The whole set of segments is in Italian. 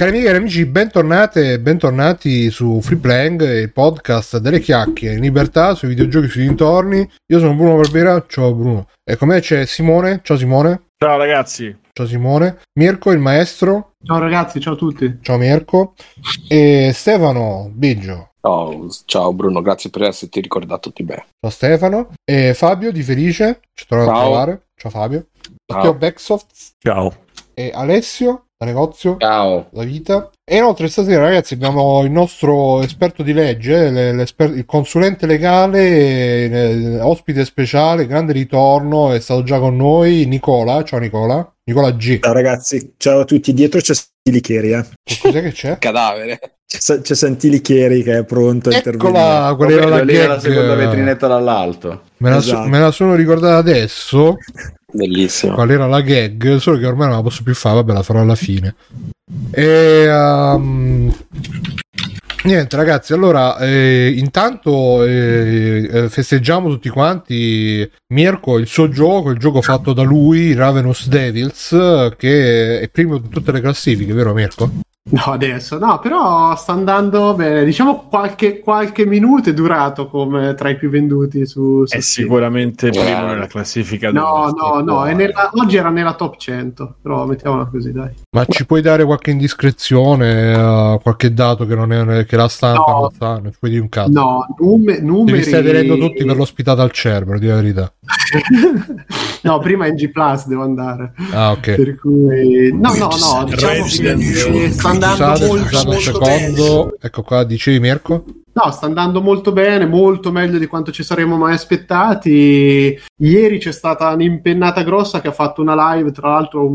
Cari amiche e amici, bentornate e bentornati su Freeplaying, il podcast delle chiacchiere in libertà sui videogiochi, sui dintorni. Io sono Bruno Barbera, ciao Bruno. E con me c'è Simone, ciao Simone. Ciao ragazzi. Ciao Simone. Mirko, il maestro. Ciao ragazzi, ciao a tutti. Ciao Mirko. E Stefano Biggio. Ciao Bruno, grazie per esserti ricordato di me. Ciao Stefano. E Fabio di Felice, ci tornato a trovare. Ciao Fabio. Matteo Backsoft. Ciao. E Alessio da negozio. Ciao. La vita. E inoltre stasera ragazzi abbiamo il nostro esperto di legge, il consulente legale, ospite speciale, grande ritorno, è stato già con noi Nicola. Ciao Nicola. Nicola G. Ciao ragazzi, ciao a tutti. Dietro c'è Santilicheri, Cos'è che c'è? Cadavere. C'è Santilicheri che è pronto a intervenire. Eccola, quella era la gag. La seconda vetrinetta dall'alto. Me la sono ricordata adesso. Bellissimo. Qual era la gag? Solo che ormai non la posso più fare, vabbè, la farò alla fine. Niente ragazzi, allora intanto festeggiamo tutti quanti Mirko, il suo gioco, il gioco fatto da lui, Ravenous Devils, che è primo in tutte le classifiche, vero Mirko? No, adesso no, però sta andando bene. Diciamo qualche minuto è durato come tra i più venduti su è sicuramente primo nella classifica. No, oggi era nella top 100, però mettiamola così, dai. Ma ci puoi dare qualche indiscrezione, qualche dato che non è che la stampa non sa, non ci puoi dire un cazzo. No, numeri. Li stai tenendo tutti per l'ospitata al Cerbero, di la verità. No, prima in G Plus devo andare. Ah, ok. Per cui no, diciamo che sta andando molto un secondo bene. Ecco qua, dicevi Mirko? No, sta andando molto bene, molto meglio di quanto ci saremmo mai aspettati. Ieri c'è stata un'impennata grossa che ha fatto una live, tra l'altro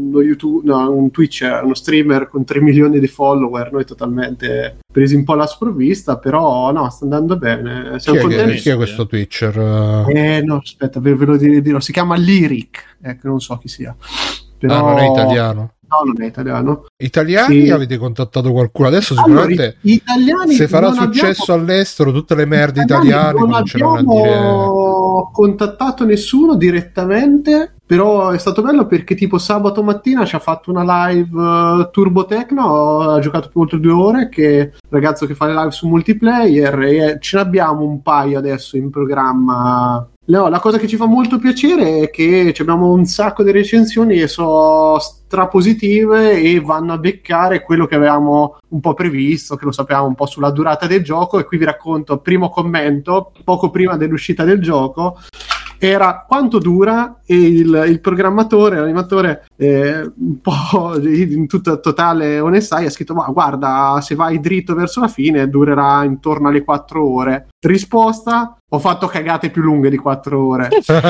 un Twitch, uno streamer con 3 milioni di follower, noi totalmente presi un po' alla sprovvista, però no, sta andando bene. Siamo contenti. Chi è questo Twitcher? No, aspetta, ve lo dirò, si chiama Lyric, non so chi sia. Però... non è italiano? No, non è italiano. Italiani? Avete contattato qualcuno? Adesso sicuramente italiani se farà successo all'estero tutte le merde italiane non abbiamo contattato nessuno direttamente, però è stato bello perché tipo sabato mattina ci ha fatto una live Turbo Tecno, ha giocato più oltre 2 ore, che ragazzo che fa le live su multiplayer, e ce ne abbiamo un paio adesso in programma. No, la cosa che ci fa molto piacere è che abbiamo un sacco di recensioni e sono strapositive e vanno a beccare quello che avevamo un po' previsto, che lo sapevamo un po' sulla durata del gioco. E qui vi racconto, primo commento, poco prima dell'uscita del gioco, era quanto dura, e il programmatore, l'animatore, un po' in tutta totale onestà, ha scritto: ma guarda, se vai dritto verso la fine durerà intorno alle 4 ore. Risposta: ho fatto cagate più lunghe di 4 ore.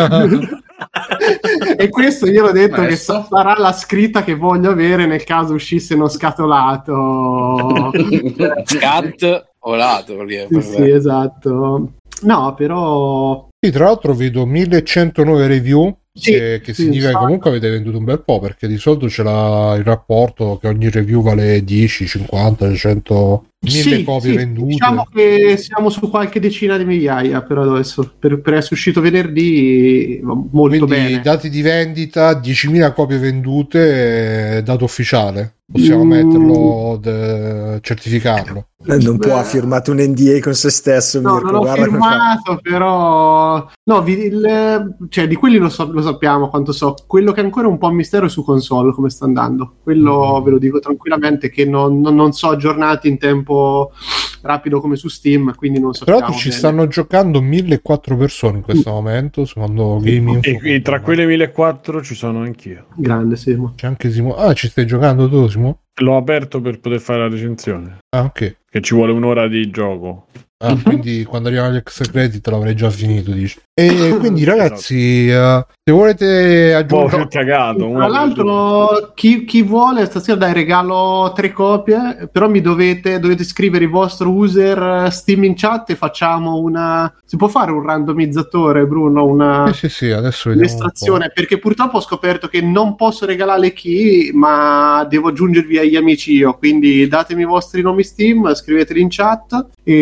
E questo io l'ho detto che sarà la scritta che voglio avere nel caso uscisse uno scatolato. Scat o lato. Sì, esatto. No, però... Sì, tra l'altro vedo 1109 review, che significa che comunque avete venduto un bel po', perché di solito c'è il rapporto che ogni review vale 10, 50, 100... 1000 copie vendute. Diciamo che siamo su qualche decina di migliaia per adesso, per essere uscito venerdì molto quindi, bene. Dati di vendita, 10.000 copie vendute, dato ufficiale. Possiamo metterlo, certificarlo. Non può, ha firmato un NDA con se stesso. No, Mirko, non ho firmato, però no, cioè di quelli lo sappiamo quanto so. Quello che è ancora un po' un mistero è su console come sta andando. Quello ve lo dico tranquillamente, che non so aggiornati in tempo rapido come su Steam, quindi non sappiamo. Però ci stanno giocando 1.400 persone in questo momento, secondo Gaming. E tra quelle 1.400 ci sono anch'io. Grande Simo. C'è anche Simo. Ah, ci stai giocando tu, Simo? L'ho aperto per poter fare la recensione. Ah, ok. Che ci vuole un'ora di gioco. Ah, quindi quando arrivano gli extra credit l'avrei già finito, dici. E quindi ragazzi, se volete aggiungere... Ho cagato. Tra l'altro chi vuole stasera dai regalo 3 copie, però mi dovete scrivere il vostro user Steam in chat e facciamo si può fare un randomizzatore, Bruno? Sì, adesso vediamo un'estrazione, perché purtroppo ho scoperto che non posso regalare le key, ma devo aggiungervi agli amici io, quindi datemi i vostri nomi Steam, scriveteli in chat, e 3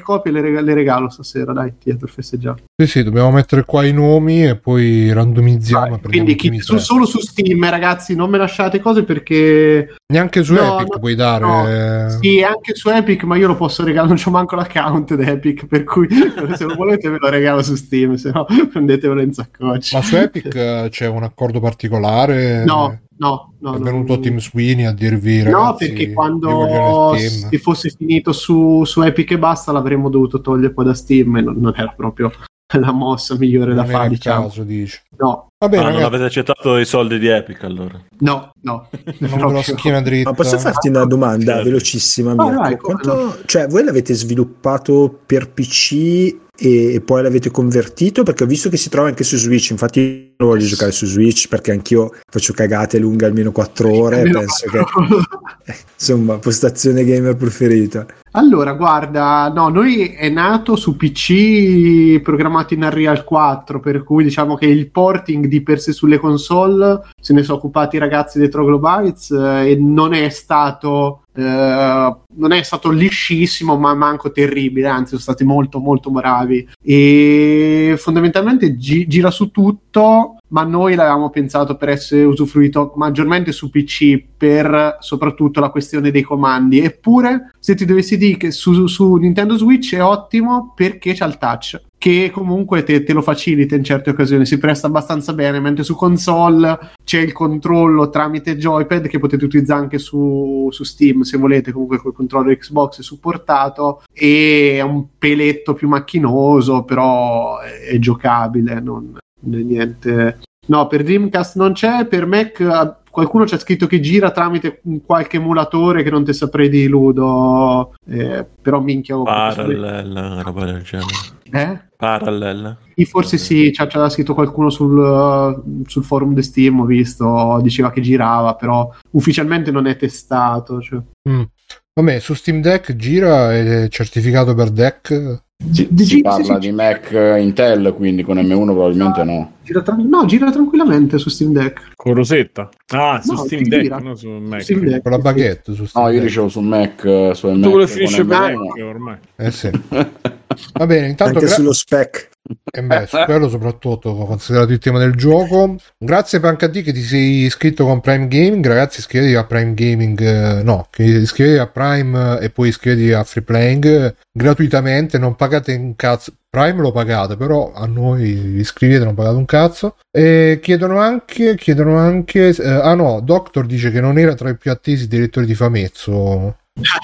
copie le regalo stasera, dai, dietro il festeggiato. Sì, dobbiamo mettere qua i nomi e poi randomizziamo. Quindi solo su Steam, ragazzi, non me lasciate cose perché neanche su Epic puoi dare. No. Sì, anche su Epic, ma io lo posso regalare, non c'ho manco l'account di Epic, per cui se lo volete ve lo regalo su Steam, se no prendetevelo in saccoccia. Ma su Epic c'è un accordo particolare? No. È venuto Tim Sweeney a dirvi, ragazzi, no, perché quando si fosse finito su Epic e basta l'avremmo dovuto togliere poi da Steam e non era proprio la mossa migliore da fare, diciamo. Caso, dici. No. Vabbè, non avete accettato i soldi di Epic allora? No. Non la schiena dritta. Ma posso farti una domanda velocissima? Vai, cioè, voi l'avete sviluppato per PC e poi l'avete convertito? Perché ho visto che si trova anche su Switch, infatti lo voglio giocare su Switch perché anch'io faccio cagate lunghe almeno 4 ore e penso che insomma, postazione gamer preferita. Allora, guarda, no, noi è nato su PC programmato in Unreal 4, per cui diciamo che il porting di per sé sulle console se ne sono occupati i ragazzi dei Troglobites e non è stato liscissimo, ma manco terribile, anzi sono stati molto molto bravi e fondamentalmente gira su tutto, ma noi l'avevamo pensato per essere usufruito maggiormente su PC per soprattutto la questione dei comandi. Eppure se ti dovessi dire che su Nintendo Switch è ottimo perché c'ha il touch, che comunque te lo facilita in certe occasioni, si presta abbastanza bene, mentre su console c'è il controllo tramite joypad che potete utilizzare anche su Steam se volete, comunque col controller Xbox è supportato e è un peletto più macchinoso, però è giocabile, non è niente. No, per Dreamcast non c'è, per Mac qualcuno c'è scritto che gira tramite qualche emulatore che non te saprei di Ludo, però minchia Parallel, roba del genere. Parallel. Forse sì, c'ha scritto qualcuno sul forum di Steam, ho visto, diceva che girava, però ufficialmente non è testato, cioè. Vabbè, su Steam Deck gira, è certificato per Deck. Si parla di Mac Intel, quindi con M1 probabilmente no. Gira tranquillamente su Steam Deck. Con Rosetta? Su Steam Deck, non su Mac. Steam Deck, con la baguette su Steam Deck. Io dicevo su Mac, su Mac. Tu lo finisce per ormai. Sì. Va bene, intanto anche sullo spec. Su quello soprattutto considerato il tema del gioco. Grazie Pancadì che ti sei iscritto con Prime Gaming. Ragazzi, iscrivetevi a Prime Gaming, iscrivetevi a Prime e poi iscrivetevi a Free Playing gratuitamente, non pagate un cazzo. Prime lo pagate, però a noi vi iscrivete, non pagate un cazzo. E chiedono anche Doctor dice che non era tra i più attesi dei lettori di Fametto.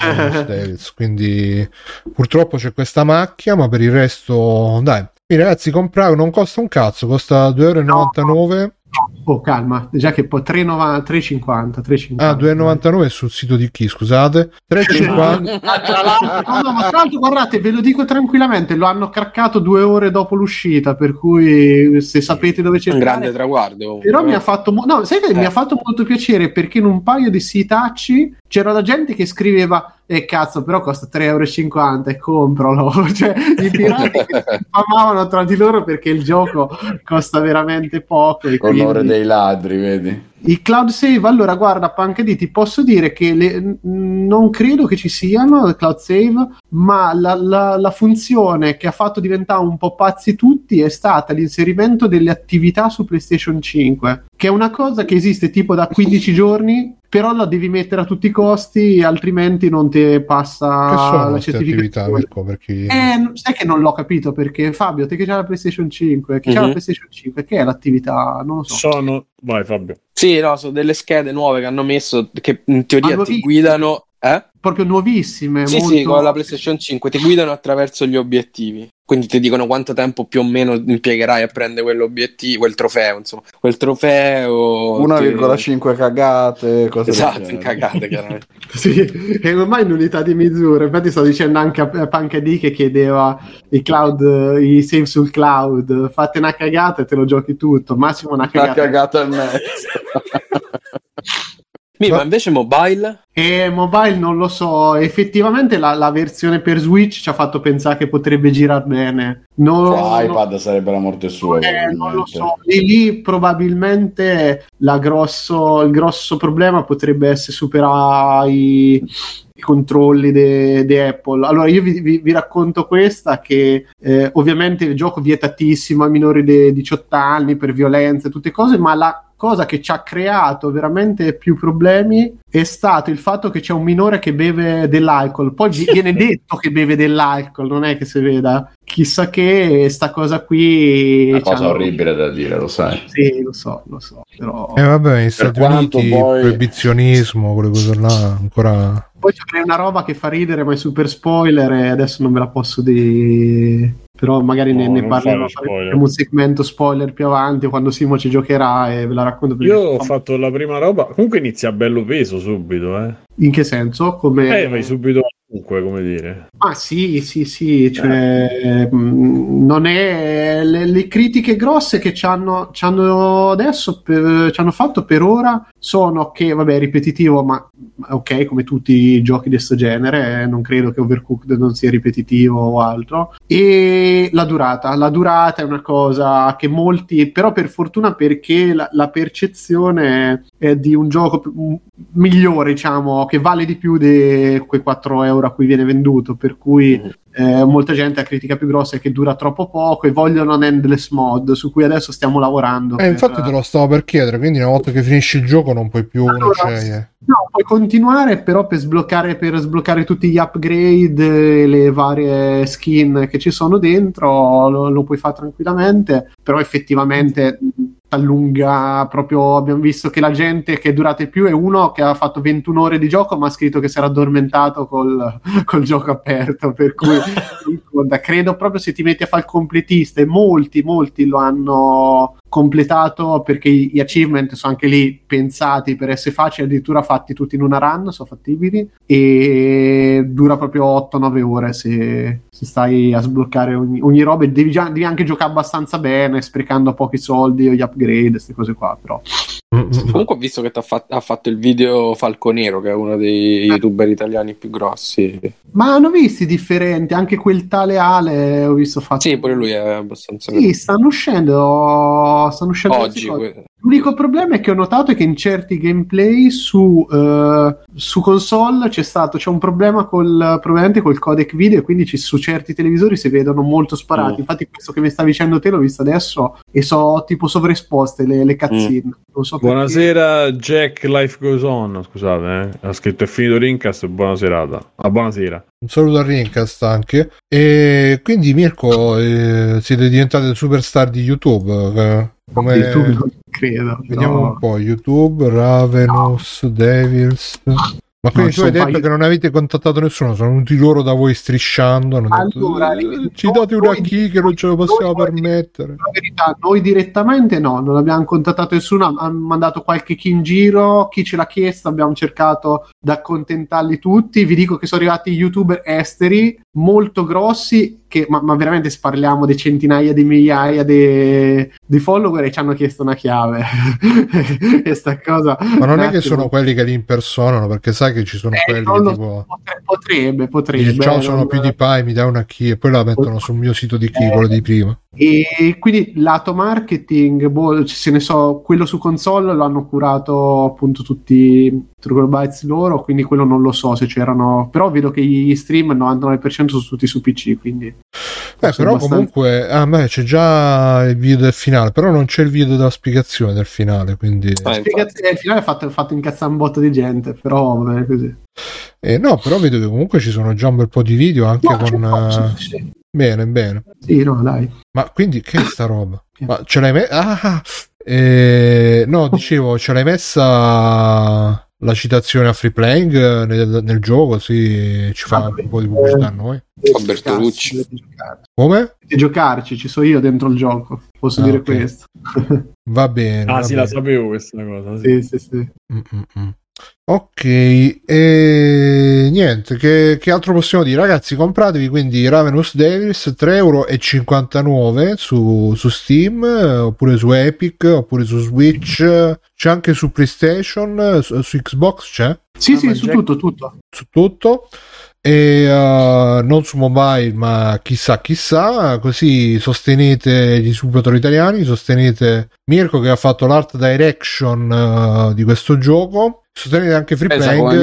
Quindi purtroppo c'è questa macchia, ma per il resto dai. Quindi, ragazzi, comprare non costa un cazzo, costa 2,99€. Oh, calma, già che poi 3,50. 2,99€ sul sito di chi, scusate? 3,50. No, ma tra l'altro, guardate, ve lo dico tranquillamente, lo hanno craccato 2 ore dopo l'uscita, per cui se sapete dove c'è un grande traguardo. Però mi ha fatto mi ha fatto molto piacere, perché in un paio di sitacci c'era la gente che scriveva cazzo, però costa 3,50€ e compralo. Cioè, i pirati che si infamavano tra di loro perché il gioco costa veramente poco e onore dei ladri, vedi? Il cloud save, allora guarda Pancadì, ti posso dire che non credo che ci siano il cloud save, ma la funzione che ha fatto diventare un po' pazzi tutti è stata l'inserimento delle attività su PlayStation 5, che è una cosa che esiste tipo da 15 giorni, però la devi mettere a tutti i costi, altrimenti non ti passa la certificazione. Sai che non l'ho capito, perché Fabio, te che c'ha la PlayStation 5, c'ha la PlayStation 5, che è l'attività? Non lo so. Vai Fabio. Sì, no, sono delle schede nuove che hanno messo che in teoria ti guidano. Proprio nuovissime. Sì, sì, con la PlayStation 5 ti guidano attraverso gli obiettivi. Quindi ti dicono quanto tempo più o meno impiegherai a prendere quell'obiettivo, quel trofeo, insomma. Quel trofeo 1,5 cagate, cose esatto, in cagate, chiaramente. Sì, è ormai un'unità di misura. Infatti sto dicendo anche a Pancadì che chiedeva i save sul cloud. Fate una cagata e te lo giochi tutto. Massimo una cagata e mezzo. Ma invece mobile? Mobile non lo so, effettivamente la versione per Switch ci ha fatto pensare che potrebbe girare bene. iPad sarebbe la morte sua. Non lo so, lì probabilmente il grosso problema potrebbe essere superare i controlli di Apple. Allora io vi racconto questa che ovviamente il gioco vietatissimo ai minori di 18 anni per violenza e tutte cose, ma la cosa che ci ha creato veramente più problemi è stato il fatto che c'è un minore che beve dell'alcol. Poi viene detto che beve dell'alcol, non è che si veda. Chissà che sta cosa qui... Una cosa orribile da dire, lo sai. Sì, lo so. Però... vabbè, in Stati Uniti poi... proibizionismo, quelle cose là, ancora... Poi c'è una roba che fa ridere, ma è super spoiler e adesso non ve la posso dire... Però magari ne parleremo un segmento spoiler più avanti, quando Simo ci giocherà e ve la racconto. Io ho fatto la prima roba, comunque inizia bello peso subito, In che senso? Come... vai subito comunque, come dire. Ah sì, cioè non è le critiche grosse che ci hanno adesso ci hanno fatto per ora sono che vabbè è ripetitivo, ma ok, come tutti i giochi di questo genere, non credo che Overcooked non sia ripetitivo o altro. E la durata è una cosa che molti, però per fortuna, perché la percezione è di un gioco migliore, diciamo, che vale di più di quei 4 euro a cui viene venduto, per cui molta gente, la critica più grossa è che dura troppo poco e vogliono un endless mod su cui adesso stiamo lavorando. Infatti te lo stavo per chiedere, quindi una volta che finisci il gioco non puoi più no, puoi continuare, però per sbloccare tutti gli upgrade e le varie skin che ci sono dentro lo puoi fare tranquillamente, però effettivamente allunga proprio. Abbiamo visto che la gente che è durata di più è uno che ha fatto 21 ore di gioco ma ha scritto che si era addormentato col gioco aperto, per cui credo proprio, se ti metti a fare il completista, e molti lo hanno completato, perché gli achievement sono anche lì pensati per essere facili, addirittura fatti tutti in una run, sono fattibili, e dura proprio 8-9 ore se stai a sbloccare ogni roba, e devi anche giocare abbastanza bene, sprecando pochi soldi o gli upgrade, queste cose qua. Però comunque ho visto che ha fatto il video Falconero, che è uno dei youtuber italiani più grossi, ma hanno visti differenti, anche quel tale Ale ho visto fatto. Sì, pure lui è abbastanza stanno uscendo oggi. L'unico problema è che ho notato che in certi gameplay su console c'è un problema probabilmente col codec video, e quindi su certi televisori si vedono molto sparati. Infatti questo che mi stavi dicendo te l'ho visto adesso e so tipo sovraesposte le cutscene. Non so buonasera Jack, Life Goes On, scusate, ha scritto è finito Rincast, buona serata. Buonasera. Un saluto a Rincast anche. E quindi Mirko, siete diventate superstar di YouTube, come YouTube non credo, vediamo un po'. YouTube, Ravenous Devils. Ma quindi tu hai detto che non avete contattato nessuno, sono venuti loro da voi strisciando, hanno allora, detto, ci date una key che non ce lo possiamo permettere. La verità, noi direttamente no, non abbiamo contattato nessuno, hanno mandato qualche key in giro, chi ce l'ha chiesto abbiamo cercato di accontentarli tutti. Vi dico che sono arrivati youtuber esteri molto grossi che, ma veramente parliamo di centinaia di migliaia di follower, e ci hanno chiesto una chiave. Questa cosa, ma non è che sono quelli che li impersonano, perché sai che ci sono quelli che tipo potrebbe ciao, sono PewDiePie, mi dai una key, e poi la mettono sul mio sito di key, quello di prima. E quindi lato marketing, se ne so, quello su console lo hanno curato appunto tutti Bytes loro, quindi quello non lo so se c'erano, però vedo che gli stream il 99% sono tutti su PC, quindi però abbastanza... comunque c'è già il video del finale, però non c'è il video della spiegazione del finale, quindi il finale è fatto incazzare un botto di gente, però va bene così. No, però vedo che comunque ci sono già un bel po' di video anche sì. Bene. Sì, no, dai. Ma quindi che è sta roba? Ma ce l'hai messa? No, dicevo, ce l'hai messa la citazione a Free Playing nel gioco, sì, ci fa un po' di pubblicità a noi. Bertolucci. Come? Di giocarci, ci sono io dentro il gioco, posso dire questo. Va bene. Sì, la sapevo questa cosa. Sì. Ok, e niente, che altro possiamo dire? Ragazzi, compratevi quindi Ravenous Devils, €3,59 su Steam, oppure su Epic, oppure su Switch, c'è anche su PlayStation, su Xbox c'è? Sì, su tutto. Su tutto. E non su mobile, ma chissà, così sostenete gli sviluppatori italiani, sostenete Mirko che ha fatto l'art direction di questo gioco, sostenete anche Free Playing come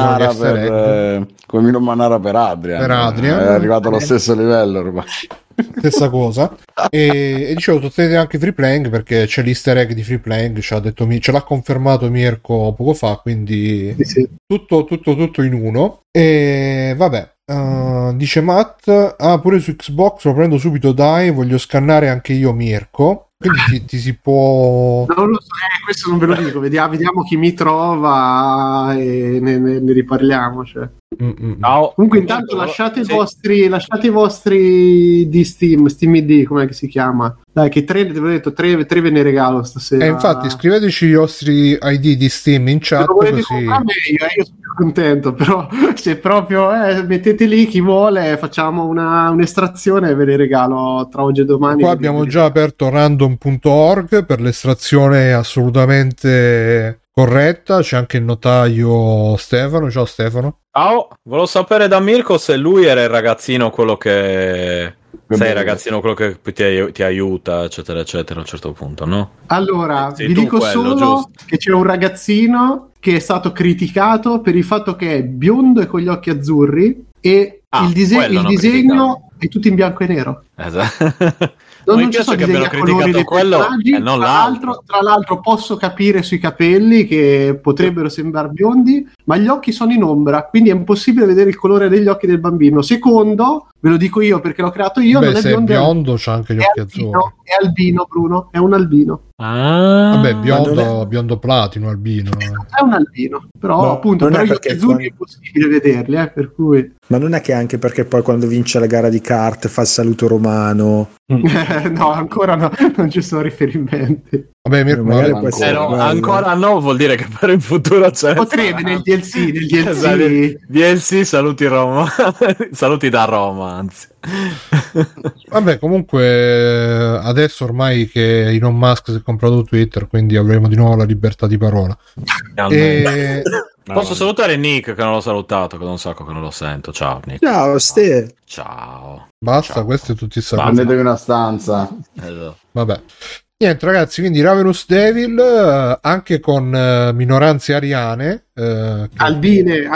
Milo Manara per Adrian, è arrivato allo stesso livello ormai. Stessa cosa. E dicevo, sostenete anche Free Playing perché c'è l'easter egg di Free Playing, ce l'ha confermato Mirko poco fa, quindi sì. Tutto in uno. E vabbè, dice Matt, pure su Xbox lo prendo subito, dai, voglio scannare anche io Mirko. Quindi ti si può... Non lo so, questo non ve lo dico, vediamo chi mi trova e ne riparliamo, cioè. No. Comunque intanto lasciate i vostri di Steam ID, com'è che si chiama? Dai, che tre ve ne regalo stasera. Infatti scriveteci i vostri ID di Steam in chat, così... io sono contento, però se proprio mettete lì chi vuole, facciamo un'estrazione e ve ne regalo tra oggi e domani. Qua abbiamo già aperto random.org per l'estrazione assolutamente corretta, c'è anche il notaio Stefano. Ciao Stefano. Ciao, volevo sapere da Mirko se lui era il ragazzino quello che... Sei il ragazzino quello che ti aiuta, eccetera, eccetera, a un certo punto, no? Allora, vi dico solo giusto, che c'è un ragazzino che è stato criticato per il fatto che è biondo e con gli occhi azzurri e il disegno è tutto in bianco e nero. Esatto. Non mi piace che abbiano criticato quello e non l'altro. Tra l'altro posso capire sui capelli che potrebbero sembrare biondi, ma gli occhi sono in ombra, quindi è impossibile vedere il colore degli occhi del bambino. Secondo, ve lo dico io perché l'ho creato io, non è biondo, c'ha anche gli occhi azzurri. È albino, Bruno, è un albino. Vabbè, biondo platino, albino. È un albino, però appunto per gli occhi azzurri è impossibile vederli, per cui... Ma non è che anche perché poi quando vince la gara di kart fa il saluto romano? No, ancora no, non ci sono riferimenti. Vabbè, Mirko, ancora no, vuol dire che per il futuro c'è. Potrebbe nel DLC. DLC saluti Roma. Saluti da Roma, anzi. Vabbè, comunque adesso ormai che Elon Musk si è comprato Twitter, quindi avremo di nuovo la libertà di parola. Posso salutare Nick che non l'ho salutato, che da un sacco che non lo sento. Ciao Nick. Ciao Ste. Ciao. Basta, ciao. Questo è tutti i saluti. Prendetevi una stanza. Vabbè. Niente ragazzi, quindi Ravenous Devil anche con minoranze ariane, albine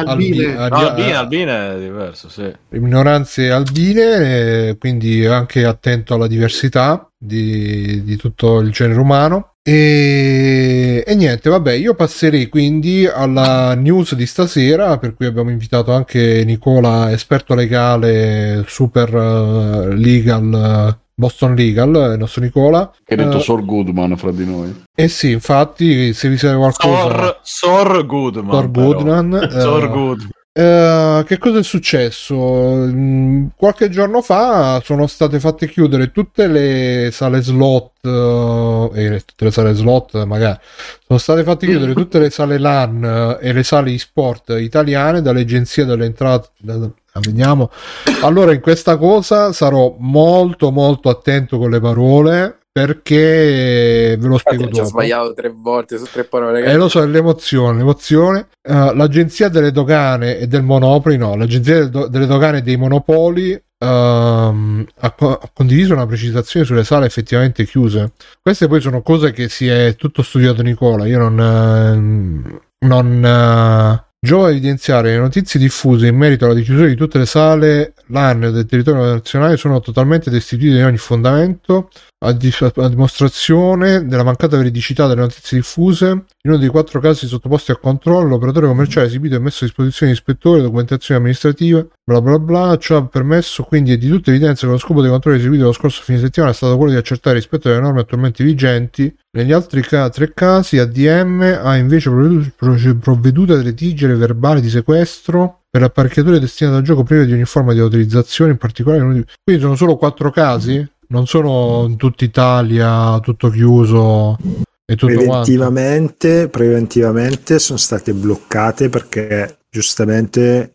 è diverso, sì. Minoranze albine, quindi anche attento alla diversità di tutto il genere umano. E niente, vabbè, io passerei quindi alla news di stasera, per cui abbiamo invitato anche Nicola, esperto legale, super legal, Boston Legal, il nostro Nicola. Che ha detto Sor Goodman fra di noi. Eh sì, infatti, se vi serve qualcosa... Sor Goodman. Che cosa è successo? Qualche giorno fa sono state fatte chiudere tutte le sale slot, magari sono state fatte chiudere tutte le sale LAN e le sale e-sport italiane dall'Agenzia delle Entrate. Vediamo. Allora, in questa cosa sarò molto molto attento con le parole, perché ve lo spiego dopo. Ho sbagliato 3 volte su 3 parole. Lo so, l'emozione. L'Agenzia delle Dogane e del Monopoli, l'Agenzia delle Dogane e dei Monopoli ha condiviso una precisazione sulle sale effettivamente chiuse. Queste poi sono cose che si è tutto studiato Nicola. Io non giova evidenziare le notizie diffuse in merito alla chiusura di tutte le sale LAN del territorio nazionale sono totalmente destituite di ogni fondamento, a dimostrazione della mancata veridicità delle notizie diffuse. In uno dei 4 casi sottoposti a controllo, l'operatore commerciale ha esibito e messo a disposizione di ispettori documentazioni amministrative, bla bla bla. Ciò ha permesso quindi di tutta evidenza che lo scopo dei controlli eseguiti lo scorso fine settimana è stato quello di accertare il rispetto delle norme attualmente vigenti. Negli altri 3 casi ADM ha invece provveduto a redigere verbali di sequestro per apparecchiature destinate al gioco prive di ogni forma di autorizzazione, in particolare. Quindi sono solo 4 casi, non sono in tutta Italia tutto chiuso. e tutto preventivamente sono state bloccate perché giustamente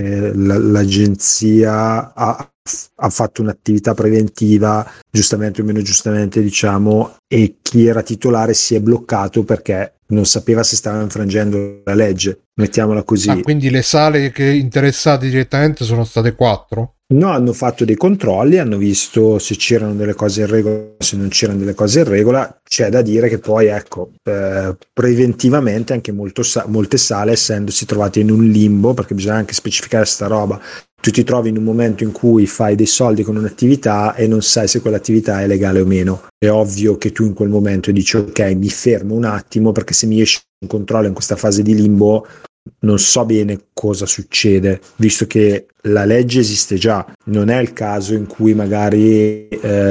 l'agenzia ha fatto un'attività preventiva, giustamente o meno giustamente, diciamo, e chi era titolare si è bloccato perché non sapeva se stava infrangendo la legge, mettiamola così. Quindi le sale che interessate direttamente sono state 4? No, hanno fatto dei controlli, hanno visto se c'erano delle cose in regola, se non c'erano delle cose in regola. C'è da dire che poi, ecco, preventivamente anche molte sale, essendosi trovate in un limbo, perché bisogna anche specificare sta roba, tu ti trovi in un momento in cui fai dei soldi con un'attività e non sai se quell'attività è legale o meno. È ovvio che tu in quel momento dici ok, mi fermo un attimo, perché se mi esce un controllo in questa fase di limbo non so bene cosa succede, visto che la legge esiste già. Non è il caso in cui magari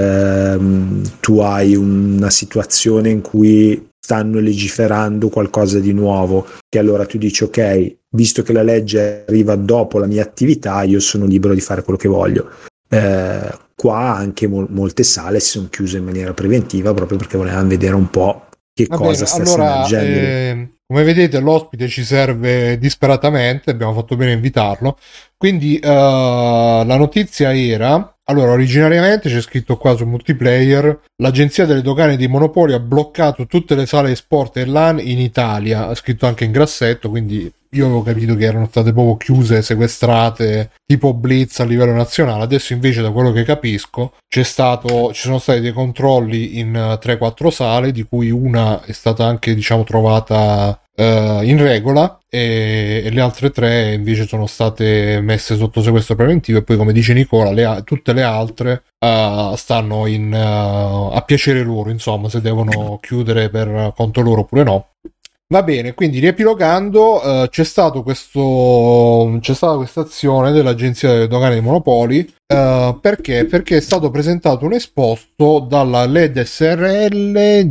tu hai una situazione in cui stanno legiferando qualcosa di nuovo, che allora tu dici ok, visto che la legge arriva dopo la mia attività, io sono libero di fare quello che voglio. Qua anche molte sale si sono chiuse in maniera preventiva proprio perché volevano vedere un po' che cosa stesse emergendo. Come vedete, l'ospite ci serve disperatamente, abbiamo fatto bene a invitarlo. Quindi la notizia era, allora, originariamente c'è scritto qua su Multiplayer, l'agenzia delle dogane dei monopoli ha bloccato tutte le sale sport e LAN in Italia, ha scritto anche in grassetto, quindi io avevo capito che erano state proprio chiuse, sequestrate, tipo Blitz a livello nazionale. Adesso invece, da quello che capisco, ci sono stati dei controlli in 3-4 sale, di cui una è stata anche, diciamo, trovata in regola, e le altre 3 invece sono state messe sotto sequestro preventivo, e poi, come dice Nicola, tutte le altre stanno a piacere loro, insomma, se devono chiudere per conto loro oppure no. Va bene, quindi riepilogando, c'è stata questa azione dell'Agenzia delle Dogane dei Monopoli, perché è stato presentato un esposto dalla LED SRL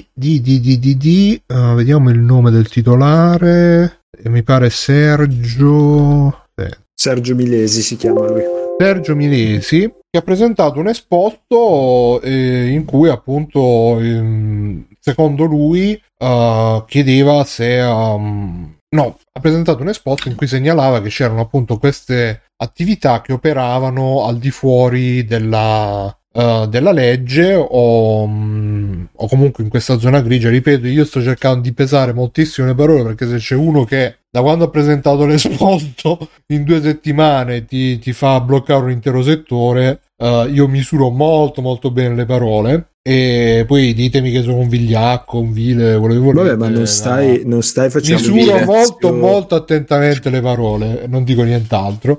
vediamo il nome del titolare, mi pare Sergio Milesi si chiama lui. Sergio Milesi, che ha presentato un esposto in cui appunto secondo lui chiedeva se ha presentato un esposto in cui segnalava che c'erano appunto queste attività che operavano al di fuori della legge o comunque in questa zona grigia. Ripeto, io sto cercando di pesare moltissimo le parole, perché se c'è uno che da quando ha presentato l'esposto in 2 settimane ti fa bloccare un intero settore, io misuro molto molto bene le parole. E poi ditemi che sono un vigliacco, un vile, vabbè, ma non stai facendo misuro molto attentamente le parole, non dico nient'altro.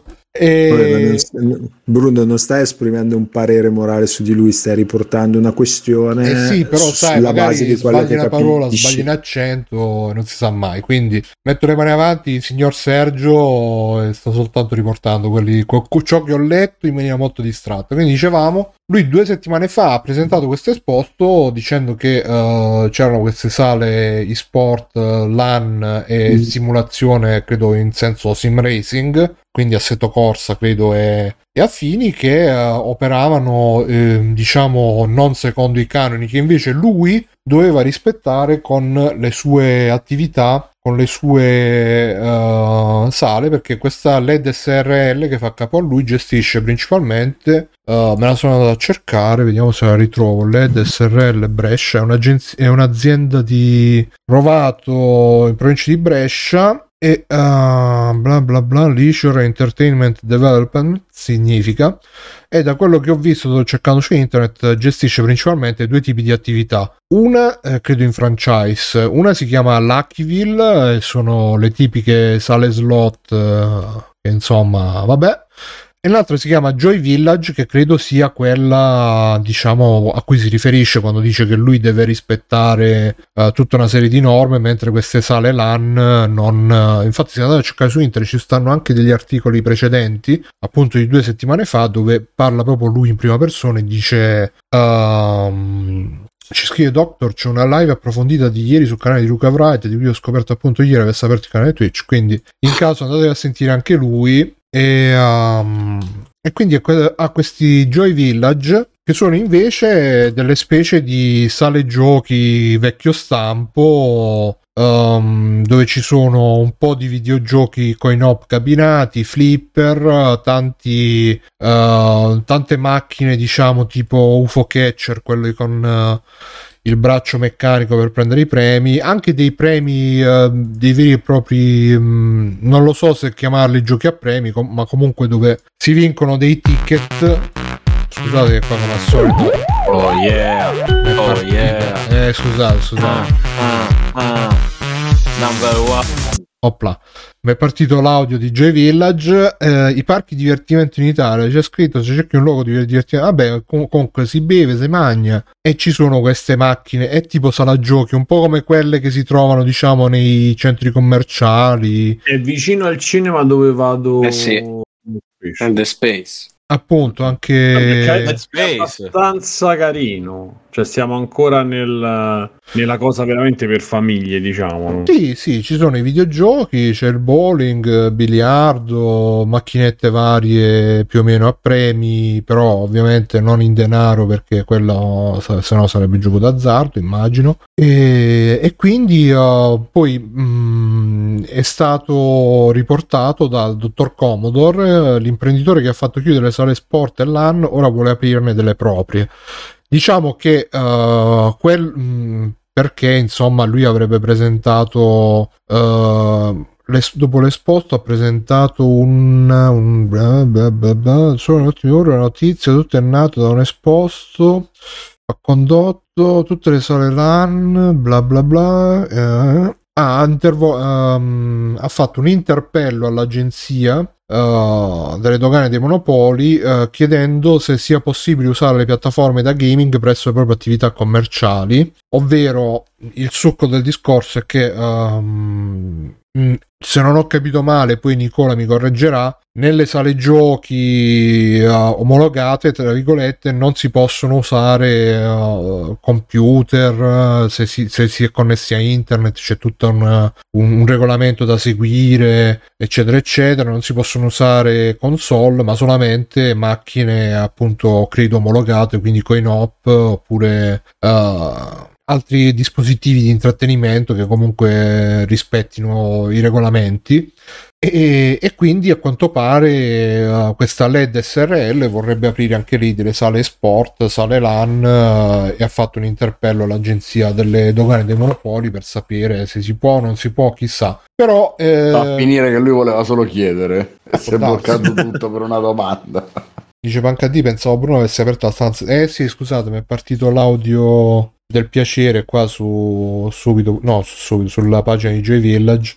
Bruno, non stai esprimendo un parere morale su di lui, stai riportando una questione sì, però sai, sulla base di quella sbagli una parola, sbagli un accento, non si sa mai, quindi metto le mani avanti, signor Sergio, e sto soltanto riportando ciò che ho letto in maniera molto distratta. Quindi dicevamo, lui 2 settimane fa ha presentato questo esposto dicendo che c'erano queste sale e-sport, LAN e simulazione, credo in senso sim racing, quindi assetto corsa credo e affini, che operavano diciamo non secondo i canoni che invece lui doveva rispettare con le sue attività, con le sue sale, perché questa LED SRL che fa capo a lui gestisce principalmente, me la sono andato a cercare, vediamo se la ritrovo, LED SRL Brescia, è un'azienda di Rovato in provincia di Brescia, e bla bla bla, Leisure Entertainment Development significa, e da quello che ho visto, sto cercando su internet, gestisce principalmente 2 tipi di attività. Una credo in franchise, una si chiama Luckyville, sono le tipiche sale slot che insomma vabbè, e l'altra si chiama Joy Village, che credo sia quella, diciamo, a cui si riferisce quando dice che lui deve rispettare tutta una serie di norme, mentre queste sale LAN non. Infatti, se andate a cercare su internet ci stanno anche degli articoli precedenti, appunto di 2 settimane fa, dove parla proprio lui in prima persona e dice ci scrive: Doctor, c'è una live approfondita di ieri sul canale di Luca Wright, di cui ho scoperto appunto ieri avesse aperto il canale Twitch, quindi in caso andate a sentire anche lui. E quindi a questi Joy Village che sono invece delle specie di sale giochi vecchio stampo, dove ci sono un po' di videogiochi coin-op cabinati, flipper, tante macchine, diciamo tipo UFO Catcher, quelli con il braccio meccanico per prendere i premi, anche dei premi, dei veri e propri, non lo so se chiamarli giochi a premi, ma comunque dove si vincono dei ticket. Scusate che qua come al solito. Oh yeah. Oh yeah. Scusate. Number one. Opla, mi è partito l'audio di J-Village. I parchi divertimento in Italia, c'è scritto se cerchi un luogo di divertimento, vabbè, comunque si beve, si mangia, e ci sono queste macchine, è tipo sala giochi, un po' come quelle che si trovano, diciamo, nei centri commerciali. È vicino al cinema dove vado. Sì, The Space. Appunto, anche è abbastanza carino, cioè siamo ancora nella cosa veramente per famiglie, diciamo. Sì, ci sono i videogiochi, c'è il bowling, biliardo, macchinette varie più o meno a premi, però ovviamente non in denaro, perché quello sennò sarebbe gioco d'azzardo, immagino. E quindi poi è stato riportato dal dottor Commodore, l'imprenditore che ha fatto chiudere le sale sport e LAN, ora vuole aprirne delle proprie. Diciamo che perché insomma lui avrebbe presentato dopo l'esposto ha presentato sono ultime ore la notizia, tutto è nato da un esposto, ha condotto tutte le sale LAN, bla bla bla, ha fatto un interpello all'agenzia delle dogane dei monopoli, chiedendo se sia possibile usare le piattaforme da gaming presso le proprie attività commerciali, ovvero il succo del discorso è che se non ho capito male, poi Nicola mi correggerà, nelle sale giochi omologate, tra virgolette, non si possono usare computer, se si è connessi a internet c'è tutto un regolamento da seguire, eccetera eccetera. Non si possono usare console, ma solamente macchine appunto credo omologate, quindi coin-op oppure altri dispositivi di intrattenimento che comunque rispettino i regolamenti. E quindi a quanto pare questa LED SRL vorrebbe aprire anche lì delle sale sport, sale LAN, e ha fatto un interpello all'agenzia delle dogane dei monopoli per sapere se si può o non si può, chissà. Però a finire che lui voleva solo chiedere, si è bloccato tutto per una domanda. Dice Panca D, pensavo Bruno avesse aperto la stanza. Sì, scusate, mi è partito l'audio del piacere qua sulla pagina di J-Village.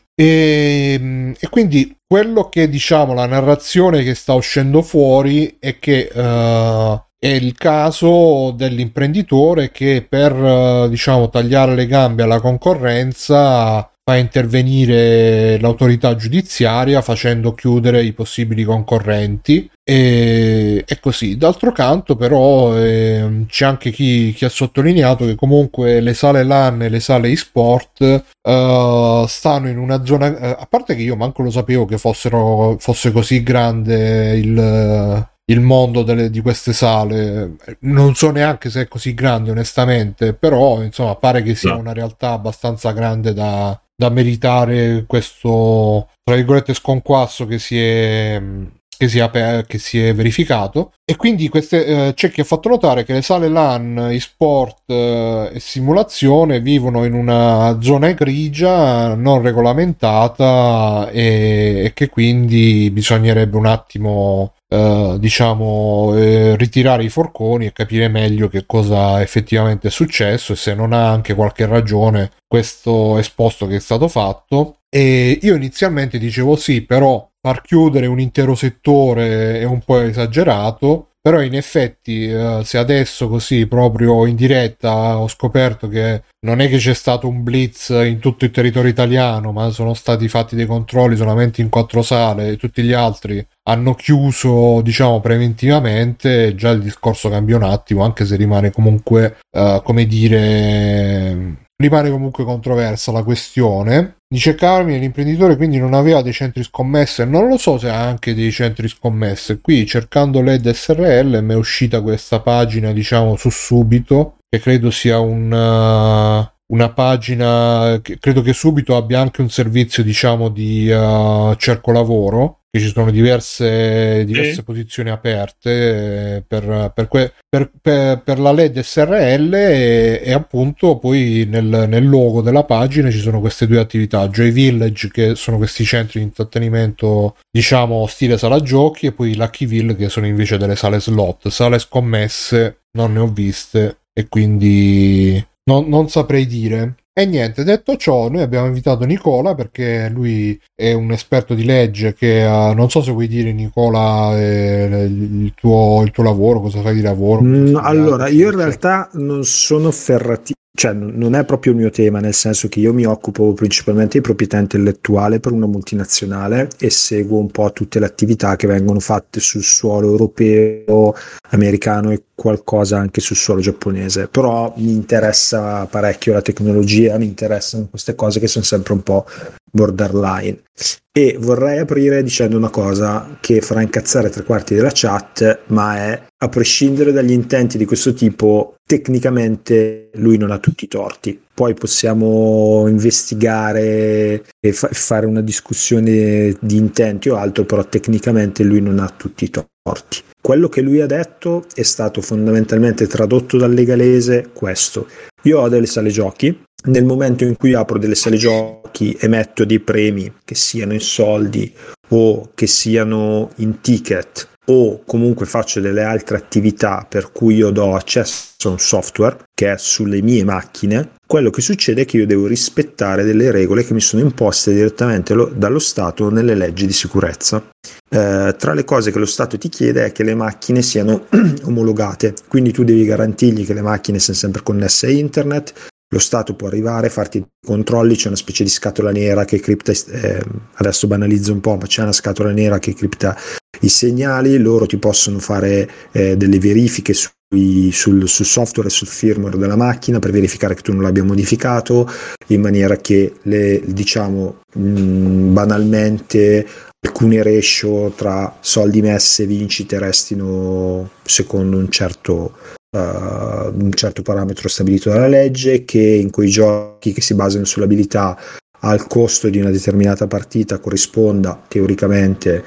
E quindi quello che, diciamo, la narrazione che sta uscendo fuori è che è il caso dell'imprenditore che per diciamo tagliare le gambe alla concorrenza fa intervenire l'autorità giudiziaria facendo chiudere i possibili concorrenti e così. D'altro canto però c'è anche chi ha sottolineato che comunque le sale LAN e le sale eSport stanno in una zona, a parte che io manco lo sapevo che fosse così grande il mondo di queste sale, non so neanche se è così grande onestamente, però insomma pare che sia una realtà abbastanza grande da meritare questo tra virgolette sconquasso che si è verificato. E quindi c'è chi ha fatto notare che le sale LAN, eSport e simulazione vivono in una zona grigia non regolamentata e che quindi bisognerebbe un attimo ritirare i forconi e capire meglio che cosa effettivamente è successo e se non ha anche qualche ragione questo esposto che è stato fatto. E io inizialmente dicevo sì, però far chiudere un intero settore è un po' esagerato, però in effetti se adesso così proprio in diretta ho scoperto che non è che c'è stato un blitz in tutto il territorio italiano, ma sono stati fatti dei controlli solamente in 4 sale e tutti gli altri hanno chiuso diciamo preventivamente, già il discorso cambia un attimo, anche se rimane comunque come dire rimane comunque controversa la questione. Dice Carmine, l'imprenditore quindi non aveva dei centri scommesse, non lo so se ha anche dei centri scommesse. Qui cercando LED SRL mi è uscita questa pagina, diciamo, su Subito, che credo sia una pagina, che credo che Subito abbia anche un servizio, diciamo, di cerco lavoro, che ci sono diverse posizioni aperte per la LED SRL e appunto poi nel logo della pagina ci sono queste due attività, Joy Village, che sono questi centri di intrattenimento, diciamo, stile sala giochi, e poi Lucky Ville, che sono invece delle sale slot. Sale scommesse non ne ho viste e quindi non saprei dire. E niente, detto ciò, noi abbiamo invitato Nicola perché lui è un esperto di legge che non so se vuoi dire, Nicola, il tuo lavoro, cosa fai di lavoro? Allora, io in realtà non sono cioè non è proprio il mio tema, nel senso che io mi occupo principalmente di proprietà intellettuale per una multinazionale e seguo un po' tutte le attività che vengono fatte sul suolo europeo, americano e qualcosa anche sul suolo giapponese, però mi interessa parecchio la tecnologia, mi interessano queste cose che sono sempre un po' borderline. E vorrei aprire dicendo una cosa che farà incazzare 3/4 della chat, ma è, a prescindere dagli intenti di questo tipo, tecnicamente lui non ha tutti i torti. Poi possiamo investigare e fare una discussione di intenti o altro, però tecnicamente lui non ha tutti i torti. Quello che lui ha detto è stato fondamentalmente tradotto dal legalese questo: io ho delle sale giochi, nel momento in cui apro delle sale giochi emetto dei premi, che siano in soldi o che siano in ticket, o comunque faccio delle altre attività per cui io do accesso a un software che è sulle mie macchine, quello che succede è che io devo rispettare delle regole che mi sono imposte direttamente dallo Stato nelle leggi di sicurezza. Tra le cose che lo Stato ti chiede è che le macchine siano omologate, quindi tu devi garantirgli che le macchine siano sempre connesse a internet. Lo Stato può arrivare, farti controlli, c'è una specie di scatola nera che cripta, adesso banalizzo un po', ma c'è una scatola nera che cripta i segnali, loro ti possono fare delle verifiche sul software e sul firmware della macchina per verificare che tu non l'abbia modificato, in maniera che banalmente alcune ratio tra soldi messi e vincite restino secondo un certo parametro stabilito dalla legge, che in quei giochi che si basano sull'abilità al costo di una determinata partita corrisponda teoricamente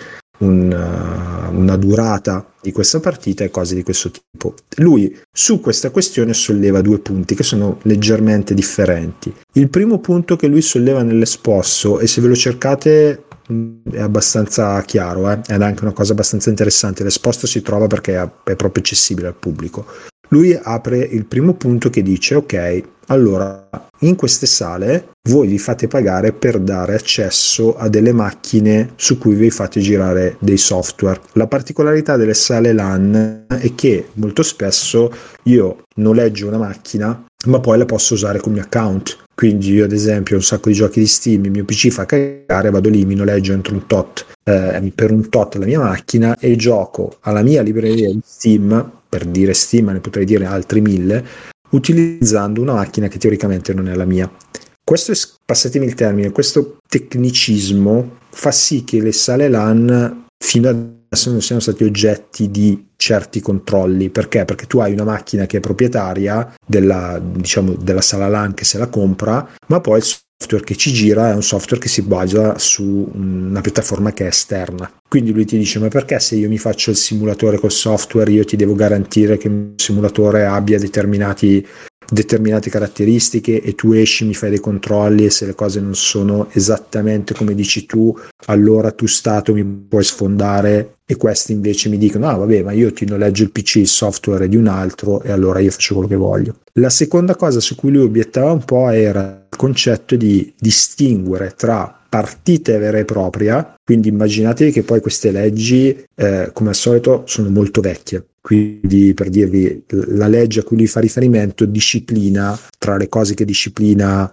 una durata di questa partita e cose di questo tipo. Lui su questa questione solleva due punti che sono leggermente differenti. Il primo punto che lui solleva nell'esposto, e se ve lo cercate è abbastanza chiaro, ed è anche una cosa abbastanza interessante, l'esposto si trova perché è proprio accessibile al pubblico. Lui apre il primo punto che dice: ok, allora in queste sale voi vi fate pagare per dare accesso a delle macchine su cui vi fate girare dei software. La particolarità delle sale LAN è che molto spesso io noleggio una macchina ma poi la posso usare con il mio account. Quindi io ad esempio ho un sacco di giochi di Steam, il mio PC fa cagare, vado lì, mi noleggio entro un tot per un tot la mia macchina e gioco alla mia libreria di Steam, per dire Steam, ma ne potrei dire altri 1000, utilizzando una macchina che teoricamente non è la mia. Questo è, passatemi il termine, questo tecnicismo fa sì che le sale LAN fino adesso non siano stati oggetti di certi controlli. Perché? Perché tu hai una macchina che è proprietaria della sala LAN che se la compra, ma poi il software che ci gira è un software che si basa su una piattaforma che è esterna. Quindi lui ti dice: ma perché se io mi faccio il simulatore col software io ti devo garantire che il simulatore abbia determinate caratteristiche e tu esci, mi fai dei controlli e se le cose non sono esattamente come dici tu, allora tu Stato mi puoi sfondare, e questi invece mi dicono: ah vabbè, ma io ti noleggio il PC, il software è di un altro e allora io faccio quello che voglio. La seconda cosa su cui lui obiettava un po' era il concetto di distinguere tra partite vera e propria. Quindi immaginatevi che poi queste leggi come al solito sono molto vecchie, quindi per dirvi, la legge a cui lui fa riferimento disciplina, tra le cose che disciplina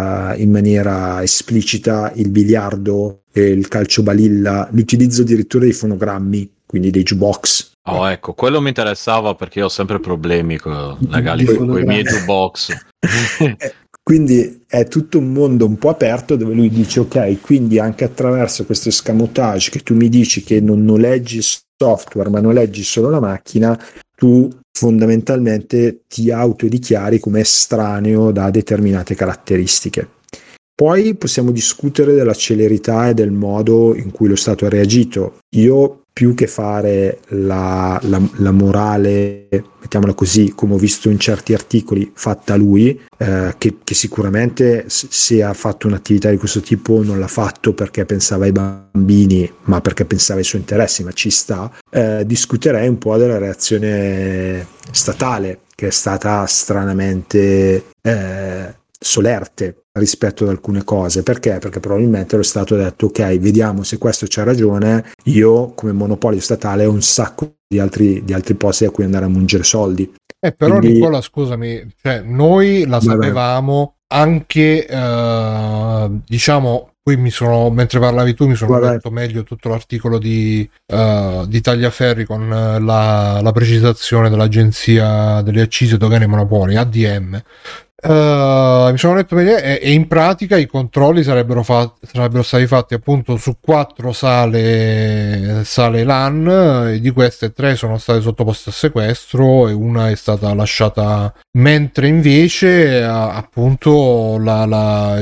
in maniera esplicita, il biliardo e il calcio balilla, l'utilizzo addirittura dei fonogrammi, quindi dei jukebox. Oh, ecco, quello mi interessava perché io ho sempre problemi legali con i miei jukebox. Quindi è tutto un mondo un po' aperto dove lui dice ok, quindi anche attraverso questo escamotage che tu mi dici che non noleggi software ma noleggi solo la macchina, tu fondamentalmente ti autodichiari come estraneo da determinate caratteristiche. Poi possiamo discutere della celerità e del modo in cui lo Stato ha reagito. Io, più che fare la morale, mettiamola così, come ho visto in certi articoli, fatta lui, che sicuramente se ha fatto un'attività di questo tipo non l'ha fatto perché pensava ai bambini, ma perché pensava ai suoi interessi, ma ci sta, discuterei un po' della reazione statale, che è stata stranamente solerte rispetto ad alcune cose. Perché probabilmente lo Stato ha detto ok, vediamo se questo c'ha ragione, io come monopolio statale ho un sacco di altri posti a cui andare a mungere soldi. Però quindi... Nicola, scusami, cioè noi la sapevamo anche diciamo, poi mentre parlavi tu mi sono letto meglio tutto l'articolo di Tagliaferri con la precisazione dell'Agenzia delle Accise e Dogane e Monopoli, ADM. Mi sono letto meglio e in pratica i controlli sarebbero stati fatti appunto su 4 sale LAN, e di queste 3 sono state sottoposte a sequestro e una è stata lasciata, mentre invece appunto la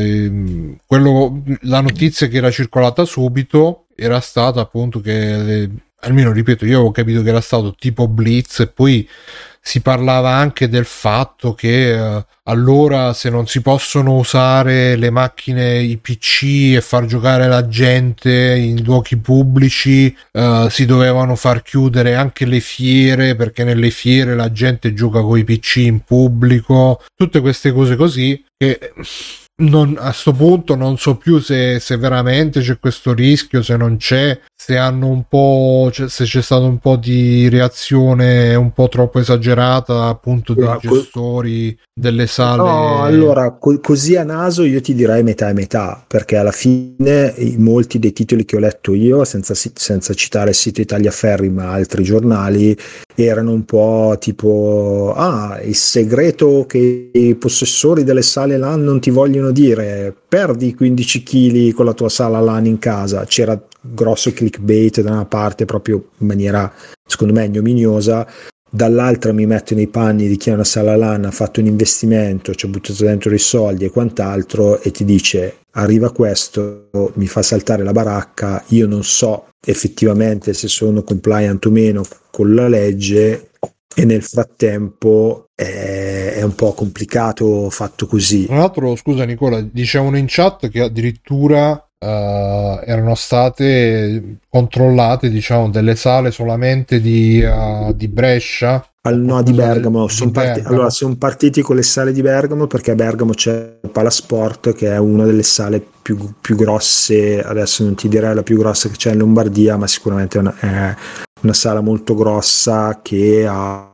notizia che era circolata subito era stata appunto che almeno, ripeto, io avevo capito che era stato tipo blitz, e poi si parlava anche del fatto che allora se non si possono usare le macchine, i PC e far giocare la gente in luoghi pubblici, si dovevano far chiudere anche le fiere, perché nelle fiere la gente gioca coi PC in pubblico, tutte queste cose così che a sto punto non so più se veramente c'è questo rischio, se non c'è, se hanno un po', se c'è stato un po' di reazione un po' troppo esagerata appunto dei gestori delle sale. No, allora così a naso io ti direi metà e metà, perché alla fine molti dei titoli che ho letto io, senza citare il sito Tagliaferri ma altri giornali, erano un po' tipo il segreto che i possessori delle sale LAN non ti vogliono dire, perdi 15 kg con la tua sala LAN in casa. C'era grosso clickbait da una parte proprio in maniera secondo me ignominiosa, dall'altra mi metto nei panni di chi ha una sala LAN, ha fatto un investimento, ci ha buttato dentro i soldi e quant'altro, e ti dice arriva questo, mi fa saltare la baracca, io non so effettivamente se sono compliant o meno con la legge, e nel frattempo è un po' complicato fatto così. Tra l'altro, scusa Nicola, dicevano in chat che addirittura erano state controllate, diciamo, delle sale solamente di Brescia. Di Bergamo. Allora sono partiti con le sale di Bergamo, perché a Bergamo c'è Palasport, che è una delle sale più grosse, adesso non ti direi la più grossa che c'è in Lombardia, ma sicuramente è una sala molto grossa che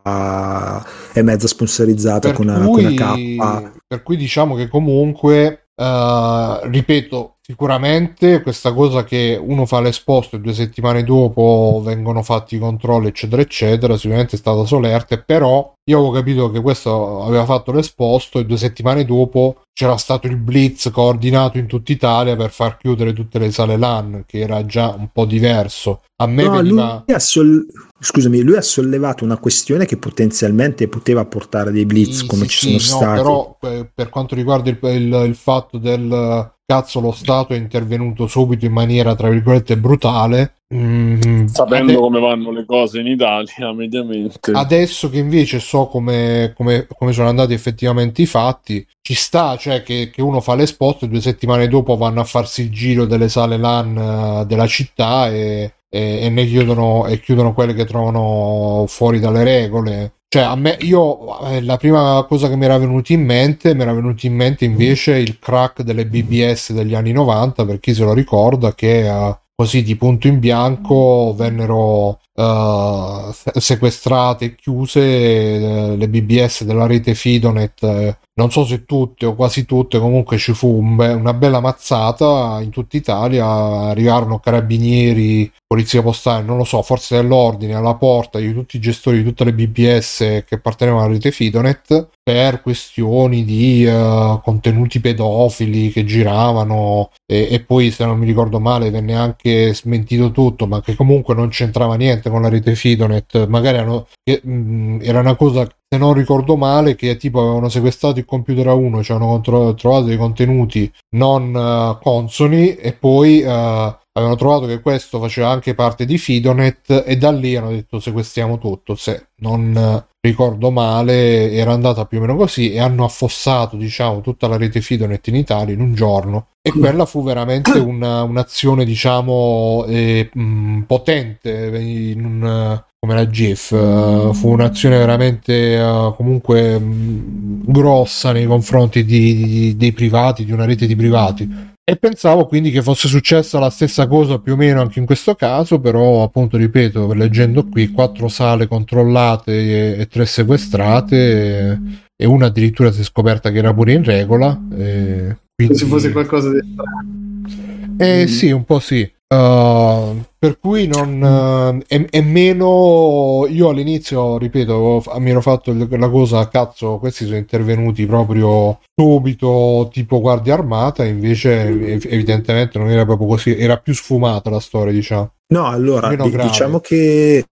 è mezza sponsorizzata con una K. Per cui diciamo che comunque ripeto, sicuramente questa cosa che uno fa l'esposto e 2 settimane dopo vengono fatti i controlli eccetera eccetera, sicuramente è stata solerte, però io avevo capito che questo aveva fatto l'esposto e 2 settimane dopo c'era stato il blitz coordinato in tutta Italia per far chiudere tutte le sale LAN, che era già un po' diverso. A me veniva... lui ha sollevato una questione che potenzialmente poteva portare dei blitz, come ci sono stati. Però per quanto riguarda il fatto del cazzo, lo Stato è intervenuto subito in maniera tra virgolette brutale, sapendo come vanno le cose in Italia mediamente. Adesso che invece so come sono andati effettivamente i fatti, ci sta, cioè che uno fa l'esposto e 2 settimane dopo vanno a farsi il giro delle sale LAN della città e ne chiudono quelle che trovano fuori dalle regole. Cioè la prima cosa che mi era venuta in mente invece il crack delle BBS degli anni 90, per chi se lo ricorda, che così di punto in bianco vennero sequestrate e chiuse le BBS della rete Fidonet, non so se tutte o quasi tutte, comunque ci fu una bella mazzata in tutta Italia, arrivarono carabinieri, polizia postale, non lo so, forze dell'ordine alla porta di tutti i gestori di tutte le BBS che appartenevano alla rete Fidonet per questioni di contenuti pedofili che giravano, e poi, se non mi ricordo male, venne anche smentito tutto, ma che comunque non c'entrava niente con la rete Fidonet. Magari era una cosa, se non ricordo male, che tipo avevano sequestrato il computer a uno, cioè hanno trovato dei contenuti non consoni, e poi avevano trovato che questo faceva anche parte di Fidonet, e da lì hanno detto sequestriamo tutto. Se non ricordo male era andata più o meno così, e hanno affossato, diciamo, tutta la rete Fidonet in Italia in un giorno, e quella fu veramente un'azione, diciamo, potente come la GIF. Fu un'azione veramente comunque grossa nei confronti dei privati, di una rete di privati. E pensavo quindi che fosse successa la stessa cosa più o meno anche in questo caso, però appunto, ripeto, leggendo qui, 4 sale controllate e 3 sequestrate, e una addirittura si è scoperta che era pure in regola. Quindi... se fosse qualcosa di strano. Sì, un po' sì. Per cui non è meno. Io all'inizio, ripeto, mi ero fatto la cosa, cazzo, questi sono intervenuti proprio subito, tipo guardia armata, invece evidentemente non era proprio così, era più sfumata la storia, diciamo. No, allora diciamo che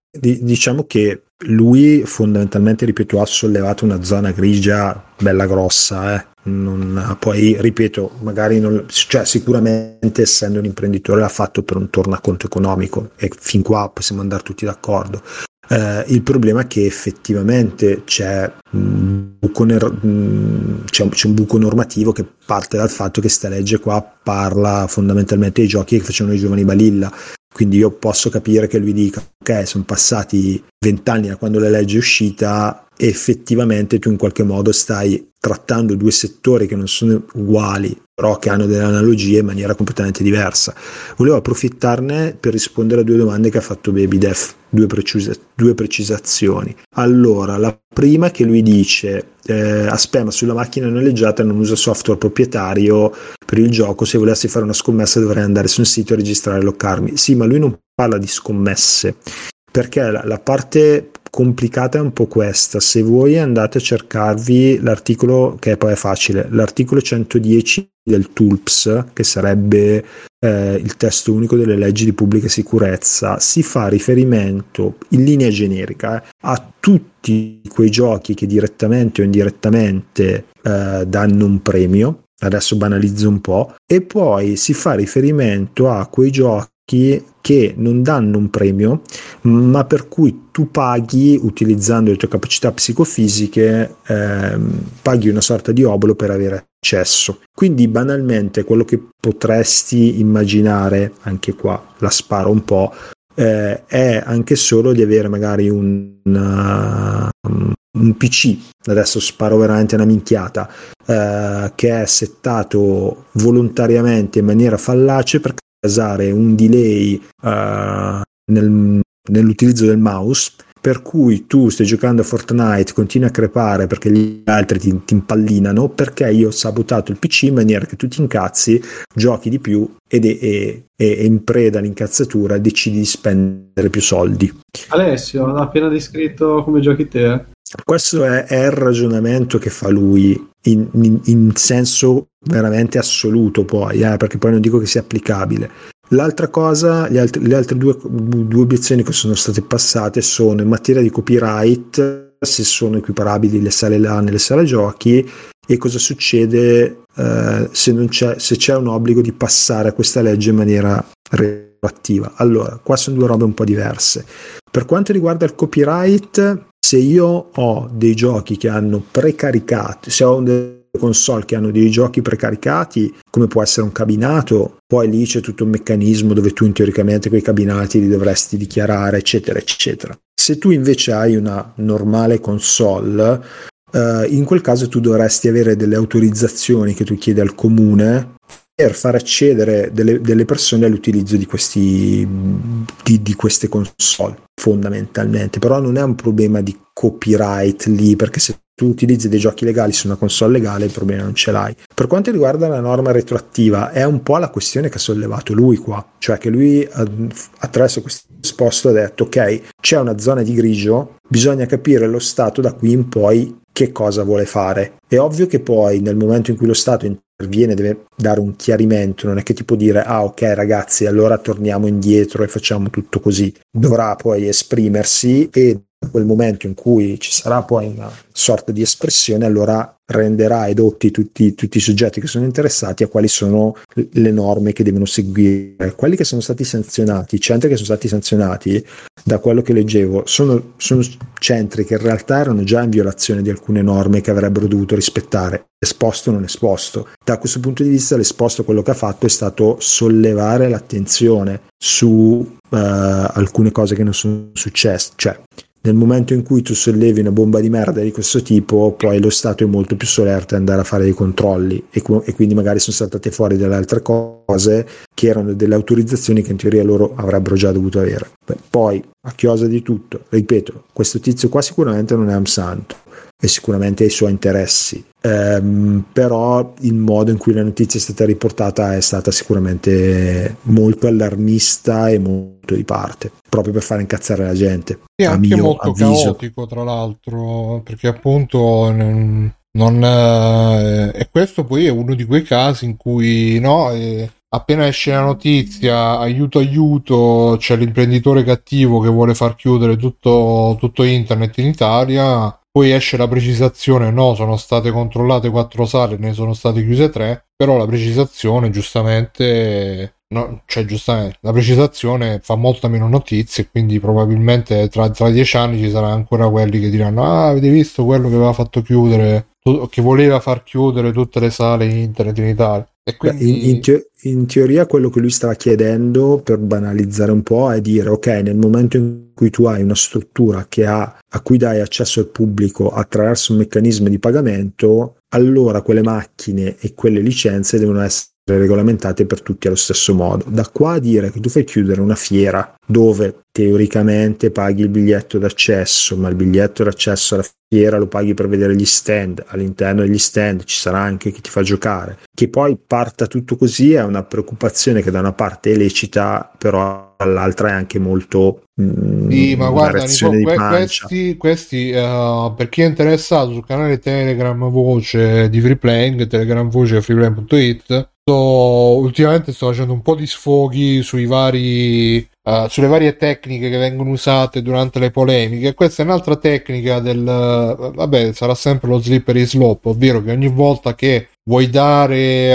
lui fondamentalmente, ripeto, ha sollevato una zona grigia bella grossa, poi ripeto, magari cioè sicuramente, essendo un imprenditore, l'ha fatto per un tornaconto economico, e fin qua possiamo andare tutti d'accordo. Il problema è che effettivamente c'è un buco normativo che parte dal fatto che sta legge qua parla fondamentalmente dei giochi che facevano i giovani balilla. Quindi io posso capire che lui dica: ok, sono passati 20 anni da quando la legge è uscita, e effettivamente tu in qualche modo stai trattando due settori che non sono uguali, però che hanno delle analogie in maniera completamente diversa. Volevo approfittarne per rispondere a 2 domande che ha fatto Baby Def, 2 precisazioni. Allora, la prima, che lui dice ma sulla macchina noleggiata non usa software proprietario per il gioco, se volessi fare una scommessa dovrei andare su un sito e registrare e loccarmi. Sì, ma lui non parla di scommesse, perché la parte complicata è un po' questa. Se voi andate a cercarvi l'articolo, che poi è facile, l'articolo 110 del TULPS, che sarebbe il testo unico delle leggi di pubblica sicurezza, si fa riferimento in linea generica a tutti quei giochi che direttamente o indirettamente danno un premio. Adesso banalizzo un po', e poi si fa riferimento a quei giochi che non danno un premio, ma per cui tu paghi, utilizzando le tue capacità psicofisiche, paghi una sorta di obolo per avere accesso. Quindi banalmente quello che potresti immaginare, anche qua la sparo un po', è anche solo di avere magari un PC, adesso sparo veramente una minchiata, che è settato volontariamente in maniera fallace per causare un delay nell'utilizzo del mouse, per cui tu stai giocando a Fortnite, continui a crepare perché gli altri ti impallinano, perché io ho sabotato il PC in maniera che tu ti incazzi, giochi di più e in preda all'incazzatura decidi di spendere più soldi. Alessio, ha appena descritto come giochi te. Questo è il ragionamento che fa lui in senso veramente assoluto, poi perché poi non dico che sia applicabile. L'altra cosa, le altre due obiezioni che sono state passate sono in materia di copyright, se sono equiparabili le sale LAN e le sale giochi, e cosa succede se c'è un obbligo di passare a questa legge in maniera retroattiva. Allora, qua sono 2 robe un po' diverse. Per quanto riguarda il copyright, se io ho dei giochi che hanno precaricato, se ho delle console che hanno dei giochi precaricati, come può essere un cabinato, poi lì c'è tutto un meccanismo dove tu teoricamente quei cabinati li dovresti dichiarare, eccetera eccetera. Se tu invece hai una normale console, in quel caso tu dovresti avere delle autorizzazioni che tu chiedi al comune per far accedere delle persone all'utilizzo di queste console, fondamentalmente. Però non è un problema di copyright lì, perché se tu utilizzi dei giochi legali su una console legale il problema non ce l'hai. Per quanto riguarda la norma retroattiva, è un po' la questione che ha sollevato lui qua, cioè che lui attraverso questo esposto ha detto ok, c'è una zona di grigio, bisogna capire lo Stato da qui in poi che cosa vuole fare. È ovvio che poi nel momento in cui lo Stato interviene deve dare un chiarimento, non è che ti può dire ok ragazzi allora torniamo indietro e facciamo tutto così. Dovrà poi esprimersi, e da quel momento in cui ci sarà poi una sorta di espressione, allora renderà edotti tutti i soggetti che sono interessati a quali sono le norme che devono seguire. Quelli che sono stati sanzionati, i centri che sono stati sanzionati, da quello che leggevo, sono centri che in realtà erano già in violazione di alcune norme che avrebbero dovuto rispettare, esposto o non esposto. Da questo punto di vista l'esposto quello che ha fatto è stato sollevare l'attenzione su alcune cose che non sono successe, cioè nel momento in cui tu sollevi una bomba di merda di questo tipo, poi lo Stato è molto più solerte ad andare a fare dei controlli e quindi magari sono saltate fuori delle altre cose che erano delle autorizzazioni che in teoria loro avrebbero già dovuto avere. Poi, a chiosa di tutto, ripeto, questo tizio qua sicuramente non è un santo e sicuramente ha i suoi interessi, però il modo in cui la notizia è stata riportata è stata sicuramente molto allarmista e molto di parte, proprio per fare incazzare la gente. È anche molto caotico, tra l'altro, perché appunto e questo poi è uno di quei casi in cui appena esce la notizia aiuto, c'è l'imprenditore cattivo che vuole far chiudere tutto internet in Italia. Poi esce la precisazione, no, sono state controllate 4 sale, ne sono state chiuse 3, però la precisazione giustamente la precisazione fa molta meno notizie, quindi probabilmente tra 10 anni ci saranno ancora quelli che diranno avete visto quello che aveva fatto chiudere, che voleva far chiudere tutte le sale internet in Italia. E quindi in teoria quello che lui stava chiedendo, per banalizzare un po', è dire ok, nel momento in cui tu hai una struttura a cui dai accesso al pubblico attraverso un meccanismo di pagamento, allora quelle macchine e quelle licenze devono essere regolamentate per tutti allo stesso modo. Da qua a dire che tu fai chiudere una fiera dove teoricamente paghi il biglietto d'accesso, ma il biglietto d'accesso alla fiera lo paghi per vedere gli stand, all'interno degli stand ci sarà anche chi ti fa giocare, che poi parta tutto così è una preoccupazione che da una parte è lecita, però dall'altra è anche molto sì, ma guarda questi per chi è interessato, sul canale Telegram Voce di Freeplaying, Telegram Voce freeplaying.it, ultimamente sto facendo un po' di sfoghi sulle varie tecniche che vengono usate durante le polemiche. Questa è un'altra tecnica sarà sempre lo slippery slope, ovvero che ogni volta che vuoi dare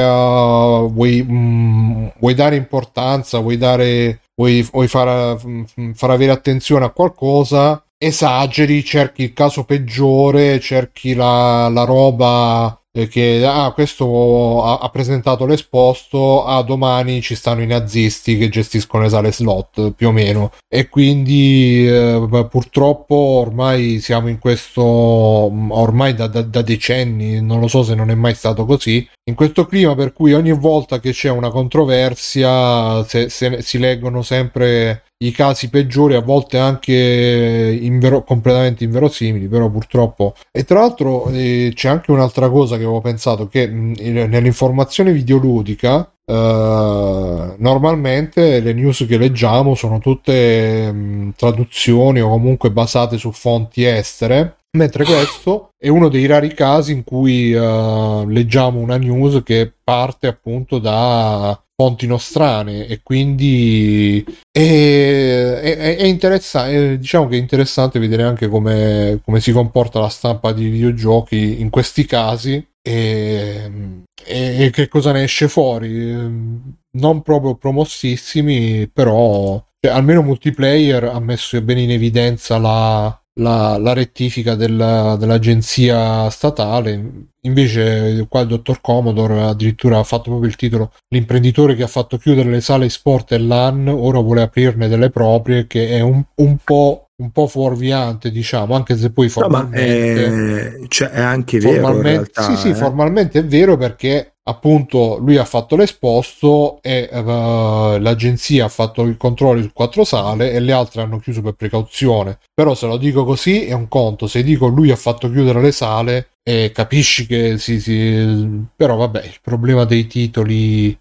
importanza, vuoi far avere attenzione a qualcosa, esageri, cerchi il caso peggiore, cerchi la roba che questo ha presentato l'esposto, domani ci stanno i nazisti che gestiscono le sale slot, più o meno, e quindi purtroppo ormai siamo in questo, ormai da decenni, non lo so se non è mai stato così, in questo clima per cui ogni volta che c'è una controversia si leggono sempre i casi peggiori, a volte anche completamente inverosimili, però purtroppo. E tra l'altro c'è anche un'altra cosa che avevo pensato, che nell'informazione videoludica normalmente le news che leggiamo sono tutte traduzioni o comunque basate su fonti estere, mentre questo è uno dei rari casi in cui leggiamo una news che parte appunto da fonti nostrane, e quindi è interessante, diciamo che è interessante vedere anche come si comporta la stampa di videogiochi in questi casi e che cosa ne esce fuori. Non proprio promossissimi, però almeno Multiplayer ha messo bene in evidenza la rettifica dell'agenzia statale. Invece qua il dottor Commodore addirittura ha fatto proprio il titolo: l'imprenditore che ha fatto chiudere le sale sport e LAN ora vuole aprirne delle proprie, che è un po' fuorviante, diciamo, anche se poi formalmente è anche vero in realtà, formalmente è vero, perché appunto lui ha fatto l'esposto e l'agenzia ha fatto i controlli su 4 sale e le altre hanno chiuso per precauzione. Però se lo dico così è un conto, se dico lui ha fatto chiudere le sale capisci che però vabbè, il problema dei titoli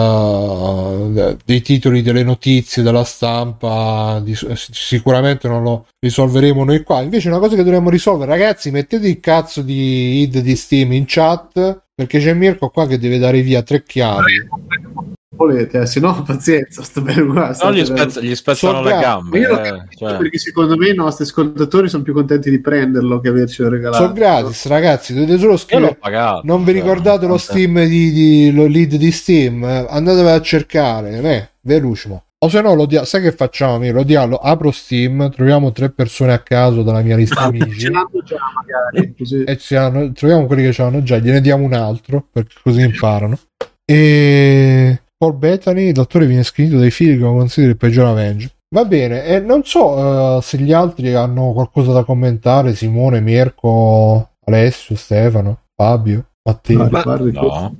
delle notizie della stampa sicuramente non lo risolveremo noi qua. Invece una cosa che dovremmo risolvere, ragazzi, mettete il cazzo di id di Steam in chat, perché c'è Mirko qua che deve dare via 3 chiavi. Volete, se no pazienza, sto bene qua. No, gli spezzano le gambe. Io lo capisco, perché secondo me i nostri ascoltatori sono più contenti di prenderlo che avercelo regalato. Sono gratis, ragazzi, dovete solo scrivere. Pagato, non vi ricordate lo Steam lo lead di Steam? Andatevelo a cercare, velocimo. O se no sai che facciamo? Lo apro Steam, troviamo 3 persone a caso dalla mia lista amici. Ce l'hanno già magari, così. E troviamo quelli che ce l'hanno già, gliene diamo un altro, perché così imparano. E Paul Bettany, il dottore viene scritto dai figli che lo considera il peggior Avenger. Va bene, non so se gli altri hanno qualcosa da commentare. Simone, Mirko, Alessio, Stefano, Fabio, Matteo. No.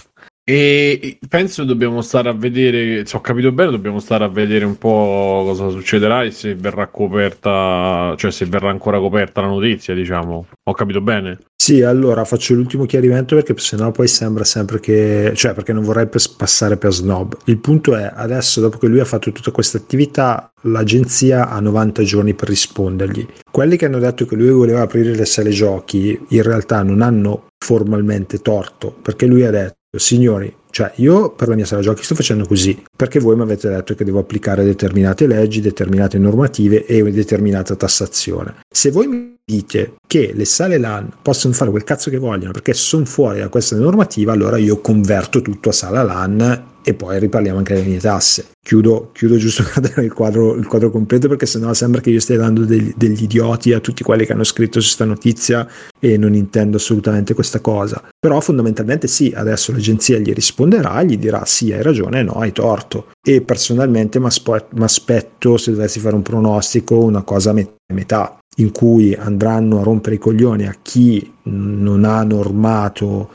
E penso dobbiamo stare a vedere, se ho capito bene, dobbiamo stare a vedere un po' cosa succederà e se verrà coperta, cioè se verrà ancora coperta la notizia, diciamo. Ho capito bene? Sì, allora faccio l'ultimo chiarimento perché sennò poi sembra sempre che, cioè perché non vorrei passare per snob. Il punto è, adesso dopo che lui ha fatto tutta questa attività, l'agenzia ha 90 giorni per rispondergli. Quelli che hanno detto che lui voleva aprire le sale giochi in realtà non hanno formalmente torto, perché lui ha detto: signori, cioè io per la mia sala giochi sto facendo così perché voi mi avete detto che devo applicare determinate leggi, determinate normative e una determinata tassazione. Se voi mi dite che le sale LAN possono fare quel cazzo che vogliono perché sono fuori da questa normativa, allora io converto tutto a sala LAN e poi riparliamo anche delle mie tasse. Chiudo giusto per dare il quadro completo, perché sennò sembra che io stia dando degli idioti a tutti quelli che hanno scritto su questa notizia e non intendo assolutamente questa cosa. Però fondamentalmente sì, adesso l'agenzia gli risponderà, gli dirà sì, hai ragione, no, hai torto. E personalmente mi aspetto, se dovessi fare un pronostico, una cosa a metà, in cui andranno a rompere i coglioni a chi non ha normato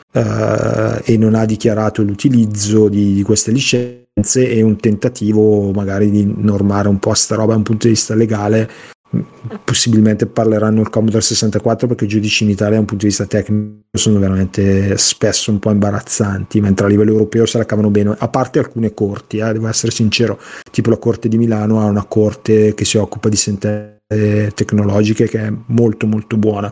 e non ha dichiarato l'utilizzo di queste licenze, e un tentativo magari di normare un po' sta roba da un punto di vista legale. Possibilmente parleranno il Commodore 64, perché i giudici in Italia da un punto di vista tecnico sono veramente spesso un po' imbarazzanti, mentre a livello europeo se la cavano bene, a parte alcune corti, devo essere sincero, tipo la Corte di Milano ha una corte che si occupa di sentenze tecnologiche che è molto molto buona,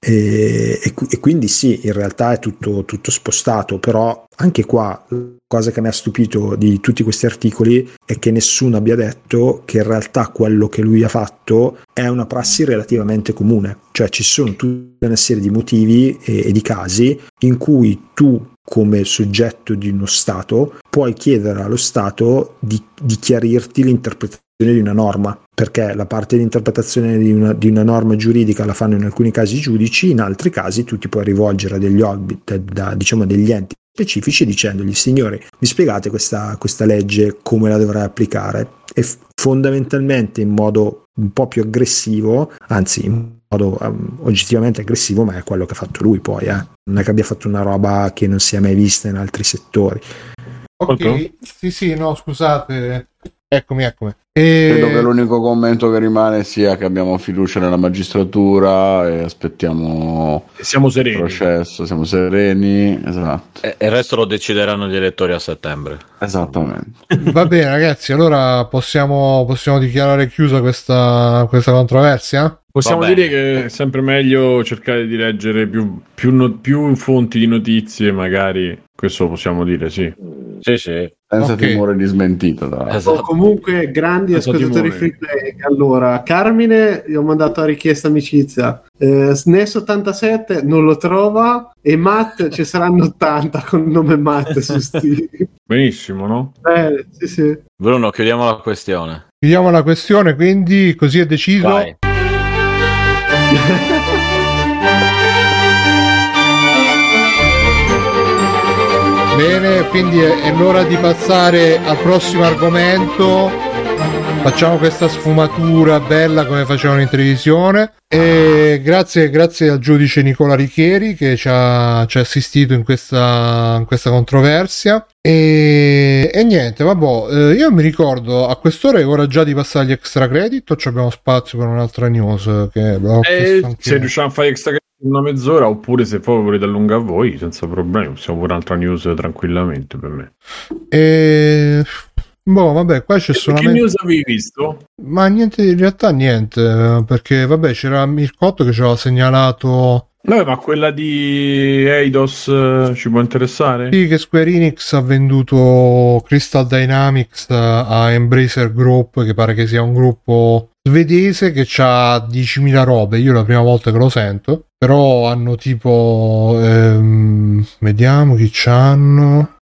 e quindi sì, in realtà è tutto spostato. Però anche qua la cosa che mi ha stupito di tutti questi articoli è che nessuno abbia detto che in realtà quello che lui ha fatto è una prassi relativamente comune, cioè ci sono tutta una serie di motivi e di casi in cui tu come soggetto di uno Stato puoi chiedere allo Stato di chiarirti l'interpretazione di una norma, perché la parte di interpretazione di una norma giuridica la fanno in alcuni casi i giudici, in altri casi tu ti puoi rivolgere a degli enti specifici dicendogli: signori, mi spiegate questa legge come la dovrei applicare? E fondamentalmente in modo un po' più aggressivo, anzi in modo oggettivamente aggressivo, ma è quello che ha fatto lui poi, non è che abbia fatto una roba che non si è mai vista in altri settori. Ok, sì, no, scusate, eccomi. Credo che l'unico commento che rimane sia che abbiamo fiducia nella magistratura e aspettiamo siamo sereni. Il processo, siamo sereni, esatto. E il resto lo decideranno gli elettori a settembre. Esattamente. Va bene ragazzi, allora possiamo dichiarare chiusa questa controversia? Possiamo dire che è sempre meglio cercare di leggere più fonti di notizie, magari. Questo possiamo dire, sì. Sì. Senza timore di smentita. Esatto. Comunque, grandi ascoltatori free play. Allora, Carmine, gli ho mandato la richiesta amicizia. SNES87 non lo trova, e Matt ci saranno 80 con il nome Matt su Steam. Benissimo, no? Sì. Bruno, chiudiamo la questione. Quindi così è deciso. Vai. Bene, quindi è l'ora di passare al prossimo argomento. facciamo questa sfumatura bella come facevano in televisione. E grazie al giudice Nicola Richieri che ci ha assistito in questa controversia. E niente, vabbè, io mi ricordo a quest'ora è ora già di passare agli extra credit o abbiamo spazio per un'altra news? Se riusciamo a fare extra credit in una mezz'ora, oppure se poi volete allungare a voi, senza problemi, possiamo pure un'altra news tranquillamente per me. Vabbè, qua c'è solamente... Che news avevi visto? Ma niente, in realtà niente, perché vabbè c'era Mircotto che ci aveva segnalato... No, ma quella di Eidos ci può interessare? Sì, che Square Enix ha venduto Crystal Dynamics a Embracer Group, che pare che sia un gruppo svedese che ha 10.000 robe. Io è la prima volta che lo sento, però hanno tipo vediamo chi c'hanno.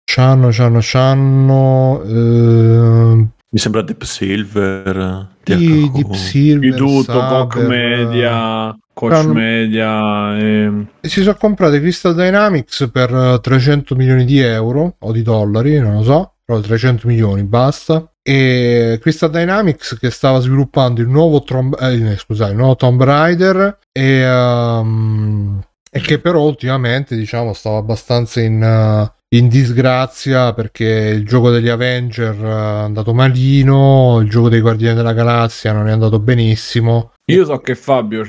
Mi sembra Deep Silver, Deep Silver, di tutto, Saber, Koch Media, Coach Media si sono comprate Crystal Dynamics per 300 milioni di euro o di dollari, non lo so, però 300 milioni basta. E Crystal Dynamics che stava sviluppando il nuovo Tomb Raider e che però ultimamente, diciamo, stava abbastanza in disgrazia perché il gioco degli Avenger è andato malino, il gioco dei Guardiani della Galassia non è andato benissimo. Io so che Fabio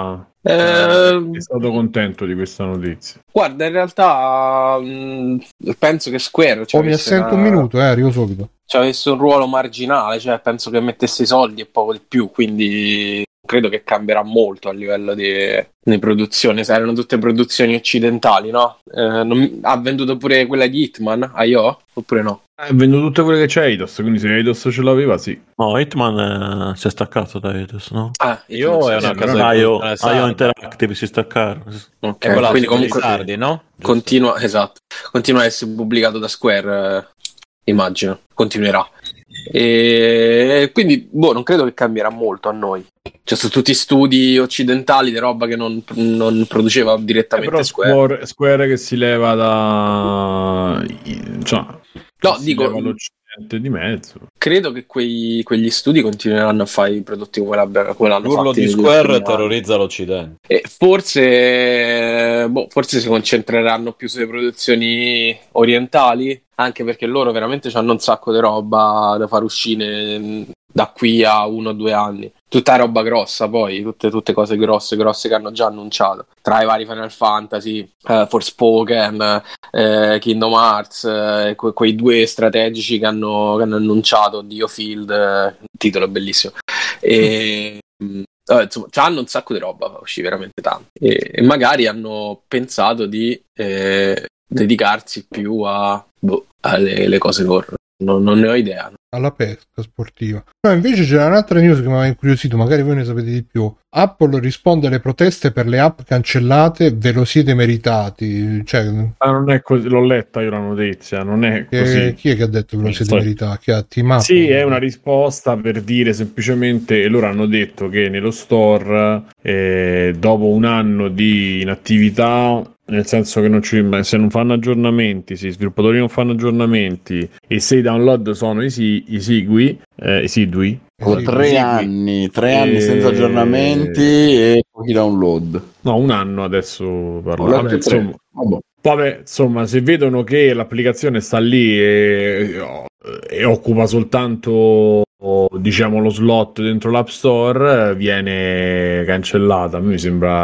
è stato contento di questa notizia. Guarda, in realtà penso che Square mi assento un minuto, arrivo subito. Ci avesse un ruolo marginale, cioè penso che mettesse i soldi e poco di più, quindi credo che cambierà molto a livello di produzione. Erano tutte produzioni occidentali, no? Ha venduto pure quella di Hitman a IO oppure no? Ha venduto tutte quelle che c'è Eidos, quindi se Eidos ce l'aveva, sì. No, Hitman si è staccato da Eidos, no? Io è una casa IO Interactive si staccarono. Ok, quindi comunque sardi, no? Continua a essere pubblicato da Square, immagino, continuerà. E quindi non credo che cambierà molto a noi. Cioè, sono tutti studi occidentali di roba che non produceva direttamente però Square che si leva da leva l'Occidente di mezzo. Credo che quegli studi continueranno a fare i prodotti come l'hanno fatto. L'urlo di Square terrorizza l'Occidente. E forse si concentreranno più sulle produzioni orientali, anche perché loro veramente hanno un sacco di roba da far uscire da qui a 1 o 2 anni. Tutta roba grossa, poi tutte cose grosse che hanno già annunciato, tra i vari Final Fantasy, Forspoken, Kingdom Hearts, quei 2 strategici che hanno annunciato, Diofield, titolo bellissimo, e insomma hanno un sacco di roba, uscì veramente tanto, e magari hanno pensato di dedicarsi più alle cose loro. Non ne ho idea. Alla pesca sportiva. No, invece c'era un'altra news che mi aveva incuriosito, magari voi ne sapete di più. Apple risponde alle proteste per le app cancellate, ve lo siete meritati. Cioè, non è così, l'ho letta io la notizia, non è così. Chi è che ha detto ve lo siete meritati? Sì, è una risposta per dire semplicemente, e loro hanno detto che nello store, dopo un anno di inattività, nel senso che se non fanno aggiornamenti, se gli sviluppatori non fanno aggiornamenti e se i download sono esigui, 3 anni senza aggiornamenti e pochi download. No, un anno adesso parlo. Vabbè, insomma, se vedono che l'applicazione sta lì e occupa soltanto, diciamo, lo slot dentro l'App Store, viene cancellata. A me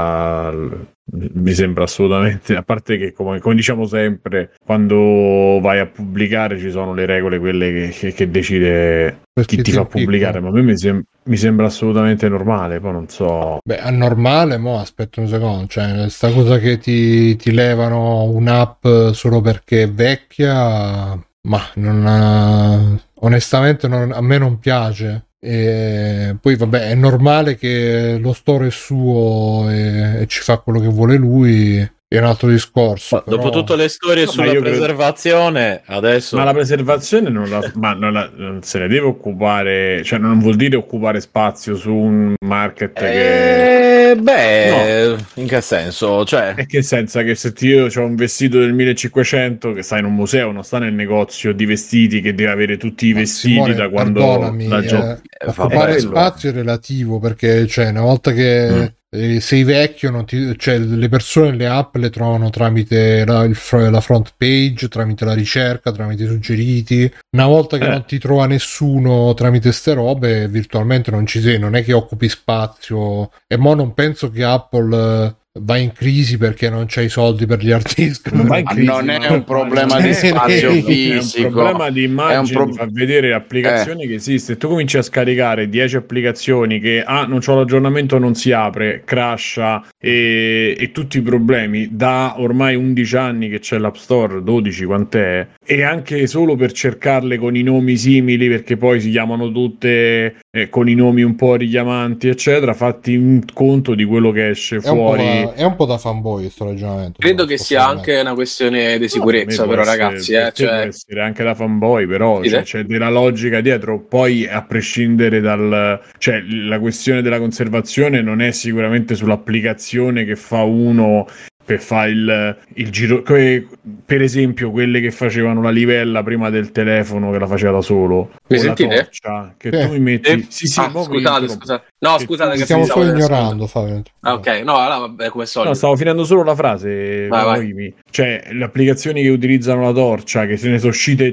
mi sembra assolutamente, a parte che come diciamo sempre, quando vai a pubblicare ci sono le regole, quelle che decide chi ti fa pubblicare, ma a me mi sembra assolutamente normale, poi non so. Beh, è normale, aspetta un secondo, cioè sta cosa che ti levano un'app solo perché è vecchia, ma onestamente a me non piace. E poi vabbè, è normale che lo store è suo e ci fa quello che vuole lui, è un altro discorso. Però... Dopo tutte le storie sulla preservazione, adesso... Ma la preservazione non se ne deve occupare, cioè non vuol dire occupare spazio su un market che... No. In che senso? Cioè, E che senso? Che se io ho un vestito del 1500 che sta in un museo, non sta nel negozio di vestiti che deve avere tutti i vestiti Simone, da quando perdonami, occupare spazio è relativo, perché cioè una volta che sei vecchio non cioè, le persone le app le trovano tramite la front page, tramite la ricerca, tramite i suggeriti. Una volta che non ti trova nessuno tramite ste robe, virtualmente non ci sei, non è che occupi spazio. E mo non penso che Apple va in crisi perché non c'hai i soldi per gli hard disk. Non è un problema di spazio fisico, è un problema di immagine, di far vedere applicazioni che esiste. Tu cominci a scaricare 10 applicazioni che non c'ho l'aggiornamento, non si apre, crasha e tutti i problemi. Da ormai 11 anni che c'è l'App Store, 12 quant'è, e anche solo per cercarle con i nomi simili, perché poi si chiamano tutte con i nomi un po' richiamanti eccetera, fatti un conto di quello che esce fuori. È un po' da fanboy questo ragionamento. Credo che sia anche una questione di sicurezza, però, ragazzi. Cioè... può essere anche da fanboy, però c'è della logica dietro. Poi, a prescindere dal... cioè, la questione della conservazione non è sicuramente sull'applicazione che fa uno per fare il giro. Per esempio, quelle che facevano la livella prima del telefono, che la faceva da solo. Mi sentite? Torcia, che tu mi metti... Sì, scusate. No, scusate che stiamo solo ignorando, Fabio. Ok, no, allora vabbè, come solito. No, stavo finendo solo la frase. Vai. Cioè, le applicazioni che utilizzano la torcia, che se ne sono uscite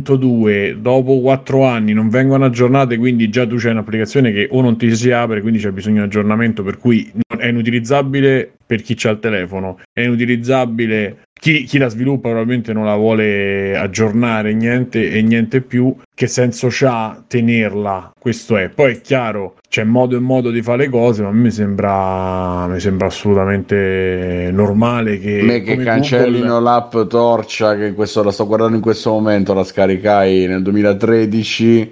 102, dopo 4 anni non vengono aggiornate, quindi già tu c'hai un'applicazione che o non ti si apre, quindi c'è bisogno di aggiornamento, per cui è inutilizzabile per chi c'ha il telefono, è inutilizzabile chi la sviluppa, probabilmente non la vuole aggiornare niente più. Che senso c'ha tenerla? Questo è. Poi è chiaro, c'è modo e modo di fare le cose, ma a me mi sembra assolutamente normale che cancellino Google... l'app Torcia, che la sto guardando in questo momento, la scaricai nel 2013,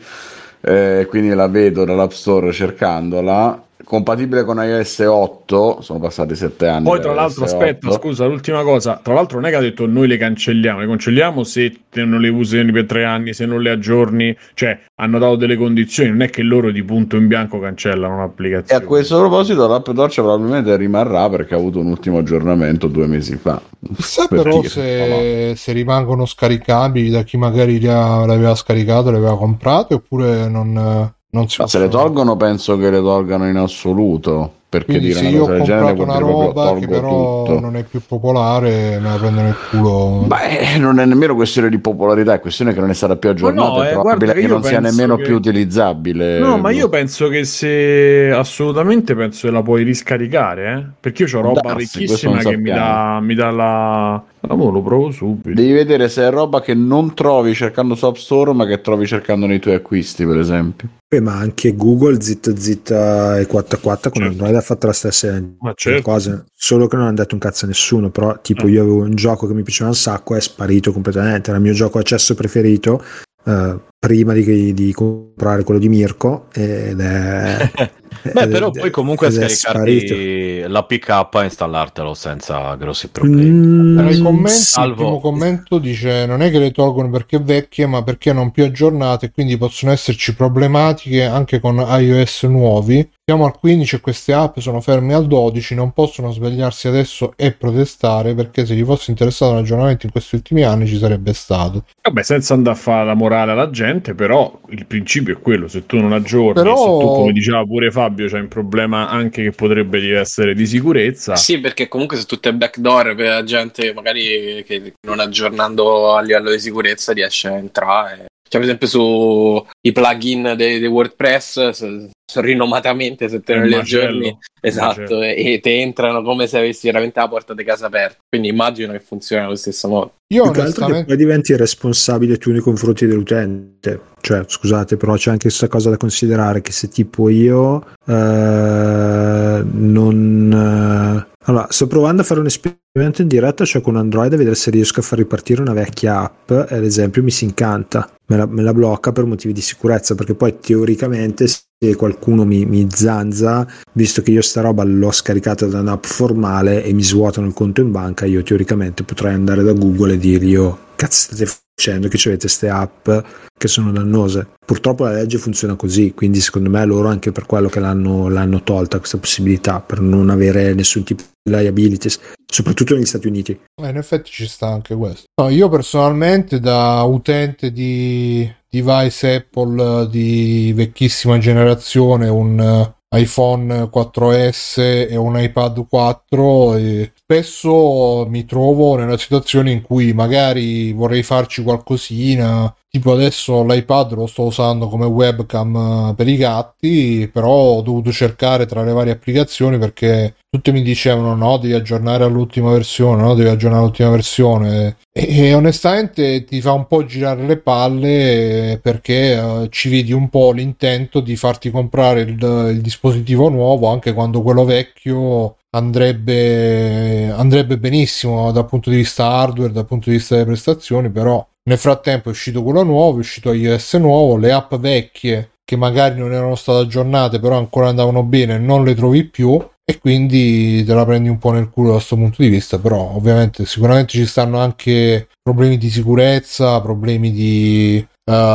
quindi la vedo dall'App Store cercandola. Compatibile con iOS 8, sono passati 7 anni. Poi tra l'altro, aspetta, scusa, l'ultima cosa, tra l'altro non è che ha detto noi le cancelliamo se non le usi per 3 anni, se non le aggiorni, cioè hanno dato delle condizioni, non è che loro di punto in bianco cancellano un'applicazione. E a questo proposito l'app Torcia probabilmente rimarrà, perché ha avuto un ultimo aggiornamento 2 mesi fa. Chissà però se rimangono scaricabili da chi magari l'aveva scaricato, l'aveva comprato, oppure non se le tolgono, penso che le tolgano in assoluto, perché quindi se io ho comprato una roba che però tutto. Non è più popolare, me la prendono il culo. Beh, non è nemmeno questione di popolarità, è questione che non è stata più aggiornata, è probabile che non sia nemmeno più utilizzabile. No, ma io penso che assolutamente penso che la puoi riscaricare, perché io ho roba ricchissima che mi dà la... lo provo subito. Devi vedere se è roba che non trovi cercando su App Store, ma che trovi cercando nei tuoi acquisti, per esempio. Ma anche Google ZZ e 44 con Android ha fatto la stessa cosa, solo che non hanno detto un cazzo a nessuno. Però tipo io avevo un gioco che mi piaceva un sacco, è sparito completamente, era il mio gioco accesso preferito prima di comprare quello di Mirko, ed è però poi comunque scaricarti l'APK e installartelo senza grossi problemi. Nei commenti il primo commento dice non è che le tolgono perché vecchie, ma perché non più aggiornate, quindi possono esserci problematiche anche con iOS nuovi. Siamo al 15 e queste app sono ferme al 12, non possono svegliarsi adesso e protestare, perché se gli fosse interessato un aggiornamento in questi ultimi anni ci sarebbe stato. Vabbè, senza andare a fare la morale alla gente, però il principio è quello: se tu non aggiorni, se tu, come diceva pure Fabio, c'hai un problema anche che potrebbe essere di sicurezza. Sì, perché comunque se tutte backdoor per la gente magari che non aggiornando a livello di sicurezza riesce a entrare. Cioè, per esempio, su i plugin di WordPress sono rinomatamente, se te non li aggiorni, esatto, e te entrano come se avessi veramente la porta di casa aperta. Quindi immagino che funzioni allo stesso modo. Più che altro che poi diventi responsabile tu nei confronti dell'utente. Cioè, scusate, però c'è anche questa cosa da considerare, che se tipo io allora, sto provando a fare un esperimento in diretta, cioè con Android, a vedere se riesco a far ripartire una vecchia app, e ad esempio mi si incanta, me la blocca per motivi di sicurezza, perché poi teoricamente se qualcuno mi zanza, visto che io sta roba l'ho scaricata da un'app formale e mi svuotano il conto in banca, io teoricamente potrei andare da Google e dirgli cazzo state facendo che avete ste app che sono dannose. Purtroppo la legge funziona così, quindi secondo me loro anche per quello che l'hanno tolta questa possibilità, per non avere nessun tipo di liabilities, soprattutto negli Stati Uniti. In effetti ci sta anche questo. No, io personalmente, da utente di device Apple di vecchissima generazione, un iPhone 4S e un iPad 4, e spesso mi trovo nella situazione in cui magari vorrei farci qualcosina, tipo adesso l'iPad lo sto usando come webcam per i gatti, però ho dovuto cercare tra le varie applicazioni perché tutte mi dicevano no, devi aggiornare all'ultima versione, no, devi aggiornare all'ultima versione, e onestamente ti fa un po' girare le palle, perché ci vedi un po' l'intento di farti comprare il dispositivo nuovo anche quando quello vecchio andrebbe benissimo dal punto di vista hardware, dal punto di vista delle prestazioni, però nel frattempo è uscito quello nuovo, è uscito iOS nuovo, le app vecchie che magari non erano state aggiornate però ancora andavano bene non le trovi più, e quindi te la prendi un po' nel culo da questo punto di vista. Però ovviamente sicuramente ci stanno anche problemi di sicurezza, problemi di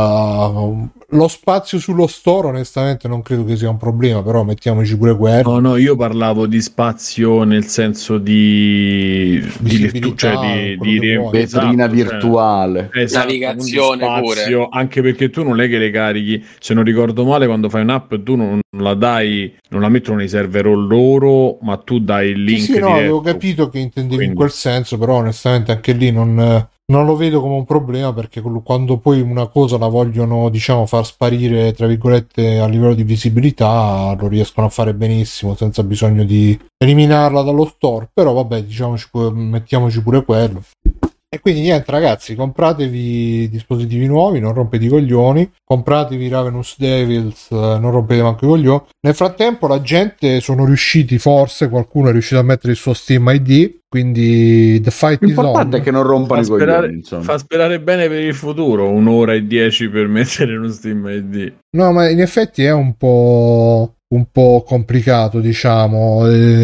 lo spazio sullo store onestamente non credo che sia un problema, però mettiamoci pure quello. No, io parlavo di spazio nel senso di Visibilità, vetrina virtuale, esatto, navigazione spazio, pure, anche perché tu non è che le carichi, se non ricordo male, quando fai un'app tu non la dai, non la mettono nei server loro, ma tu dai il link sì, no, diretto. avevo capito che intendevi Quindi, in quel senso, però onestamente anche lì non lo vedo come un problema, perché quando poi una cosa la vogliono, diciamo, far sparire, tra virgolette, a livello di visibilità, lo riescono a fare benissimo senza bisogno di eliminarla dallo store. Però vabbè, mettiamoci pure quello. E quindi niente ragazzi, compratevi dispositivi nuovi, non rompete i coglioni, compratevi Ravenous Devils, non rompete manco i coglioni. Nel frattempo la gente sono riusciti, forse qualcuno è riuscito a mettere il suo Steam ID, quindi the fight is on. L'importante è che non rompano i coglioni, insomma. Fa sperare bene per il futuro, 1 ora e 10 per mettere uno Steam ID. No, ma in effetti è un po' complicato, diciamo,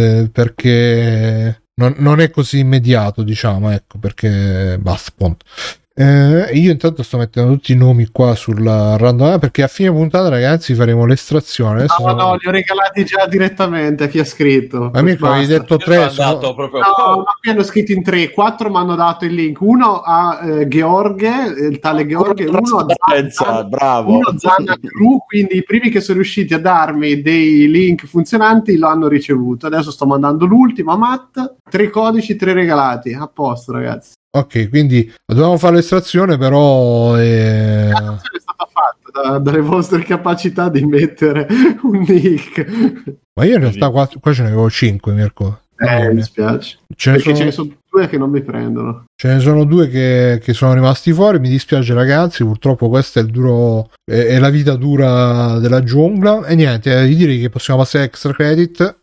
perché non è così immediato, diciamo, ecco, perché basta, punto. Io intanto sto mettendo tutti i nomi qua sul random, perché a fine puntata ragazzi faremo l'estrazione. No, li ho regalati già direttamente a chi ha scritto. Amico, avevi detto 3, proprio... No, ma qui hanno scritto in 3, 4 mi hanno dato il link, uno a Gheorghe, il tale Gheorghe, uno a bravo, uno Zanna Crew, quindi i primi che sono riusciti a darmi dei link funzionanti lo hanno ricevuto. Adesso sto mandando l'ultimo a Matt, 3 codici, 3 regalati, a posto ragazzi. Ok, quindi dovevamo fare l'estrazione, però è stata fatta dalle vostre capacità di mettere un nick. Ma io in realtà qua ce ne avevo 5, Mirko. Mi dispiace. Ce ne sono 2 che non mi prendono. Ce ne sono 2 che sono rimasti fuori. Mi dispiace ragazzi, purtroppo questo è la vita dura della giungla. E niente, io direi che possiamo passare extra credit.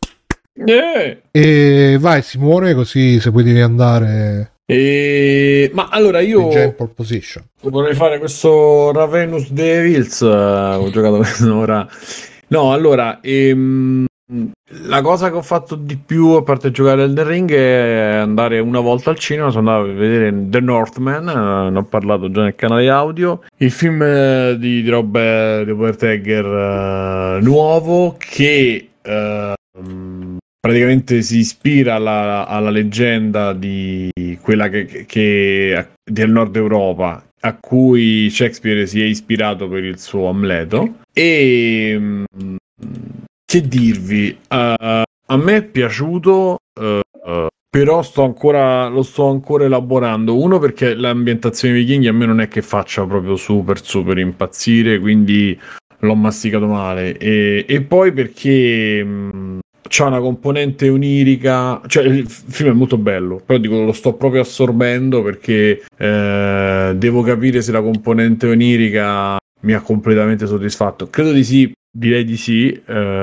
E vai Simone, così se poi devi andare. Ma allora io già in pole position. Vorrei fare questo Ravenous Devils, ho giocato mezz'ora. No, allora la cosa che ho fatto di più, a parte giocare Elden Ring, è andare una volta al cinema. Sono andato a vedere The Northman, ne ho parlato già nel canale audio, il film di Robert Egger nuovo, che praticamente si ispira alla leggenda di quella che del Nord Europa, a cui Shakespeare si è ispirato per il suo Amleto. E che dirvi, a me è piaciuto, però lo sto ancora elaborando. Uno, perché l'ambientazione vichinghi a me non è che faccia proprio super impazzire, quindi l'ho masticato male, e poi perché c'ha una componente onirica, cioè il film è molto bello, però dico lo sto proprio assorbendo, perché devo capire se la componente onirica mi ha completamente soddisfatto. Credo di sì, direi di sì.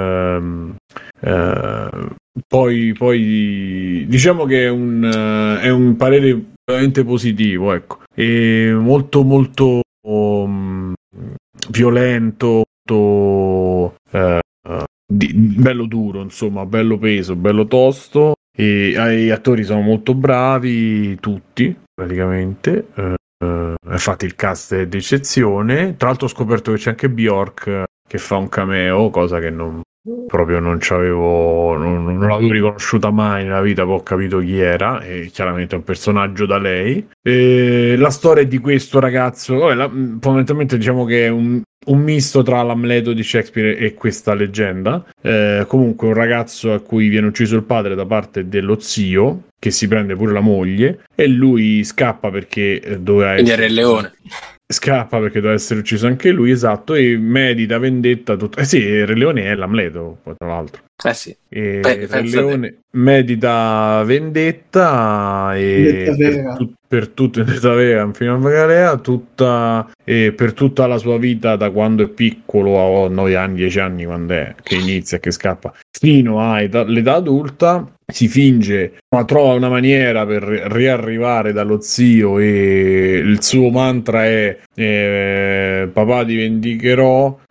Poi diciamo che è un parere veramente positivo, ecco, e molto violento, molto bello duro, insomma, bello peso, bello tosto, e gli attori sono molto bravi tutti praticamente, infatti il cast è d'eccezione. Tra l'altro ho scoperto che c'è anche Bjork che fa un cameo, cosa che non c'avevo, non l'avevo riconosciuta mai nella vita, poi ho capito chi era, e chiaramente è un personaggio da lei. La storia è di questo ragazzo, fondamentalmente diciamo che è un misto tra l'Amleto di Shakespeare e questa leggenda. Comunque un ragazzo a cui viene ucciso il padre da parte dello zio, che si prende pure la moglie, e lui scappa perché doveva Quindi era il leone. Scappa perché doveva essere ucciso anche lui, esatto, e medita vendetta sì, il Re Leone è l'Amleto, poi tra l'altro. Sì. E il Re Leone medita vendetta per tutto vendetta vera, fino a Vagalea, per tutta la sua vita, da quando è piccolo, a 9 anni, 10 anni, quando è che inizia, che scappa, fino all'età adulta. Si finge, ma trova una maniera per riarrivare dallo zio, e il suo mantra è papà ti vendicherò,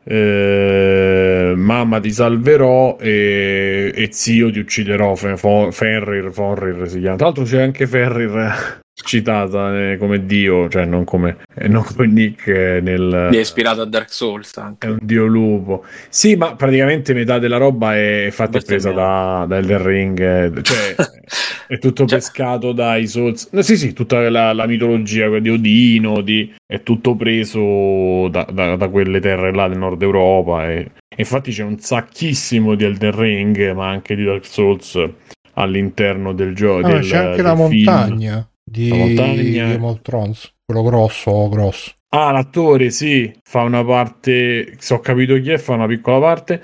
mamma ti salverò, e zio ti ucciderò. Fenrir si chiama. Tra l'altro c'è anche Fenrir citata come dio, cioè non come Nick nel... È ispirato a Dark Souls anche. È un dio lupo. Sì, ma praticamente metà della roba è fatta presa da Elden Ring, cioè è tutto pescato dai Souls. Sì, tutta la mitologia di Odino, è tutto preso da quelle terre là del nord Europa, e infatti c'è un sacchissimo di Elden Ring, ma anche di Dark Souls all'interno del gioco. C'è anche la montagna di Game of Thrones, quello grosso. L'attore sì, fa una parte, se ho capito chi è, fa una piccola parte,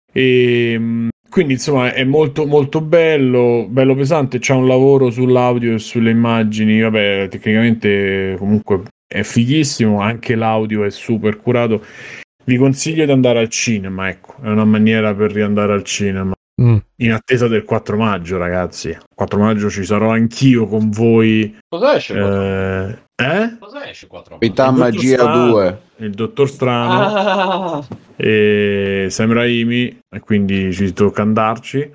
e quindi insomma è molto molto bello pesante. C'è un lavoro sull'audio e sulle immagini, vabbè, tecnicamente comunque è fighissimo, anche l'audio è super curato. Vi consiglio di andare al cinema, ecco, è una maniera per riandare al cinema. In attesa del 4 maggio, ragazzi. 4 maggio ci sarò anch'io con voi. Cosa esce? Cosa esce 4 maggio? Vita Magia 2. Il Dottor Strano e Sam Raimi, e quindi ci tocca andarci.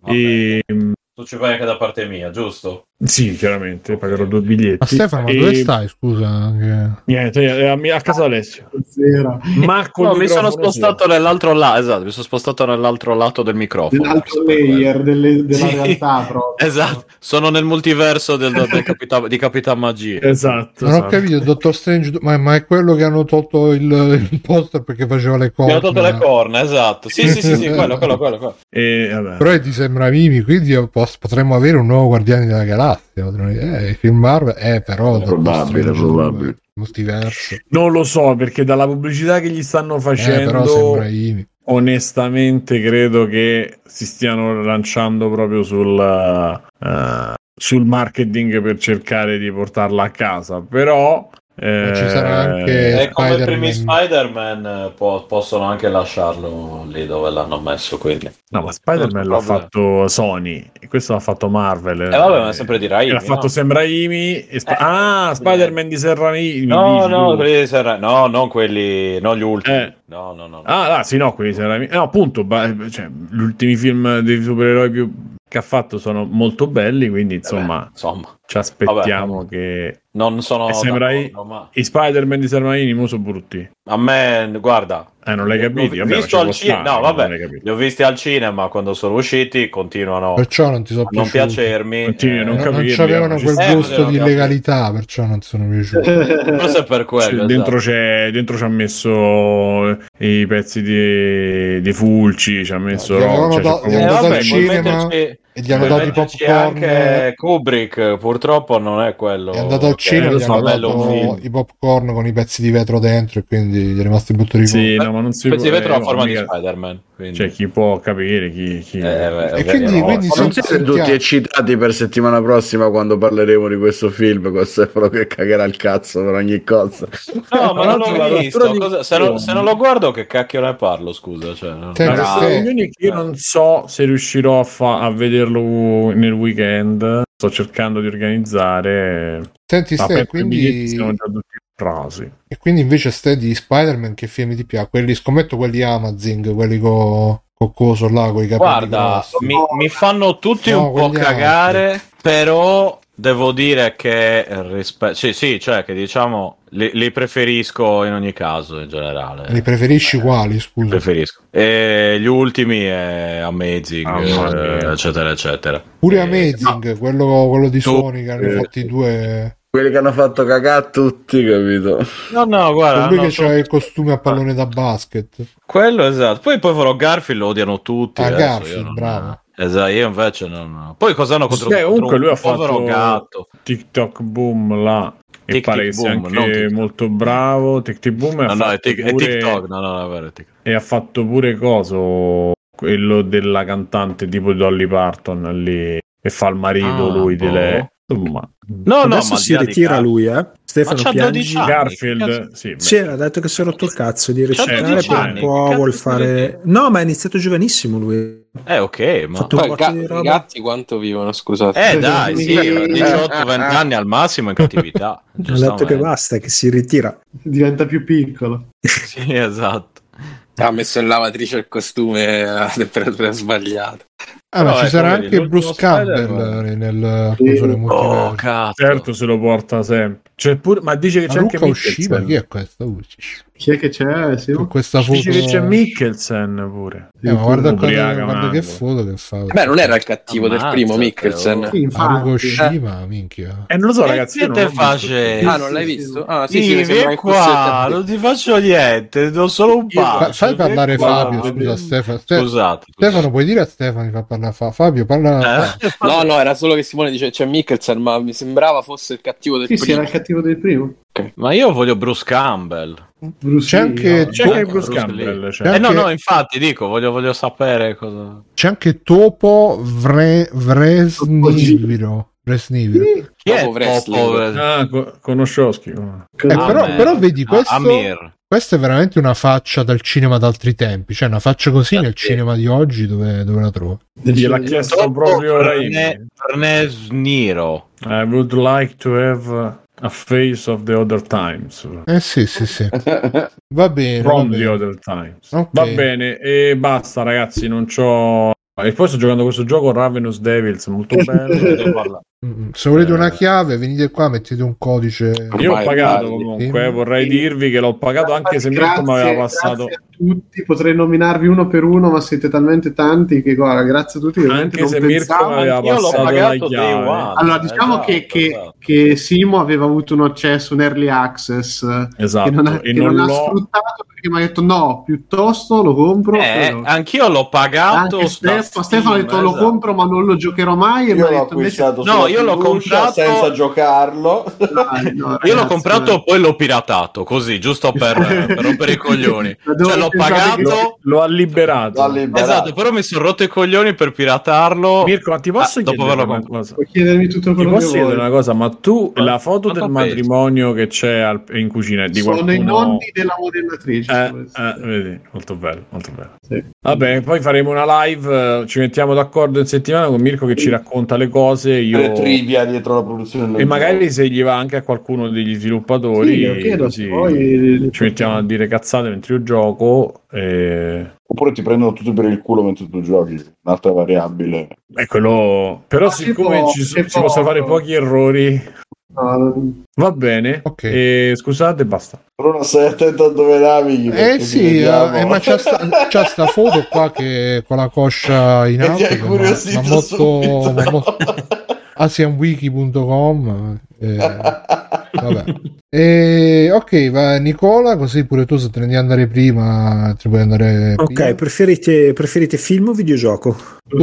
Tu ci vai anche da parte mia, giusto? Sì, chiaramente, pagherò 2 biglietti. Ma Stefano, dove stai? Scusa. Niente, a casa Alessio. Ma mi sono spostato nell'altro lato, esatto, mi sono spostato nell'altro lato del microfono. Nell'altro layer della realtà proprio. Esatto, sono nel multiverso di Capitan Magia. Esatto. Non ho capito, il Dottor Strange, ma è quello che hanno tolto il poster perché faceva le corna. Hanno tolto le corna, esatto. Sì, quello. Però è di Sam Raimi, quindi potremmo avere un nuovo Guardiani della Galassia. I film Marvel, però probabile. Multiverso. Non lo so, perché dalla pubblicità che gli stanno facendo, onestamente credo che si stiano lanciando proprio sul marketing per cercare di portarla a casa. Però ci sarà anche come i primi Spider-Man, possono anche lasciarlo lì dove l'hanno messo, quindi. No, ma Spider-Man l'ha fatto Sony, e questo l'ha fatto Marvel. Vabbè, ma è sempre di Raimi. L'ha fatto Sam Raimi. Spider-Man di Sam Raimi. No, quelli di Sam Raimi. No, non quelli, non gli ultimi. No. Sì, no, quelli di Sam Raimi. No, appunto, cioè, gli ultimi film dei supereroi più che ha fatto sono molto belli, quindi insomma ci aspettiamo che non sono i Spider-Man di Sam Raimi mo sono brutti. A me, guarda, non l'hai capito? Visto al cinema, li ho visti al cinema quando sono usciti, continuano perciò non ti sono non piacermi, non c'avevano quel gusto di illegalità, perciò non sono piaciuti. Forse è per quello. Dentro ci ha messo i pezzi di Fulci, ci ha messo al cinema e gli hanno dato i popcorn. Anche Kubrick purtroppo non è quello. È andato al cinema, gli hanno dato i popcorn con i pezzi di vetro dentro, e quindi gli è rimasto il botto di sì, no, ma non si pezzi di vetro a forma di Spider-Man, quindi. Cioè chi può capire chi e quindi non siete tutti eccitati per settimana prossima quando parleremo di questo film con Stefano che cagherà il cazzo per ogni cosa. No, ma non l'ho visto. Se non lo guardo, che cacchio ne parlo, scusa, cioè, io non so se riuscirò a vederlo nel weekend. Sto cercando di organizzare. Senti, quindi siamo già tutti frasi. E quindi invece di Spider-Man, che film ti piace? Scommetto quelli Amazing, quelli con coso là, con i capelli. Guarda, mi fanno tutti un po' cagare, però devo dire che sì, cioè che diciamo li preferisco in ogni caso in generale. Li preferisci quali, scusa? Preferisco. E gli ultimi è Amazing, eccetera, eccetera. Pure Amazing, quello di Sony che hanno fatti 2. Quelli che hanno fatto cagare tutti, capito? No, guarda. Lui che c'ha il costume a pallone da basket. Quello, esatto. Poi farò Garfield, lo odiano tutti. Garfield, bravo. Esatto, io invece non. Poi cosa hanno contro comunque lui ha povero fatto gatto. TikTok Boom là. E pare che sia Boom, anche molto bravo. TikTok Boom è TikTok, no, è vero, TikTok. E ha fatto pure quello della cantante tipo Dolly Parton lì, che fa il marito lui di lei. No, ma si ritira lui, Stefano ma c'ha 12 anni. Garfield, sì, ha detto che si è rotto il cazzo di recitare, per un po' vuol fare. No, ma è iniziato giovanissimo lui. Ok, ma i gatti quanto vivono, scusate? Dai, sì, 18-20 anni al massimo in cattività. Ha detto che basta, che si ritira. Diventa più piccolo. Sì, esatto. Ha messo in lavatrice il costume a temperatura sbagliata. Ma ci sarà anche Bruce Campbell nel multiverso. Certo, se lo porta sempre. Ma dice che c'è anche Mikkelsen. Chi è questo? Chi è che c'è? Sì. Con questa foto... Dice che c'è Mikkelsen pure. Ma guarda che foto che fa. Beh, non era il cattivo del primo Mikkelsen. Haruko Shima, minchia. Non lo so, ragazzi. Non l'hai visto? Sì, vieni qua, non ti faccio niente, do solo un passo. Fai parlare Fabio, scusa Stefano. Scusate. Stefano, puoi dire a Stefano di far parlare Fabio? Parla. No, era solo che Simone dice c'è Mikkelsen, ma mi sembrava fosse il cattivo del primo. Sì, era il cattivo del primo. Okay. Ma io voglio Bruce Campbell. C'è anche Bruce Campbell. No, infatti dico, voglio sapere cosa. C'è anche Topo Vresniviro. Chi è Topo? Conoscioschi. Però vedi questo. Amir. Questa è veramente una faccia dal cinema d'altri tempi, cioè una faccia così nel cinema di oggi dove la trovo? Gliel'ha chiesto proprio Vresniro. I would like to have a face of the other times. Sì. Va bene. From the other times. Okay. Va bene, e basta ragazzi, non c'ho... E poi sto giocando questo gioco Ravenous Devils, molto bello. Se volete una chiave venite qua, mettete un codice. Io ho pagato comunque, vorrei dirvi che l'ho pagato anche se Mirko mi aveva passato. Grazie a tutti, potrei nominarvi uno per uno, ma siete talmente tanti che guarda, grazie a tutti. Anche se Mirko mi aveva passato la chiave. Allora diciamo che Simo aveva avuto un accesso, un early access, esatto, che non ha sfruttato perché mi ha detto no, piuttosto lo compro. Anch'io l'ho pagato. Stefano ha detto lo compro ma non lo giocherò mai, e io l'ho acquistato io l'ho comprato senza giocarlo. Io l'ho comprato, poi l'ho piratato così, giusto per rompere i coglioni. Cioè l'ho pagato, l'ho liberato. Esatto, però mi sono rotto i coglioni per piratarlo. Mirko, ma ti posso chiedere una cosa? Puoi chiedermi tutto quello che vuoi. Una cosa, ma tu la foto del matrimonio che c'è in cucina è di qualcuno? Sono i nonni della modellatrice. Vedi, molto bello. Sì. Vabbè, poi faremo una live, ci mettiamo d'accordo in settimana con Mirko che ci racconta le cose. Io trivia dietro la produzione e magari se gli va anche a qualcuno degli sviluppatori, poi ci mettiamo a dire cazzate mentre io gioco. Oppure ti prendono tutto per il culo mentre tu giochi, un'altra variabile. È quello. Però siccome si possono fare pochi errori, va bene. Okay. Scusate, basta. Però stai attento a dove navighi. Sì, ma c'ha sta foto qua che con la coscia in alto. Ma molto asianwiki.com. Vabbè. Ok, va Nicola, così pure tu se te ne devi andare prima te puoi andare prima. Preferite film o videogioco?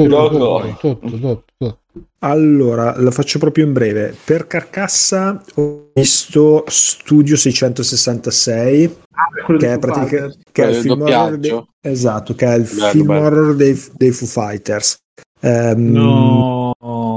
Tutto. Allora, lo faccio proprio in breve. Per Carcassa ho visto Studio 666, che è praticamente il film horror esatto, che è il film horror dei Foo Fighters. No.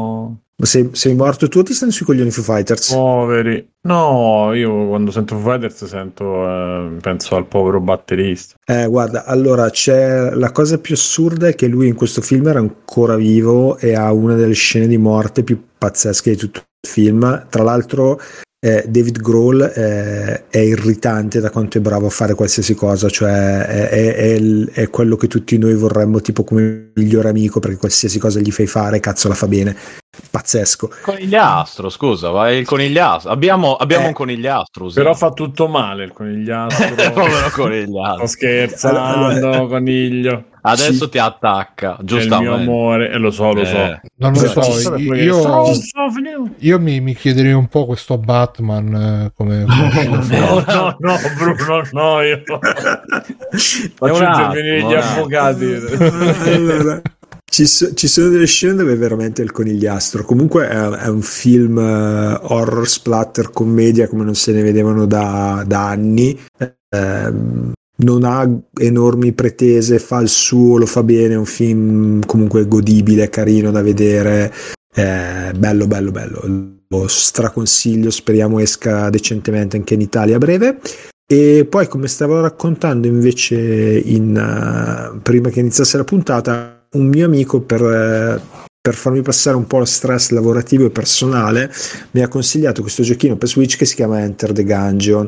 Sei morto tu o ti stanno sui coglioni Foo Fighters? Poveri. No, io quando sento Foo Fighters penso al povero batterista. Guarda, allora c'è la cosa più assurda è che lui in questo film era ancora vivo e ha una delle scene di morte più pazzesche di tutto il film. Tra l'altro David Grohl è irritante da quanto è bravo a fare qualsiasi cosa, cioè è quello che tutti noi vorremmo tipo come migliore amico, perché qualsiasi cosa gli fai fare cazzo la fa bene. pazzesco. Conigliastro, scusa, vai il conigliastro. Abbiamo un conigliastro. Sì. Però fa tutto male il conigliastro. Povero conigliastro. Sto scherzando, coniglio. Adesso ti attacca, È il giustamente. mio amore, e lo so. Non lo so, io mi chiederei un po' questo Batman come No, Bruno, no, io faccio intervenire gli avvocati. Allora, ci sono delle scene dove veramente il conigliastro. Comunque è un film horror splatter commedia come non se ne vedevano da anni. Non ha enormi pretese, fa il suo, lo fa bene, è un film comunque godibile, carino da vedere, bello, lo straconsiglio, speriamo esca decentemente anche in Italia a breve. E poi, come stavo raccontando invece prima che iniziasse la puntata, un mio amico per farmi passare un po' lo stress lavorativo e personale mi ha consigliato questo giochino per Switch che si chiama Enter the Gungeon.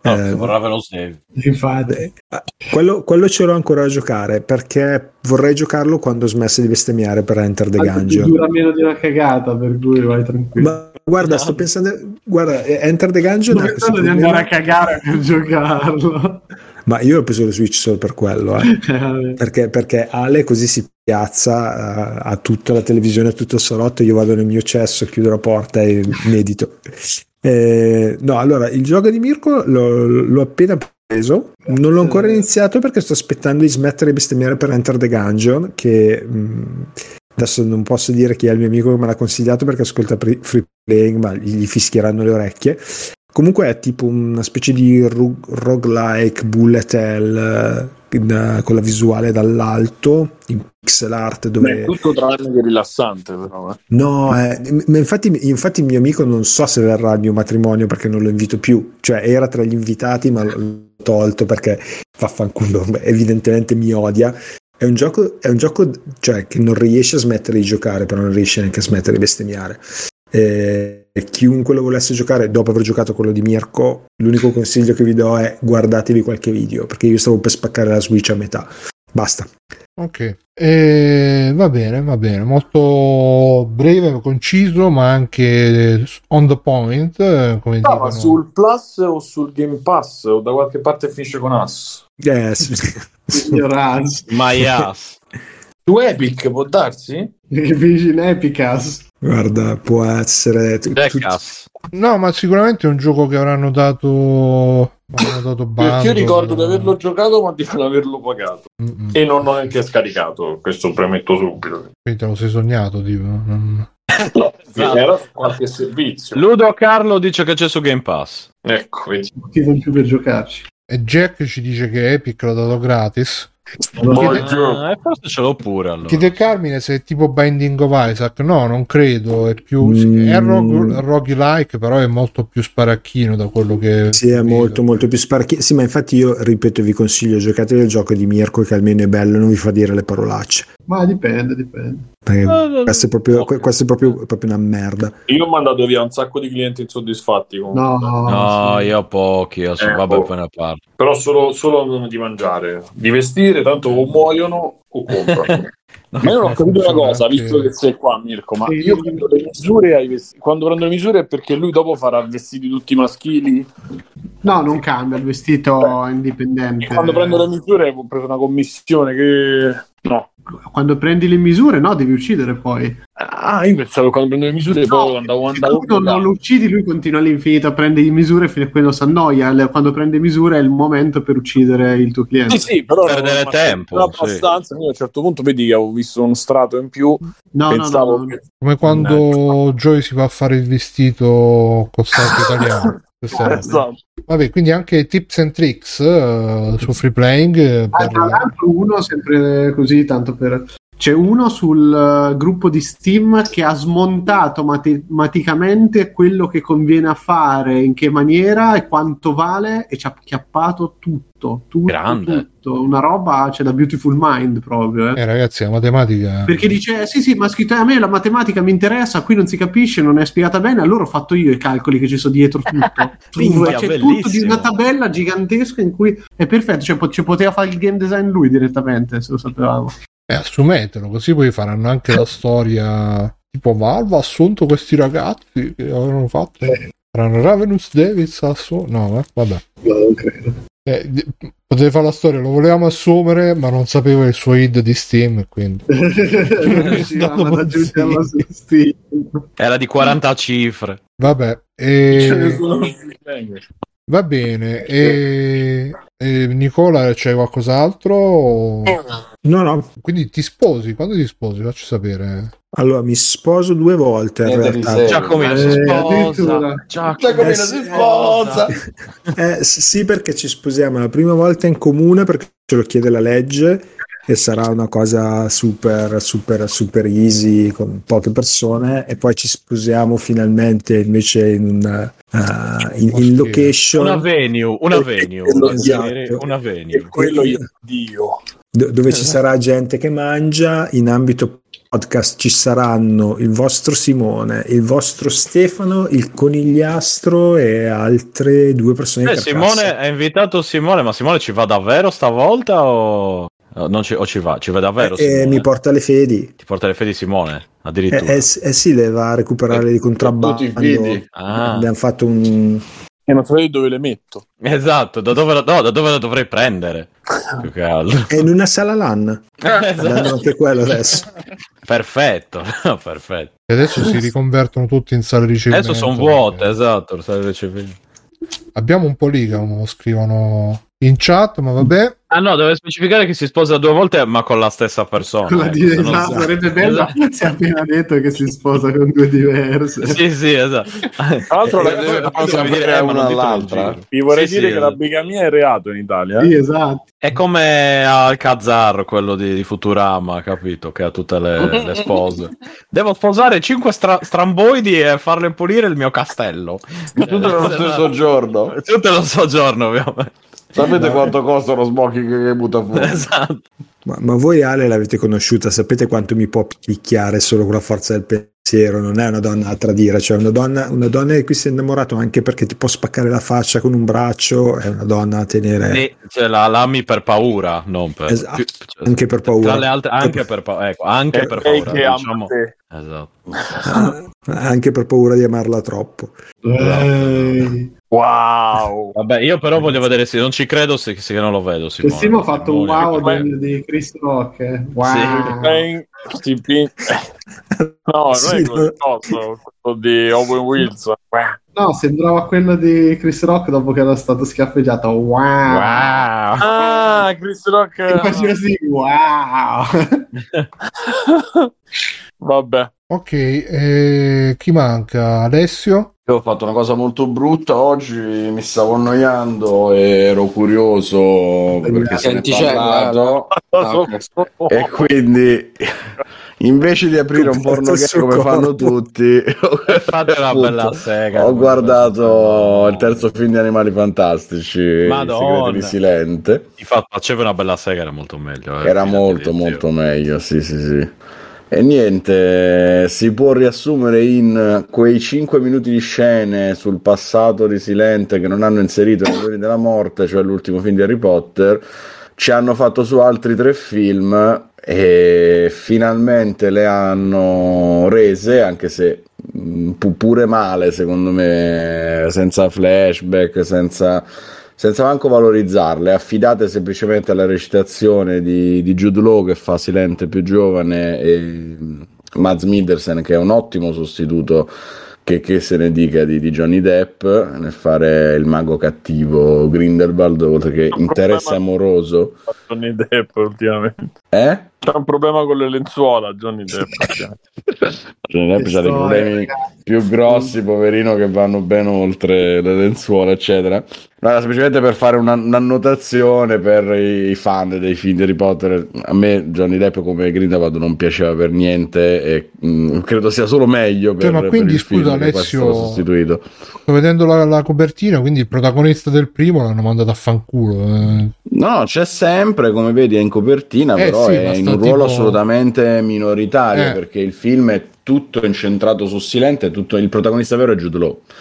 Infatti, quello ce l'ho ancora da giocare perché vorrei giocarlo quando ho smesso di bestemmiare per Enter the Gungeon. Dura meno di una cagata, per cui vai tranquillo. Ma guarda, sto pensando, Enter the Gungeon sto pensando di andare a cagare per giocarlo. Ma io ho preso lo Switch solo per quello, perché Ale così si piazza a tutta la televisione, a tutto il salotto, io vado nel mio cesso, chiudo la porta e medito. No, allora il gioco di Mirko l'ho appena preso, non l'ho ancora iniziato perché sto aspettando di smettere di bestemmiare per Enter the Gungeon, che adesso non posso dire chi è il mio amico che me l'ha consigliato perché ascolta Free Playing, ma gli fischieranno le orecchie. Comunque è tipo una specie di roguelike bullet hell con la visuale dall'alto in pixel art dove... È tutto tranne che rilassante però. No, ma infatti il mio amico non so se verrà al mio matrimonio perché non lo invito più, cioè era tra gli invitati ma l'ho tolto perché vaffanculo, evidentemente mi odia. È un gioco cioè, che non riesce a smettere di giocare, però non riesce neanche a smettere di bestemmiare. Chiunque lo volesse giocare dopo aver giocato quello di Mirko, l'unico consiglio che vi do è guardatevi qualche video, perché io stavo per spaccare la Switch a metà. Basta. Ok, va bene, molto breve, conciso, ma anche on the point, come dicono. Ma sul Plus o sul Game Pass o da qualche parte finisce con Ass? My ass. Su Epic può darsi? Che finisce in Epicas. Guarda, può essere no, ma sicuramente è un gioco che avranno dato perché io ricordo di averlo giocato ma di non averlo pagato. E non ho neanche scaricato, questo premetto subito. Quindi te lo sei sognato tipo era qualche servizio. Ludo Carlo dice che c'è su Game Pass, ecco, vedi. Motivo in più per giocarci. e Jack ci dice che Epic l'ha dato gratis. Forse ce l'ho pure allora. Chiede Carmine se è tipo Binding of Isaac. No, non credo, è più è roguelike, però è molto più sparacchino da quello che sì, è molto più sparacchino. Sì, ma infatti io ripeto, vi consiglio, giocate il gioco di Mirko che almeno è bello, non vi fa dire le parolacce. Ma dipende. Questo è proprio una merda. Io ho mandato via un sacco di clienti insoddisfatti comunque. No, io ho pochi, vabbè, poi ne parlo. Però solo di mangiare, di vestire, tanto o muoiono o comprano. Ma io non ho capito una cosa, visto che sei qua Mirko, ma io prendo le misure quando prendo le misure è perché lui dopo farà vestiti tutti maschili? No, non cambia, il vestito indipendente. E quando prendo le misure ho preso una commissione che... No. Quando prendi le misure, no, devi uccidere poi. Ah, io pensavo che quando prendo le misure poi andavo non lo uccidi, lui continua all'infinito a prendere misure fino a quando si annoia. Quando prende misure è il momento per uccidere il tuo cliente. Sì, però perdere tempo abbastanza. Io a un certo punto vedi che avevo visto uno strato in più. Pensavo che... come quando Joy si va a fare il vestito col santo italiano. Esatto. Vabbè, quindi anche tips and tricks su Free Playing tra l'altro uno sempre così tanto per c'è uno sul gruppo di Steam che ha smontato matematicamente quello che conviene a fare, in che maniera e quanto vale, e ci ha acchiappato tutto. Una roba, c'è da Beautiful Mind proprio. Ragazzi, la matematica, perché dice sì, ma scritto a me la matematica mi interessa, qui non si capisce, non è spiegata bene, allora ho fatto io i calcoli che ci sono dietro tutto. C'è tutto di una tabella gigantesca in cui è perfetto, cioè poteva fare il game design lui direttamente, se lo sapevamo. Assumetelo, così poi faranno anche la storia tipo Valve ha assunto questi ragazzi che avevano fatto Ravenous Davis no, vabbè. No, non credo. Potete fare la storia, lo volevamo assumere ma non sapevo il suo id di Steam, quindi Non riuscivamo ad aggiungerlo su Steam. Era di 40 cifre. vabbè. Va bene. Nicola, c'è qualcos'altro? No. Quindi ti sposi? Quando ti sposi? Facci sapere. Allora, mi sposo 2 volte in realtà. Giacomino si sposa. Giacomino si sposa. Sì, perché ci sposiamo la prima volta in comune perché ce lo chiede la legge e sarà una cosa super easy con poche persone, e poi ci sposiamo finalmente invece in location, una venue esatto. una venue, Quello Dio. Dove ci sarà gente che mangia. In ambito podcast ci saranno il vostro Simone, il vostro Stefano, il Conigliastro e altre 2 persone. Simone ha invitato Simone, ma Simone ci va davvero stavolta o non ci va davvero? Mi porta le fedi. Ti porta le fedi Simone addirittura? Sì, le va a recuperare di contrabbando. Abbiamo fatto un... E non sapevi dove le metto. Esatto, da dove lo dovrei prendere? Più che altro. È in una sala LAN. Esatto. Anche quello adesso. Perfetto. E adesso si riconvertono tutti in sale ricevimento. Adesso sono vuote, esatto, sale ricevimento. Abbiamo un poligono, scrivono in chat, ma vabbè. Ah no, deve specificare che si sposa 2 volte ma con la stessa persona. Sarebbe bello se ha appena detto che si sposa con 2 diverse. Sì, esatto. Tra l'altro una all'altra. Vi vorrei dire che la bigamia è reato in Italia. Sì, esatto. È come Alcazar, quello di Futurama, capito? Che ha tutte le spose. Devo sposare 5 stramboidi e farle pulire il mio castello. Tutto nello stesso giorno. Tutto nello stesso giorno, ovviamente. Sapete quanto costa lo smoking che butta fuori? Esatto. Ma voi Ale l'avete conosciuta, sapete quanto mi può picchiare solo con la forza del pensiero? Non è una donna a tradire, cioè una donna di cui sei innamorato anche perché ti può spaccare la faccia con un braccio, è una donna a tenere. Sì, cioè la ami per paura, non per anche per paura. Tra le altre, anche per paura, ecco, anche per paura, diciamo. Esatto. Anche per paura di amarla troppo. Wow. Vabbè, io però voglio vedere se non ci credo se non lo vedo. Simo ha fatto un wow di Chris Rock. Wow. Sì. No, non è quello di Owen Wilson. No, sembrava quello di Chris Rock dopo che era stato schiaffeggiato. Wow. Ah, Chris Rock. E faceva così, wow. Vabbè. Ok, chi manca? Alessio? Io ho fatto una cosa molto brutta oggi, mi stavo annoiando e ero curioso perché se ne è parlato e quindi invece di aprire un porno come fanno tutti fate una bella sega, ho guardato il terzo film di Animali Fantastici, I Segreti di Silente. Faceva una bella sega, era molto meglio. Era molto meglio, sì. E niente, si può riassumere in quei 5 minuti di scene sul passato di Silente che non hanno inserito nei Giorni della Morte, cioè l'ultimo film di Harry Potter, ci hanno fatto su altri 3 film e finalmente le hanno rese, anche se pure male secondo me, senza flashback, senza manco valorizzarle, affidate semplicemente alla recitazione di Jude Law che fa Silente più giovane e Mads Mikkelsen che è un ottimo sostituto che se ne dica di Johnny Depp nel fare il mago cattivo Grindelwald, oltre che interesse amoroso. Johnny Depp ultimamente. C'è un problema con le lenzuola Johnny Depp. Johnny Depp ha dei problemi più grossi, poverino, che vanno ben oltre le lenzuola eccetera. No, semplicemente per fare un'annotazione per i fan dei film di Harry Potter. A me Johnny Depp come Grindelwald non piaceva per niente e credo sia solo meglio per, ma quindi per il scusa film Alessio, sostituito. Sto vedendo la copertina, quindi il protagonista del primo l'hanno mandato a fanculo. No, c'è sempre, come vedi, è in copertina, però sì, è in un ruolo assolutamente minoritario perché il film è tutto incentrato su Silente, il protagonista vero è Jude Law.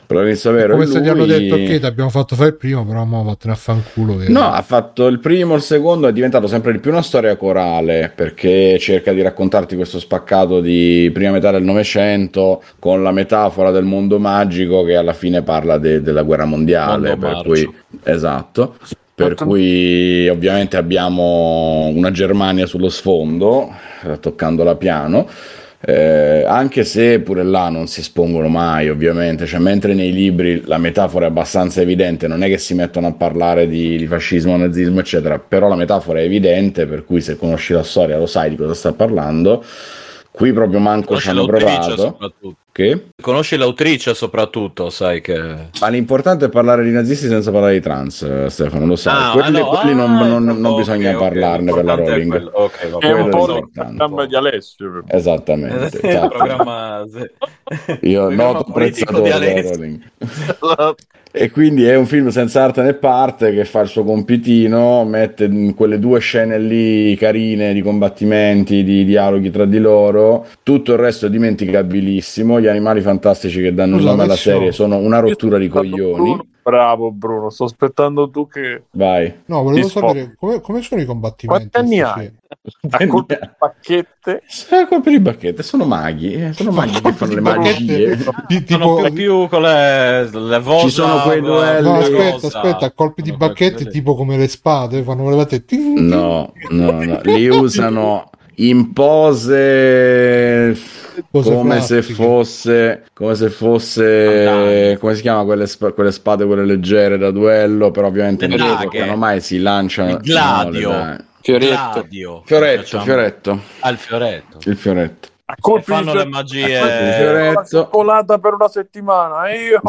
protagonista vero come è se gli hanno lui. detto ok, ti abbiamo fatto fare il primo, però mo vattene a fanculo che... No, ha fatto il primo, il secondo, è diventato sempre di più una storia corale, perché cerca di raccontarti questo spaccato di prima metà del Novecento con la metafora del mondo magico che alla fine parla della guerra mondiale, Mondo per marcio. cui esatto. Per cui ovviamente abbiamo una Germania sullo sfondo, toccandola piano. Anche se pure là non si espongono mai, ovviamente, cioè, mentre nei libri la metafora è abbastanza evidente, non è che si mettono a parlare di fascismo, nazismo, eccetera, però la metafora è evidente, per cui se conosci la storia lo sai di cosa sta parlando. Qui proprio manco ci hanno provato. Che? Conosci l'autrice soprattutto, sai che... Ma l'importante è parlare di nazisti senza parlare di trans, Stefano, lo sai. Quelli non bisogna parlarne per la Rowling. È un po' il programma di Alessio. Esattamente. Il programma... Io noto apprezzatore di della Alessio. Rowling. E quindi è un film senza arte né parte che fa il suo compitino, mette in quelle due scene lì carine di combattimenti, di dialoghi tra di loro, tutto il resto è dimenticabilissimo. Gli animali fantastici che danno il nome alla serie sono una rottura di coglioni. Bravo Bruno, sto aspettando tu che... Vai. No, volevo sapere come sono i combattimenti. Quanti anni hai? A colpi di bacchette? A colpi di bacchette, sono maghi, sono maghi che fanno le magie. Sono più con le vosa. Ci sono quei duelli. No, aspetta, a colpi di bacchette tipo come le spade, fanno le battette. No, li usano in pose come se fosse come si chiama quelle spade, quelle leggere da duello, però ovviamente non si toccano mai, si lanciano. Il gladio. Fioretto. Ah, il fioretto. Il fioretto. A colpi fanno di le magie. la cioccolata per una settimana. Io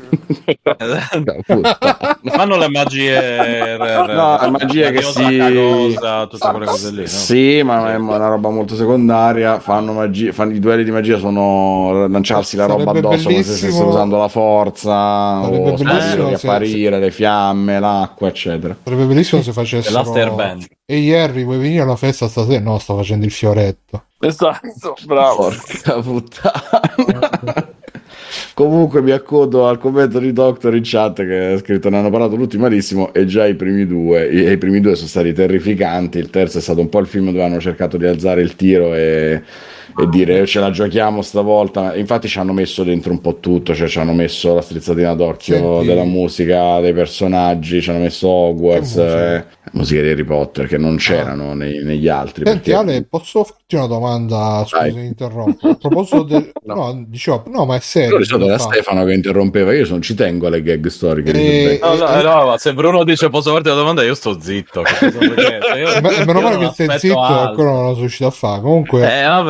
fanno le magie. No, magie che tutte quelle cose lì. No? Sì, ma è una roba molto secondaria. Fanno i duelli di magia, sono lanciarsi la roba addosso come se stesse usando la forza, o apparire, le fiamme, l'acqua, eccetera. Sarebbe bellissimo se facessero. Ehi Harry, vuoi venire alla festa stasera? No, sto facendo il fioretto. Esatto, bravo. Porca puttana. Comunque mi accodo al commento di Doctor in chat che ha scritto: ne hanno parlato tutti malissimo e già i primi due sono stati terrificanti. Il terzo è stato un po' il film dove hanno cercato di alzare il tiro e dire ce la giochiamo stavolta. Infatti ci hanno messo dentro un po' tutto, cioè ci hanno messo la strizzatina d'occhio della musica, dei personaggi, ci hanno messo Hogwarts, musiche di Harry Potter che non c'erano negli altri. Senti Ale, posso farti una domanda? Scusa, interrompo. A proposito del... no, ma è serio. Era Stefano che interrompeva, io ci tengo alle gag storiche. No, ma se Bruno dice posso farti una domanda io sto zitto. Meno male che sei zitto e ancora non lo sono riuscito a fare. Comunque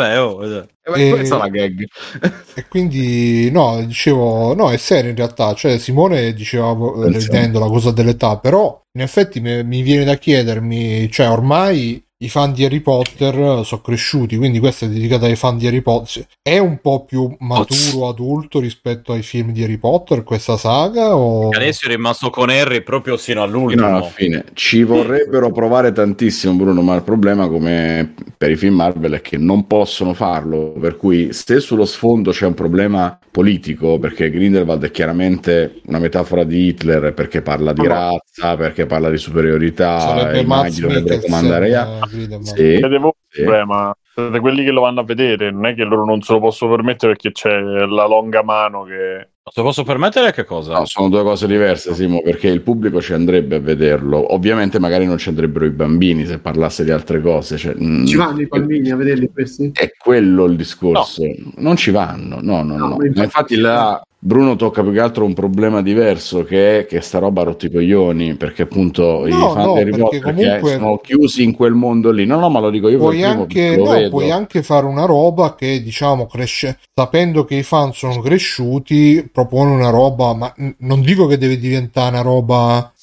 questa è la gag. E quindi dicevo è serio in realtà, cioè Simone diceva ridendo la cosa dell'età, però in effetti mi viene da chiedermi, cioè ormai i fan di Harry Potter sono cresciuti, quindi questa è dedicata ai fan di Harry Potter. È un po' più maturo, adulto rispetto ai film di Harry Potter questa saga? O... Alessio è rimasto con Harry proprio sino all'ultimo. Alla fine ci vorrebbero provare tantissimo, Bruno, ma il problema, come per i film Marvel, è che non possono farlo, per cui se sullo sfondo c'è un problema politico, perché Grindelwald è chiaramente una metafora di Hitler, perché parla di razza, perché parla di superiorità, i maghi dovrebbero comandare problema. Siete quelli che lo vanno a vedere, non è che loro non se lo possono permettere perché c'è la longa mano che... Se posso permettere che cosa? No, sono due cose diverse, Simo, perché il pubblico ci andrebbe a vederlo. Ovviamente magari non ci andrebbero i bambini se parlasse di altre cose. Cioè, ci vanno i bambini a vederli questi? È quello il discorso. No. Non ci vanno, no. Ma infatti là Bruno tocca più che altro un problema diverso, che è che sta roba ha rotto i coglioni, perché appunto i fan di Harry Potter comunque... sono chiusi in quel mondo lì. No, ma lo dico io. Puoi anche fare una roba che, diciamo, cresce, sapendo che i fan sono cresciuti, propone una roba, ma non dico che deve diventare una roba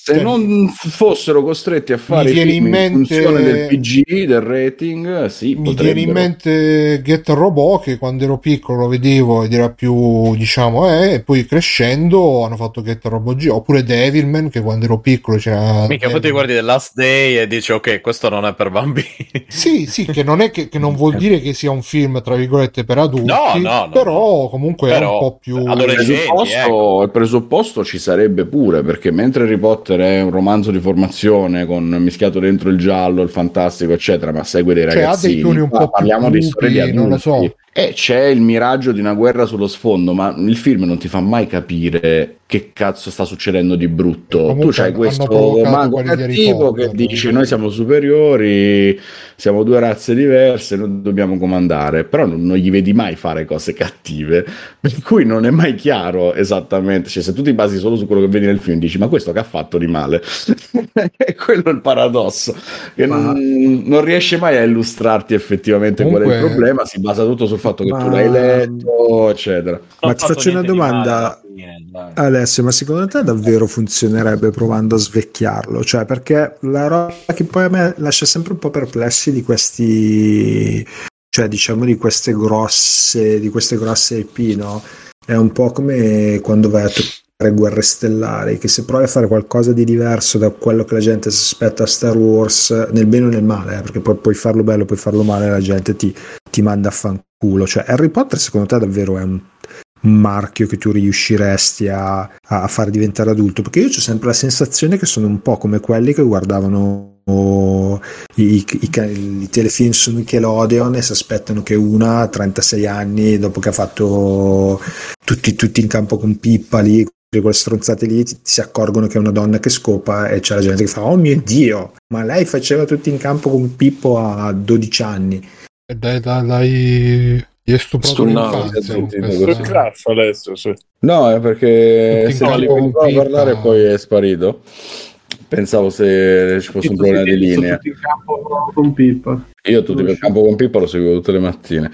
Se non fossero costretti a fare viene film in mente- funzione del PG, del rating, sì, Mi viene in mente Get Robot, che quando ero piccolo lo vedevo ed era più, diciamo, e poi crescendo hanno fatto Get Robot G, oppure Devilman, che quando ero piccolo c'era... Mica poi ti guardi The Last Day e dici ok, questo non è per bambini. Sì, che non è che non vuol dire che sia un film, tra virgolette, per adulti, No, però comunque è un po' più... Il presupposto ci sarebbe pure, perché mentre Harry Potter è un romanzo di formazione con mischiato dentro il giallo, il fantastico, eccetera, ma segue dei Cioè, ragazzini. ha dei toni un po' più parliamo di storie di adulti. non lo so. E c'è il miraggio di una guerra sullo sfondo, ma il film non ti fa mai capire che cazzo sta succedendo di brutto. Comunque tu c'hai questo mago cattivo che dice noi siamo superiori, siamo due razze diverse, noi dobbiamo comandare, però non gli vedi mai fare cose cattive, per cui non è mai chiaro esattamente, cioè se tu ti basi solo su quello che vedi nel film dici ma questo che ha fatto di male? È quello il paradosso, che non riesce mai a illustrarti effettivamente qual è il problema, si basa tutto sul fatto che tu l'hai letto, eccetera. Ma ti faccio una domanda, Alessio, ma secondo te davvero funzionerebbe provando a svecchiarlo? Cioè, perché la roba che poi a me lascia sempre un po' perplessi di questi, cioè diciamo di queste grosse IP, no? È un po' come quando vai a toccare Guerre Stellari, che se provi a fare qualcosa di diverso da quello che la gente si aspetta a Star Wars, nel bene o nel male, perché poi puoi farlo bello, puoi farlo male, la gente ti manda a fanculo. Cioè, Harry Potter secondo te davvero è un marchio che tu riusciresti a far diventare adulto? Perché io ho sempre la sensazione che sono un po' come quelli che guardavano i telefilm su Nickelodeon e si aspettano che una a 36 anni dopo che ha fatto tutti in campo con Pippa lì, quelle stronzate lì, si accorgono che è una donna che scopa e c'è la gente che fa oh mio Dio, ma lei faceva tutti in campo con Pippo a 12 anni. Dai, gli è stuprato l'infanzia con questa... adesso, sì. No, è perché se non può parlare e poi è sparito. Pensavo se ci fosse un problema di linea. Tutti in campo con Pippa. Io tutti per campo con Pippa lo seguivo tutte le mattine.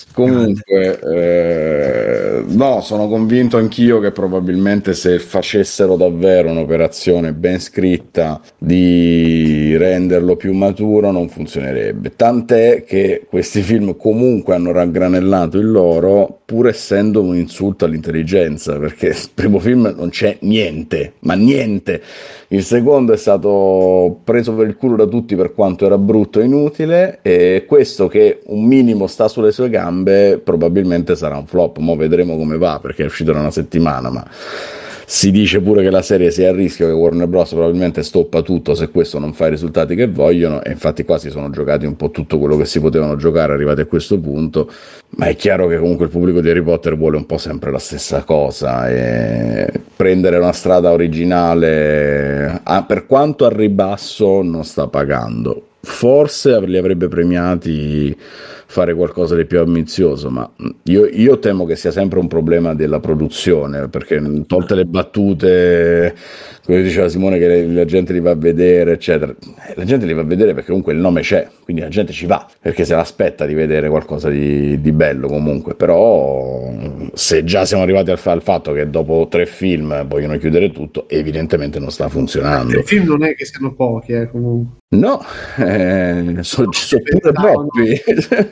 Comunque, no, sono convinto anch'io che probabilmente se facessero davvero un'operazione ben scritta di renderlo più maturo non funzionerebbe. Tant'è che questi film comunque hanno raggranellato il loro, pur essendo un insulto all'intelligenza, perché il primo film non c'è niente, ma niente. Il secondo è stato preso per il culo da tutti per quanto era brutto e inutile, e questo che un minimo sta sulle sue gambe probabilmente sarà un flop. Mo' vedremo come va, perché è uscito da una settimana, ma si dice pure che la serie sia a rischio, che Warner Bros probabilmente stoppa tutto se questo non fa i risultati che vogliono, e infatti qua si sono giocati un po' tutto quello che si potevano giocare arrivati a questo punto. Ma è chiaro che comunque il pubblico di Harry Potter vuole un po' sempre la stessa cosa, e prendere una strada originale, per quanto a ribasso, non sta pagando. Forse li avrebbe premiati fare qualcosa di più ambizioso, ma io temo che sia sempre un problema della produzione, perché tolte le battute, come diceva Simone, che la gente li va a vedere eccetera, la gente li va a vedere perché comunque il nome c'è, quindi la gente ci va perché se l'aspetta di vedere qualcosa di bello comunque. Però se già siamo arrivati al fatto che dopo 3 film vogliono chiudere tutto, evidentemente non sta funzionando. I film non è che siano pochi, comunque. No, sono pure troppi.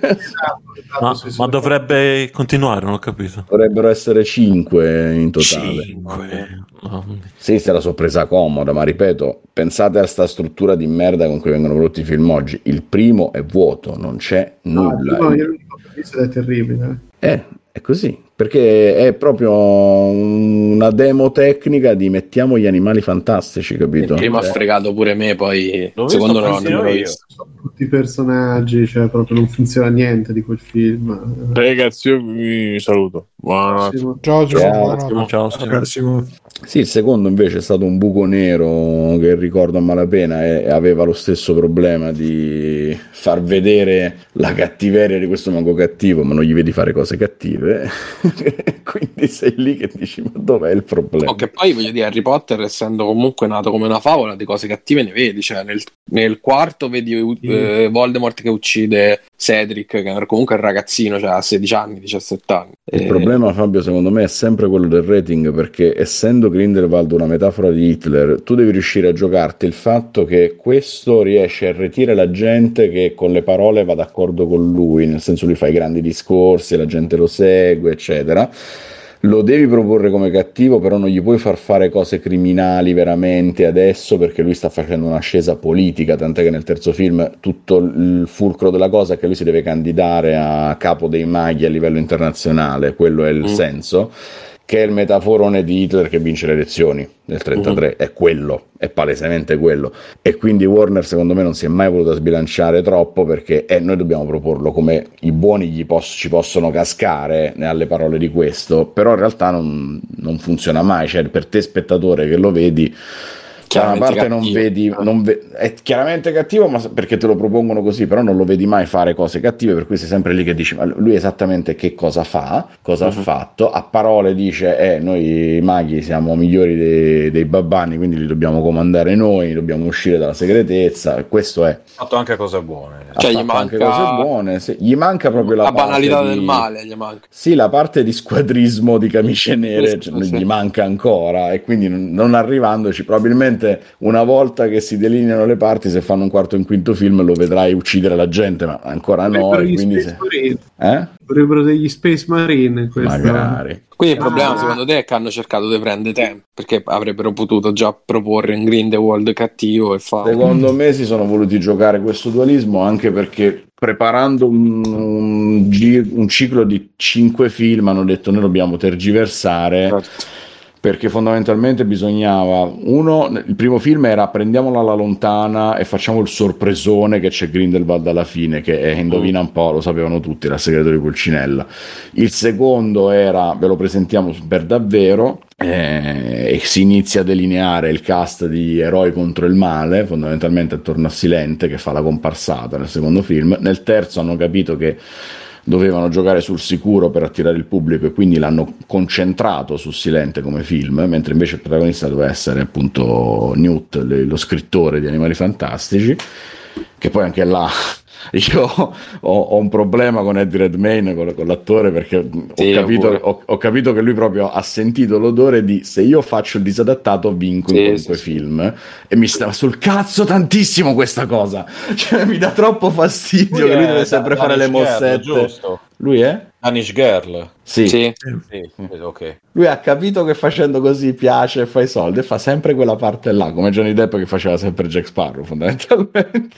Ma dovrebbe continuare, non ho capito. Dovrebbero essere 5 in totale. 5. Sì, se la sono presa comoda, ma ripeto, pensate a sta struttura di merda con cui vengono prodotti i film oggi. Il primo è vuoto, non c'è nulla. No, io l'unico che ho visto è terribile. È così, perché è proprio una demo tecnica di mettiamo gli animali fantastici, capito? Il primo ha fregato pure me, poi secondo me non l'ho visto. Tutti i personaggi, cioè proprio non funziona niente di quel film. Ragazzi, io vi saluto. Ciao. Sì, il secondo invece è stato un buco nero che ricordo a malapena, e aveva lo stesso problema di far vedere la cattiveria di questo mago cattivo, ma non gli vedi fare cose cattive. Quindi sei lì che dici ma dov'è il problema? Che poi voglio dire, Harry Potter, essendo comunque nato come una favola, di cose cattive ne vedi, cioè nel quarto vedi Voldemort che uccide Cedric, che era comunque un ragazzino, cioè ha 16 anni, 17 anni. Il problema, Fabio, secondo me è sempre quello del rating, perché essendo che Grindelwald una metafora di Hitler, tu devi riuscire a giocarti il fatto che questo riesce a irretire la gente che con le parole va d'accordo con lui, nel senso lui fa i grandi discorsi, la gente lo segue, eccetera. Lo devi proporre come cattivo, però non gli puoi far fare cose criminali veramente adesso, perché lui sta facendo un'ascesa politica, tant'è che nel terzo film tutto il fulcro della cosa è che lui si deve candidare a capo dei maghi a livello internazionale, quello è il senso, che è il metaforone di Hitler che vince le elezioni nel 33, è quello, è palesemente quello, e quindi Warner secondo me non si è mai voluta sbilanciare troppo, perché noi dobbiamo proporlo come i buoni ci possono cascare alle parole di questo, però in realtà non funziona mai, cioè per te spettatore che lo vedi, da una parte è chiaramente cattivo, ma perché te lo propongono così, però non lo vedi mai fare cose cattive, per cui sei sempre lì che dici ma lui esattamente che cosa fa, cosa ha fatto, a parole dice noi maghi siamo migliori dei babbani, quindi li dobbiamo comandare noi, dobbiamo uscire dalla segretezza, e questo è. Ha fatto anche cose buone, cioè gli manca anche cose buone, sì. Gli manca proprio la banalità del male, gli manca. Sì, la parte di squadrismo di camicie nere gli manca ancora, e quindi non arrivandoci probabilmente una volta che si delineano le parti, se fanno un quarto e un quinto film lo vedrai uccidere la gente, ma ancora no, quindi vorrebbero degli Space Marine magari. Quindi il problema secondo te è che hanno cercato di prendere tempo, perché avrebbero potuto già proporre un Grindelwald cattivo e fare. Secondo me si sono voluti giocare questo dualismo, anche perché preparando un ciclo di 5 film hanno detto noi dobbiamo tergiversare, perché fondamentalmente bisognava il primo film era prendiamolo alla lontana e facciamo il sorpresone che c'è Grindelwald alla fine, che è indovina un po', lo sapevano tutti, era il segreto di Pulcinella. Il secondo era ve lo presentiamo per davvero, e si inizia a delineare il cast di eroi contro il male, fondamentalmente attorno a Silente che fa la comparsata nel secondo film. Nel terzo hanno capito che dovevano giocare sul sicuro per attirare il pubblico, e quindi l'hanno concentrato su Silente come film, mentre invece il protagonista doveva essere appunto Newt, lo scrittore di Animali Fantastici, che poi anche là io ho un problema con Eddie Redmayne, con l'attore, perché ho capito che lui proprio ha sentito l'odore di se io faccio il disadattato vinco in qualunque film, e mi stava sul cazzo tantissimo questa cosa, cioè mi dà troppo fastidio che lui deve sempre fare le mossette, giusto? Lui è? Danish Girl. Sì. Ok. Lui ha capito che facendo così piace e fa i soldi, e fa sempre quella parte là, come Johnny Depp che faceva sempre Jack Sparrow fondamentalmente.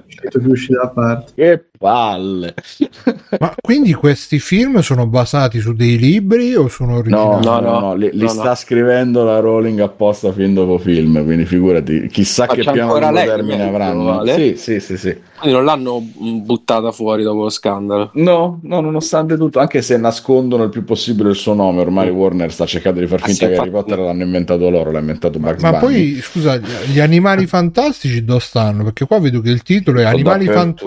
Che palle. Ma quindi questi film sono basati su dei libri o sono originali? No, li sta scrivendo la Rowling apposta film dopo film, quindi figurati, chissà che piano di termine avranno. Sì. Quindi non l'hanno buttata fuori dopo lo scandalo? No, nonostante tutto, anche se nascondono il più possibile il suo nome, ormai Warner sta cercando di far finta che Harry Potter l'hanno inventato loro, l'ha inventato Bugs Bunny. Ma poi, scusa, gli animali fantastici dove stanno? Perché qua vedo che il titolo è Animali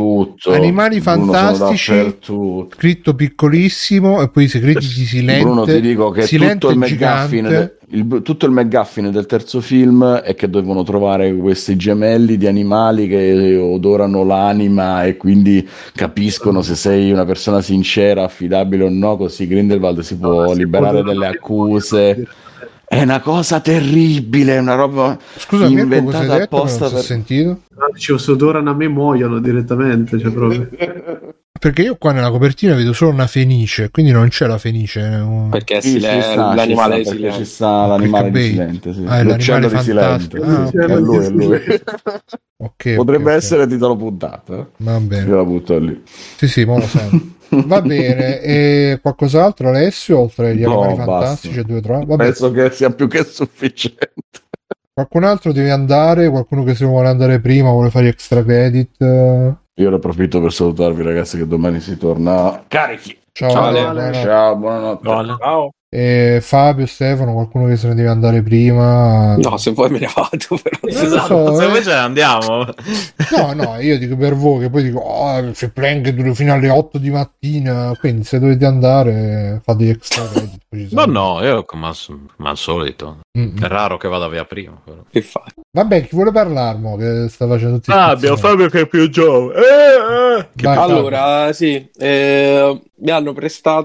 Fantastici, scritto piccolissimo, e poi i segreti di Silente. Bruno, ti dico che Silente tutto il McGuffin del terzo film è che devono trovare questi gemelli di animali che odorano l'anima e quindi capiscono se sei una persona sincera, affidabile o no, così Grindelwald si può liberare dalle accuse. È una cosa terribile, è una roba inventata apposta per... sentito? Se odorano a me muoiono direttamente, cioè proprio. Perché io qua nella copertina vedo solo una fenice, quindi non c'è la fenice. Perché l'animale di Silente. Ci sta l'animale di Silente, sì. L'uccello di Silente. È lui. Potrebbe essere titolo puntata. Va bene. Io la butto lì. Sì, ma lo sento. Va bene, e qualcos'altro Alessio, oltre agli animali fantastici? Penso che sia più che sufficiente. Qualcun altro deve andare, qualcuno che se vuole andare prima, vuole fare extra credit. Io ne approfitto per salutarvi ragazzi, che domani si torna carichi. Ciao, buonanotte. Ciao. E Fabio, Stefano, qualcuno che se ne deve andare prima? No, se vuoi me ne vado, però. Se invece andiamo. No, io dico per voi, che poi dico c'è Plank dura fino alle 8 di mattina, quindi se dovete andare fate extra credit. No, io come al solito. È raro che vada via prima, però. Che fai? Vabbè, chi vuole parlarmo che sta facendo tutti abbiamo Fabio che è più giovane. Allora, sì, mi hanno prestato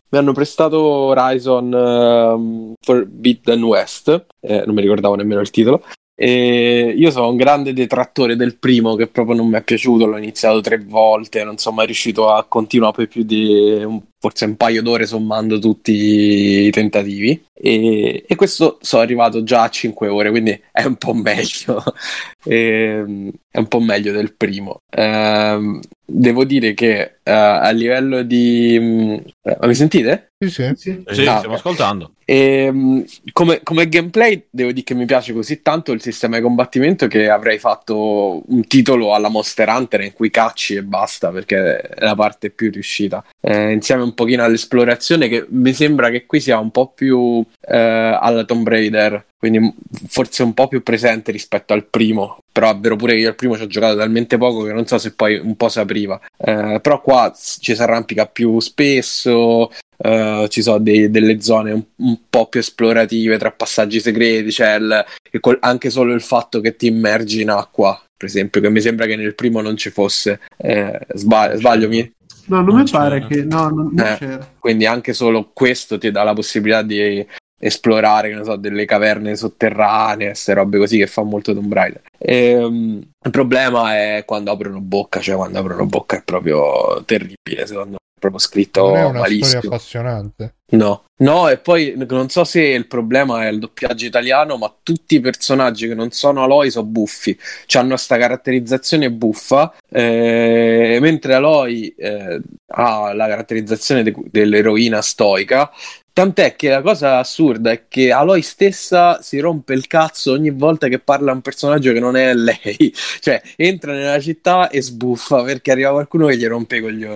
mi hanno prestato Horizon Forbidden West, non mi ricordavo nemmeno il titolo. E io sono un grande detrattore del primo, che proprio non mi è piaciuto, l'ho iniziato 3 volte, non sono mai riuscito a continuare per più di forse un paio d'ore sommando tutti i tentativi, e questo sono arrivato già a 5 ore, quindi è un po' meglio. È un po' meglio del primo. Devo dire che a livello di mi sentite? Sì. Stiamo ascoltando. Come gameplay devo dire che mi piace così tanto il sistema di combattimento che avrei fatto un titolo alla Monster Hunter in cui cacci e basta, perché è la parte più riuscita, insieme un pochino all'esplorazione, che mi sembra che qui sia un po' più alla Tomb Raider, quindi forse un po' più presente rispetto al primo. Però è vero pure che io al primo ci ho giocato talmente poco che non so se poi un po' si apriva, però qua ci si arrampica più spesso. Ci sono delle zone un po' più esplorative tra passaggi segreti, c'è anche solo il fatto che ti immergi in acqua, per esempio, che mi sembra che nel primo non ci fosse. Sbaglio? No, non mi pare che non c'era. Quindi anche solo questo ti dà la possibilità di esplorare, che ne so, delle caverne sotterranee, queste robe così, che fa molto Tomb Raider. Il problema è quando aprono bocca, cioè quando aprono bocca è proprio terribile, secondo me. Proprio scritto non è una malissimo. Storia appassionante. No, e poi non so se il problema è il doppiaggio italiano, ma tutti i personaggi che non sono Aloy sono buffi, hanno sta caratterizzazione buffa, mentre Aloy ha la caratterizzazione dell'eroina stoica. Tant'è che la cosa assurda è che Aloy stessa si rompe il cazzo ogni volta che parla a un personaggio che non è lei. Cioè, entra nella città e sbuffa perché arriva qualcuno che gli rompe i coglioni.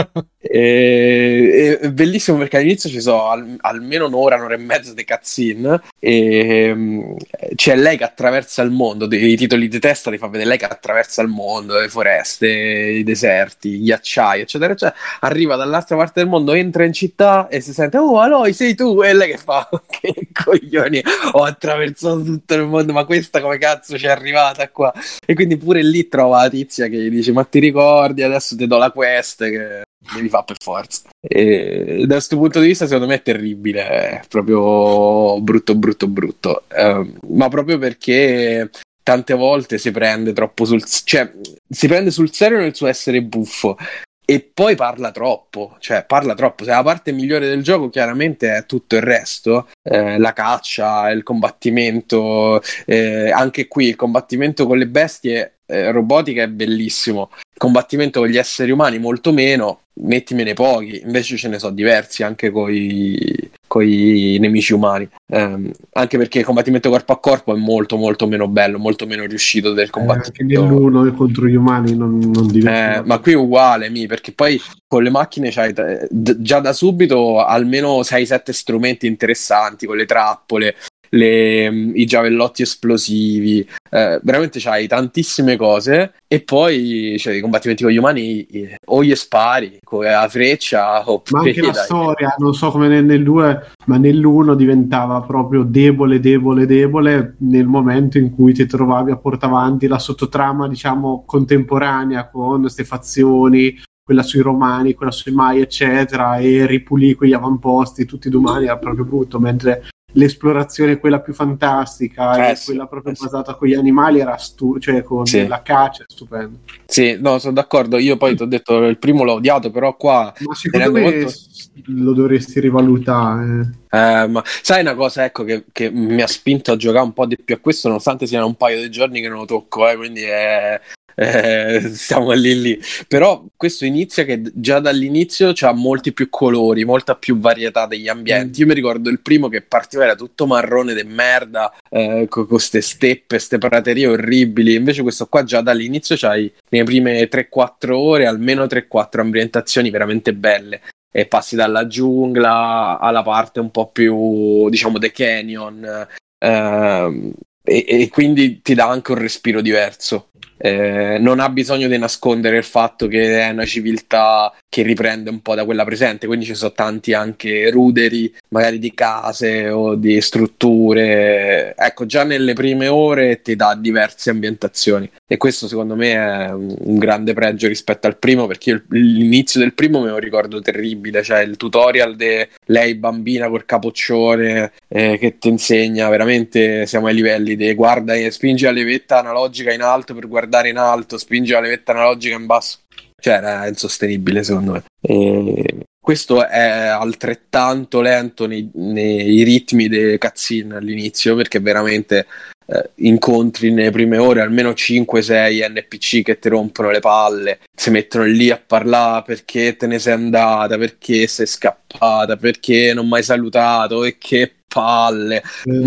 È bellissimo perché all'inizio ci sono almeno un'ora e mezza di cutscene, e c'è lei che attraversa il mondo, i titoli di testa ti fa vedere lei che attraversa il mondo, le foreste, i deserti, i ghiacciai, eccetera eccetera. Arriva dall'altra parte del mondo, entra in città e si sente: oh Aloy, sei tu? E lei che fa: che coglioni, ho attraversato tutto il mondo, ma questa come cazzo ci è arrivata qua? E quindi pure lì trova la tizia che gli dice: ma ti ricordi, adesso ti do la quest che devi fare per forza. E da questo punto di vista secondo me è terribile, è proprio brutto, ma proprio perché tante volte si prende troppo si prende sul serio nel suo essere buffo, e poi parla troppo. Se la parte migliore del gioco chiaramente è tutto il resto, la caccia, il combattimento, anche qui il combattimento con le bestie robotica è bellissimo, il combattimento con gli esseri umani molto meno, mettimene pochi, invece ce ne so diversi anche coi nemici umani, anche perché il combattimento corpo a corpo è molto molto meno bello, molto meno riuscito del combattimento anche nell'uno contro gli umani non diventa ma qui è uguale, perché poi con le macchine c'hai già da subito almeno 6-7 strumenti interessanti, con le trappole, i giavellotti esplosivi, veramente c'hai tantissime cose. E poi c'è i combattimenti con gli umani, o gli spari con la freccia, ma anche la storia, non so come nel 2, ma nell'1 diventava proprio debole nel momento in cui ti trovavi a portare avanti la sottotrama, diciamo, contemporanea, con queste fazioni, quella sui Romani, quella sui Mai, eccetera, e ripulì quegli avamposti tutti domani, era proprio brutto, mentre l'esplorazione, quella più fantastica, e quella proprio basata con gli animali, era cioè con la caccia, stupendo. Sì, no, sono d'accordo. Io poi ti ho detto, il primo l'ho odiato, però qua ma secondo me lo dovresti rivalutare. Ma sai una cosa, ecco, che mi ha spinto a giocare un po' di più a questo, nonostante siano un paio di giorni che non lo tocco, quindi stiamo lì. Però questo inizia che già dall'inizio c'ha molti più colori, molta più varietà degli ambienti. Io mi ricordo il primo che partiva, era tutto marrone de merda, con queste steppe, ste praterie orribili. Invece questo qua già dall'inizio c'hai le prime 3-4 ore almeno 3-4 ambientazioni veramente belle, e passi dalla giungla alla parte un po' più, diciamo, The Canyon, e quindi ti dà anche un respiro diverso. non ha bisogno di nascondere il fatto che è una civiltà che riprende un po' da quella presente, quindi ci sono tanti anche ruderi magari di case o di strutture, ecco, già nelle prime ore ti dà diverse ambientazioni e questo secondo me è un grande pregio rispetto al primo, perché io l'inizio del primo me lo ricordo terribile, cioè il tutorial di lei bambina col capoccione che ti insegna, veramente siamo ai livelli di guarda e spingi la levetta analogica in alto per guardare in alto, spingi la levetta analogica in basso, cioè era insostenibile secondo me. Questo è altrettanto lento nei ritmi dei cutscene all'inizio, perché veramente incontri nelle prime ore almeno 5-6 NPC che ti rompono le palle, si mettono lì a parlare perché te ne sei andata, perché sei scappata, perché non mi hai salutato e che palle,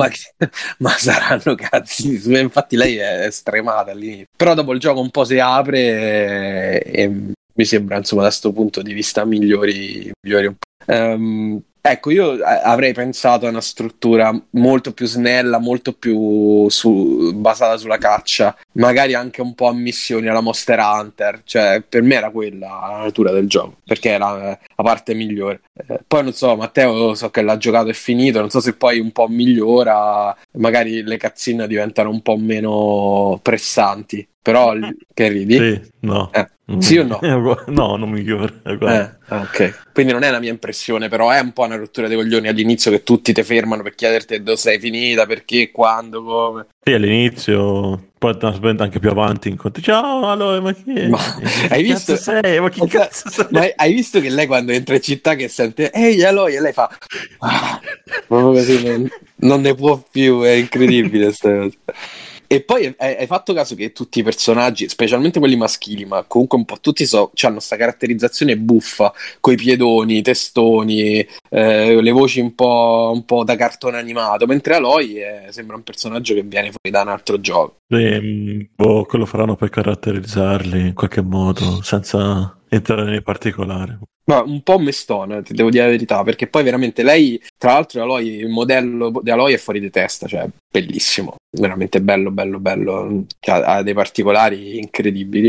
ma saranno cazzi, infatti lei è stremata all'inizio, però dopo il gioco un po' si apre e mi sembra insomma da sto punto di vista migliori un po'. Ecco, io avrei pensato a una struttura molto più snella, molto più basata sulla caccia, magari anche un po' a missioni alla Monster Hunter, cioè per me era quella la natura del gioco, perché era la parte migliore. Poi non so, Matteo so che l'ha giocato e finito, non so se poi un po' migliora, magari le cutscene diventano un po' meno pressanti, però che ridi? Sì, no. Sì o no? No, non migliora. Ok, quindi non è la mia impressione, però è un po' una rottura dei coglioni all'inizio che tutti ti fermano per chiederti dove sei finita, perché, quando, come. Sì, all'inizio, poi anche più avanti incontri. Ciao, allora, ma chi è? Hai visto? Sei? Ma chi cazzo sei? Ma hai visto che lei quando entra in città che sente ehi Aloy e lei fa proprio così, non ne può più, è incredibile sta cosa. E poi hai fatto caso che tutti i personaggi, specialmente quelli maschili, ma comunque un po' tutti hanno sta caratterizzazione buffa, coi piedoni, testoni, le voci un po' da cartone animato, mentre Aloy sembra un personaggio che viene fuori da un altro gioco. Quello faranno per caratterizzarli in qualche modo, senza entrare nei particolari. Ma un po' mestone, ti devo dire la verità, perché poi veramente lei, tra l'altro Aloy, il modello di Aloy è fuori di testa, cioè bellissimo, veramente bello, cioè, ha dei particolari incredibili.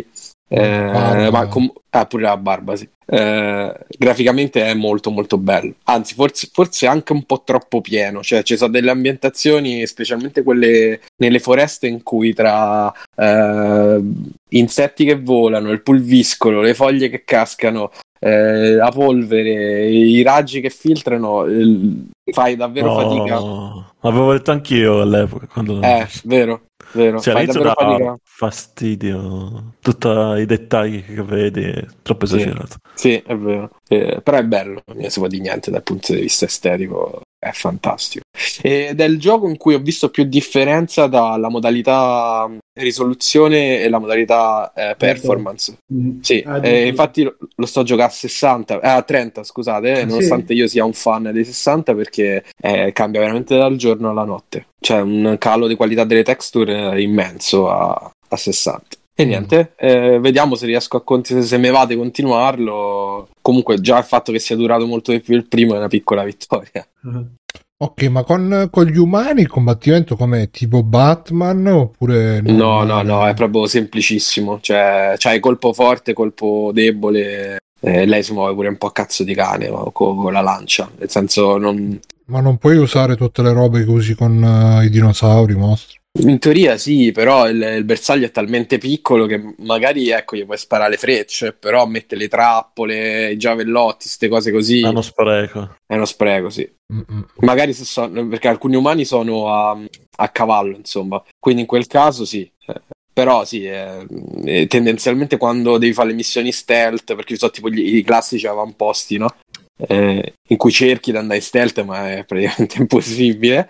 Ma pure la barba, sì. Graficamente è molto molto bello, anzi forse anche un po' troppo pieno, cioè ci sono delle ambientazioni, specialmente quelle nelle foreste, in cui tra insetti che volano, il pulviscolo, le foglie che cascano, la polvere, i raggi che filtrano, fai davvero fatica. Avevo detto anch'io all'epoca quando vero, cioè, fai davvero fatica. Fastidio tutti i dettagli che vedi, è troppo esagerato. Sì, è vero, però è bello, non si può dire niente dal punto di vista estetico, è fantastico. Ed è il gioco in cui ho visto più differenza dalla modalità risoluzione e la modalità performance. Sì, infatti lo sto giocando a 30, scusate, nonostante io sia un fan dei 60, perché cambia veramente dal giorno alla notte, c'è un calo di qualità delle texture immenso a 60. E niente, vediamo se riesco se me va di continuarlo. Comunque già il fatto che sia durato molto di più il primo è una piccola vittoria. Ok, ma con gli umani il combattimento com'è? Tipo Batman oppure... No, è proprio semplicissimo, cioè c'hai colpo forte, colpo debole, lei si muove pure un po' a cazzo di cane con la lancia, nel senso non... Ma non puoi usare tutte le robe che usi con i dinosauri, i mostri? In teoria sì, però il bersaglio è talmente piccolo che magari, ecco, gli puoi sparare le frecce, però mette le trappole, i giavellotti, queste cose così. È uno spreco, sì. Magari perché alcuni umani sono a cavallo, insomma. Quindi in quel caso sì. Però sì, tendenzialmente quando devi fare le missioni stealth, perché ci sono tipo i classici avamposti, no? In cui cerchi di andare in stealth, ma è praticamente impossibile.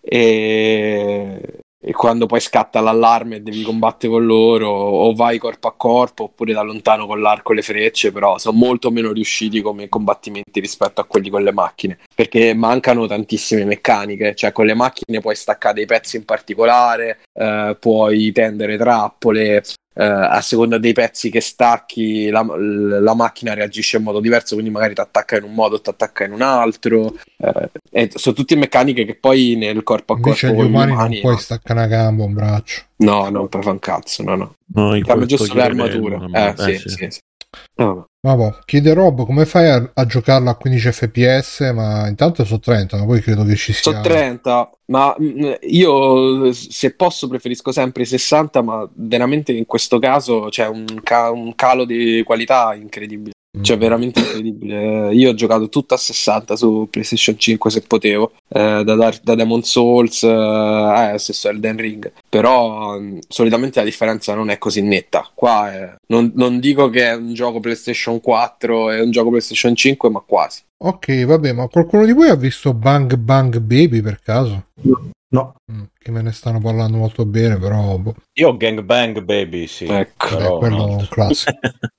E quando poi scatta l'allarme e devi combattere con loro, o vai corpo a corpo oppure da lontano con l'arco e le frecce, però sono molto meno riusciti come combattimenti rispetto a quelli con le macchine, perché mancano tantissime meccaniche, cioè con le macchine puoi staccare dei pezzi in particolare, puoi tendere trappole, a seconda dei pezzi che stacchi la macchina reagisce in modo diverso, quindi magari ti attacca in un modo, ti attacca in un altro, e sono tutte meccaniche che poi nel corpo a corpo invece gli con gli umani umani non puoi staccare una gamba, un braccio. no, non puoi fare un cazzo, no. No, Cambia giusto le armature. Sì. No. Vabbè, chiede Rob come fai a giocarla a 15 fps, ma intanto sono 30, ma poi credo che ci sia. Sono 30, ma io se posso preferisco sempre i 60, ma veramente in questo caso c'è un calo di qualità incredibile. Cioè veramente incredibile. Io ho giocato tutto a 60 su PlayStation 5 se potevo, da Demon Souls, stesso Elden Ring, però solitamente la differenza non è così netta. Qua non dico che è un gioco PlayStation 4 e un gioco PlayStation 5, ma quasi. Ok, vabbè, ma qualcuno di voi ha visto Bang Bang Baby per caso? No. Che me ne stanno parlando molto bene, però Io Gang Bang Baby, sì. Ecco. Però, quello è no. un classico.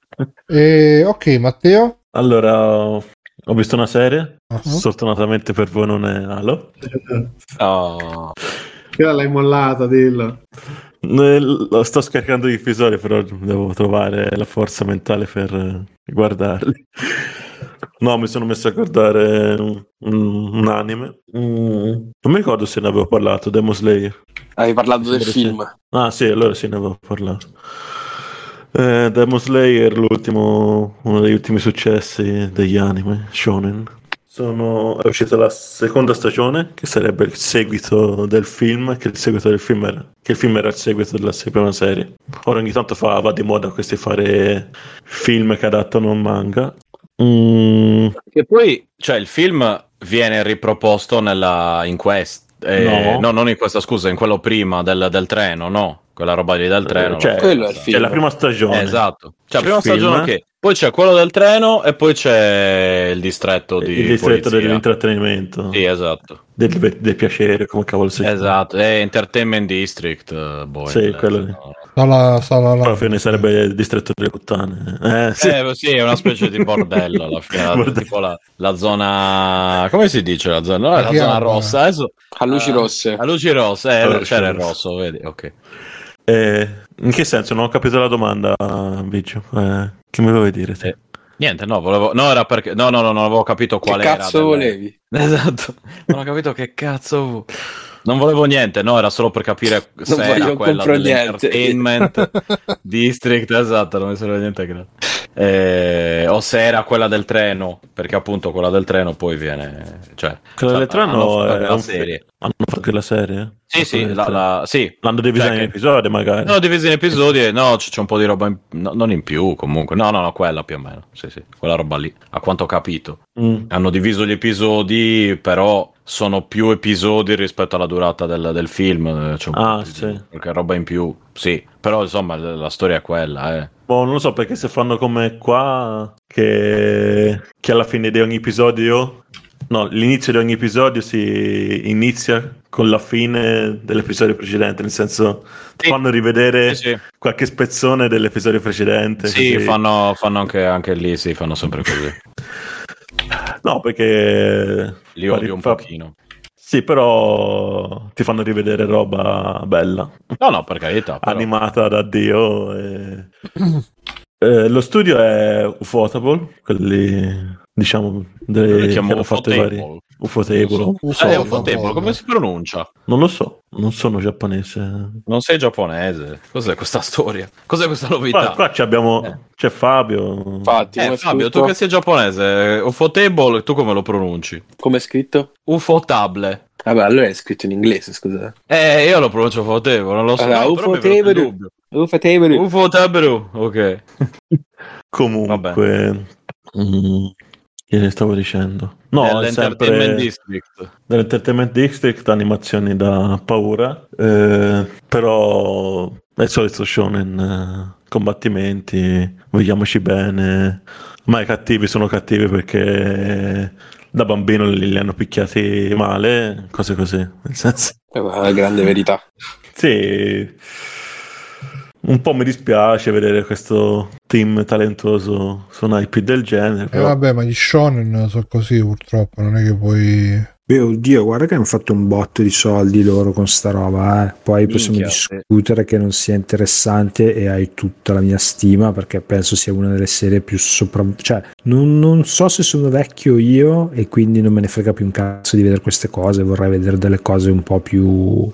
Ok, Matteo? Allora, ho visto una serie, Uh-huh. sfortunatamente per voi non è Halo. Oh. Quella l'hai mollata, dillo. Lo sto scaricando gli episodi, però devo trovare la forza mentale per guardarli. No, mi sono messo a guardare un anime. Non mi ricordo se ne avevo parlato, Demon Slayer. Hai parlato del Sì. film. Ah sì, allora sì, ne avevo parlato. Demon Slayer, uno degli ultimi successi degli anime shonen. È uscita la seconda stagione, che sarebbe il seguito del film, che il film era il seguito della prima serie. Ora ogni tanto va di moda questi fare film che adattano un manga. Che poi, cioè, il film viene riproposto in questa. No, non in questa, scusa, in quello prima del treno, no? Quella roba lì del treno. Quello è il film. C'è la prima stagione. Esatto. Cioè, Il prima film. stagione che poi c'è quello del treno e poi c'è il distretto di Il distretto polizia. dell'intrattenimento. Sì, esatto. Del piacere, come cavolo si chiama. Esatto, è Entertainment District. Sì, quello lì. Alla Alla fine sarebbe il distretto delle puttane. Sì, è una specie di bordello alla fine. Tipo la zona. Come si dice la zona? No, è la zona rossa. Adesso A luci rosse. A luci rosse, Allora, c'era il rosso, vedi? Ok. In che senso? Non ho capito la domanda, Biggio. Che mi vuoi dire? Te? Niente, no, era perché. No, non avevo capito qual era. Che cazzo volevi? Esatto, non ho capito che cazzo. Non volevo niente, no, era solo per capire se era quella dell'Entertainment District, esatto, non mi serve niente o se era quella del treno, perché appunto quella del treno poi viene, cioè quella del treno è la serie. Hanno fatto la serie? Sì, sì. L'hanno divisa in episodi magari. No, divisa in episodi e no, c'è un po' di roba non in più comunque. No, quella più o meno. Sì, quella roba lì, a quanto ho capito. Hanno diviso gli episodi, però sono più episodi rispetto alla durata del film. C'è sì. Qualche roba in più. Sì, però insomma la storia è quella, Boh, non lo so, perché se fanno come qua che alla fine di ogni episodio, no, l'inizio di ogni episodio si inizia con la fine dell'episodio precedente, nel senso fanno rivedere qualche spezzone dell'episodio precedente. Sì, così. Fanno anche lì, sì, fanno sempre così. No, perché li odio un pochino. Sì, però ti fanno rivedere roba bella. No, per carità. Però. Animata da Dio. Lo studio è Ufotable, quelli diciamo che hanno fatto i vari Ufotable. Ufotable, come si pronuncia? Non lo so, non sono giapponese. Non sei giapponese. Cos'è questa storia? Cos'è questa novità? Qua c'è Fabio. Infatti, Fabio, tu che sei giapponese, Ufotable, tu come lo pronunci? Come è scritto? Ufotable. Vabbè, allora è scritto in inglese, scusa. Io lo pronuncio Ufotable, non lo so. Allora, Ufotable, ok. Comunque, che ne stavo dicendo? No, dell'Entertainment District. Dell'Entertainment District, animazioni da paura, però è il solito shonen, combattimenti, vogliamoci bene, ma i cattivi sono cattivi perché da bambino li hanno picchiati male, cose così, nel senso. È una grande verità. Sì. Un po' mi dispiace vedere questo team talentuoso su un IP del genere. Però... vabbè, ma gli shonen sono così purtroppo, non è che puoi Beh, oddio, guarda che hanno fatto un botto di soldi loro con sta roba, Poi possiamo discutere che non sia interessante, e hai tutta la mia stima, perché penso sia una delle serie più cioè, non so se sono vecchio io e quindi non me ne frega più un cazzo di vedere queste cose, vorrei vedere delle cose un po' più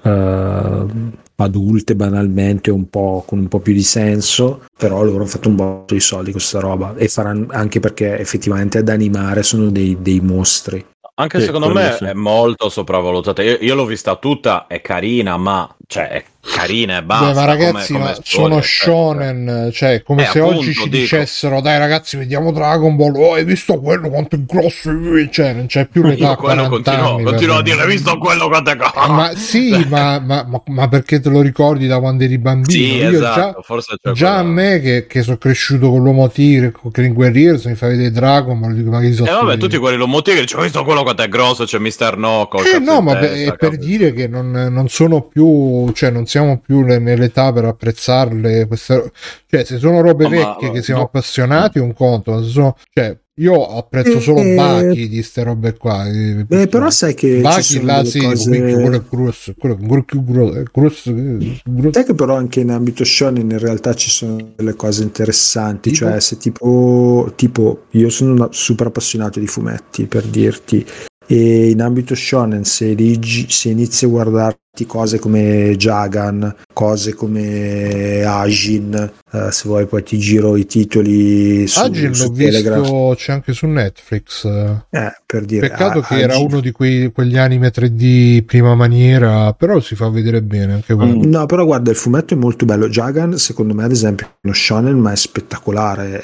adulte, banalmente, con un po' più di senso, però loro hanno fatto un botto di soldi con questa roba, e faranno, anche perché effettivamente ad animare sono dei mostri. Anche secondo me è molto sopravvalutata. Io l'ho vista tutta, è carina, ma cioè è carina e basta. Ma ragazzi, come sono shonen, cioè come se appunto, oggi ci dicessero dai ragazzi vediamo Dragon Ball, hai visto quello quanto è grosso, cioè non c'è più l'età. Quello continuo a dire, hai visto quello quanto è grosso? Ma sì, ma perché te lo ricordi da quando eri bambino? Sì, io esatto, forse già a me che sono cresciuto con l'uomo tigre, con Green Guerriero, se mi fai vedere Dragon Ball, ma che so. Vabbè, tutti quelli l'uomo tigre, ho visto quello quanto è grosso, c'è Mr. Knuckle. No, ma è per dire che non sono più, cioè non siamo più nell'età per apprezzarle queste, cioè se sono robe vecchie che siamo appassionati un conto, cioè io apprezzo solo Baki di ste robe qua, però sai che Baki là sì, cose... quello è grosso, quello è ancora più grosso. Sai che però anche in ambito shonen in realtà ci sono delle cose interessanti, cioè se tipo io sono super appassionato di fumetti, per dirti, e in ambito shonen se inizi a guardarti cose come Jagan, cose come Ajin, se vuoi poi ti giro i titoli su Ajin l'ho visto, c'è anche su Netflix, per dire, peccato che era uno di quegli anime 3D prima maniera, però si fa vedere bene anche quello. No, però guarda, il fumetto è molto bello. Jagan secondo me ad esempio è uno shonen, ma è spettacolare,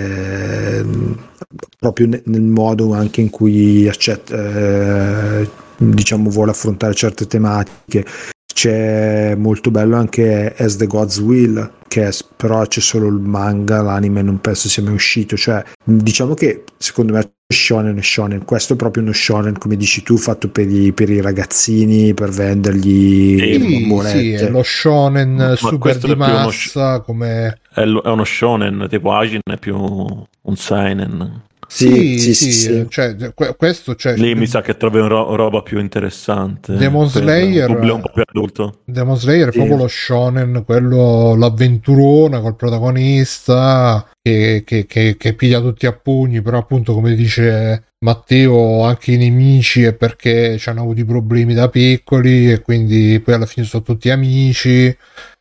proprio nel modo anche in cui diciamo vuole affrontare certe tematiche. C'è molto bello anche As the Gods Will, però c'è solo il manga, l'anime non penso sia mai uscito, cioè diciamo che secondo me shonen, questo è proprio uno shonen come dici tu, fatto per i ragazzini, per vendergli monete. Sì, è lo shonen super di massa, come è uno shonen, tipo Ajin è più un seinen. Sì. Cioè, questo, cioè, lì mi sa che trovi roba più interessante. Demon Slayer un po' più adulto. Demon Slayer è proprio lo shonen, quello l'avventurona col protagonista che piglia tutti a pugni, però appunto come dice Matteo anche i nemici è perché ci hanno avuto i problemi da piccoli e quindi poi alla fine sono tutti amici.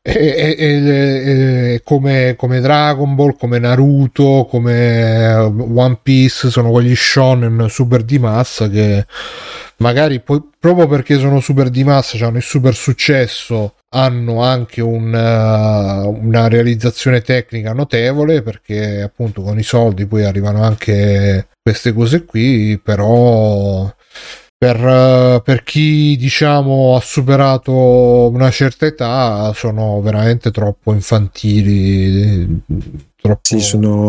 E come Dragon Ball, come Naruto, come One Piece, sono quegli shonen super di massa che magari proprio perché sono super di massa, hanno il super successo, hanno anche una realizzazione tecnica notevole, perché appunto con i soldi poi arrivano anche queste cose qui, però per chi diciamo ha superato una certa età sono veramente troppo infantili, troppo... Sì,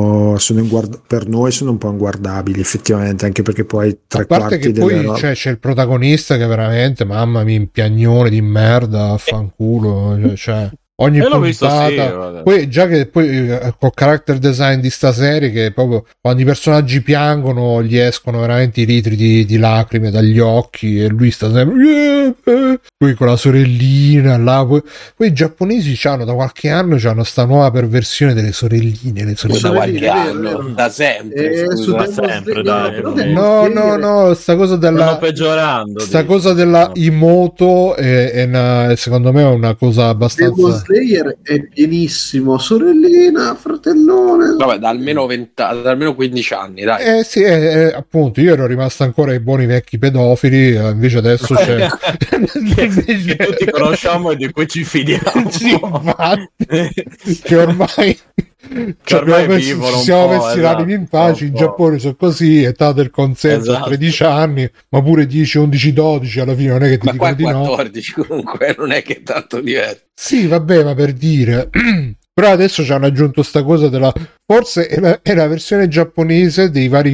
per noi sono un po' inguardabili effettivamente, anche perché poi a parte che poi c'è il protagonista che veramente, mamma mia, un piagnone di merda, fanculo, cioè ogni puntata, poi già che poi col character design di sta serie, che proprio quando i personaggi piangono gli escono veramente i litri di lacrime dagli occhi e lui sta sempre poi con la sorellina là, poi i giapponesi c'hanno da qualche anno sta nuova perversione delle sorelline, da qualche anno, da sempre, dai. No, sta cosa della peggiorando, sta cosa della Imoto è secondo me è una cosa abbastanza... Slayer è pienissimo, sorellina, fratellone. Vabbè, da almeno 15 anni, dai. Sì, appunto, io ero rimasto ancora ai buoni vecchi pedofili, invece adesso c'è... che tutti conosciamo e di cui ci fidiamo. Sì, infatti, che ormai... ci siamo messi l'anima in pace, in Giappone sono così, età del consenso a 13 anni, ma pure 10, 11, 12 alla fine non è che ti dicono di 14 comunque non è che è tanto diverso. Sì, vabbè, ma per dire però adesso ci hanno aggiunto sta cosa della, forse è la versione giapponese dei vari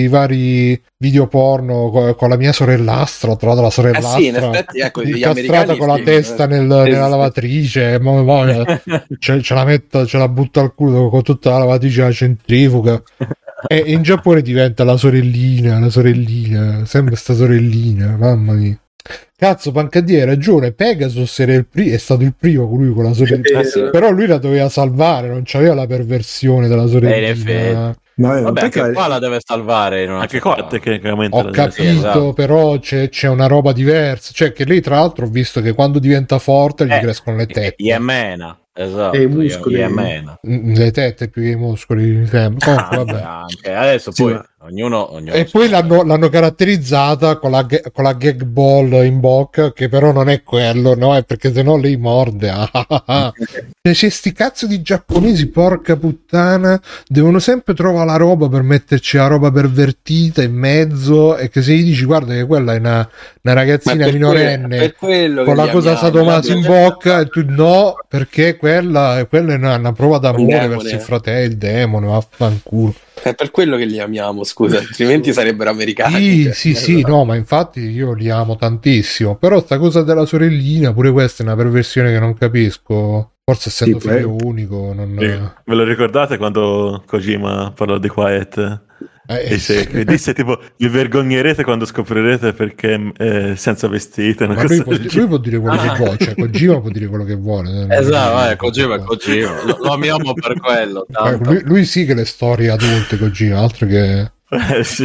video porno con la mia sorellastra. Ho trovato la sorellastra in effetti, ecco, incastrata con la testa nella lavatrice, ce la butta al culo con tutta la lavatrice alla centrifuga. E in Giappone diventa la sorellina, sempre sta sorellina, mamma mia. Cazzo, Pancadì, hai ragione, Pegasus era è stato il primo colui con la sorellina, però lui la doveva salvare, non c'aveva la perversione della sorellina. Vabbè, anche qua la deve salvare, anche qua tecnicamente ho capito, però c'è una roba diversa, cioè che lei tra l'altro ho visto che quando diventa forte gli crescono le tette, esatto, e i muscoli, le tette più che i muscoli, vabbè. Anche adesso sì, poi ognuno e poi l'hanno caratterizzata con la gag ball in bocca, che però non è quello, no, è perché sennò lei morde. C'è sti cazzo di giapponesi, porca puttana, devono sempre trovare la roba per metterci la roba pervertita in mezzo, e che se gli dici guarda che quella è una ragazzina minorenne con la cosa sadomaso in bocca, e tu no, perché quella è una prova d'amore verso il fratello, il demone, vaffanculo. È per quello che li amiamo, scusa, altrimenti sarebbero americani. Sì, no, ma infatti io li amo tantissimo, però sta cosa della sorellina, pure questa è una perversione che non capisco, forse essendo figlio unico non... Ve lo ricordate quando Kojima parlò di Quiet? Disse tipo vi vergognerete quando scoprirete perché senza vestito, ma lui può dire quello che vuole, cioè Kojima può dire quello che vuole, esatto, Kojima lo amiamo per quello, lui sì che le storie adulte Kojima, altro che sì.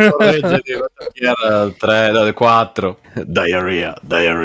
3, 4 diarrhea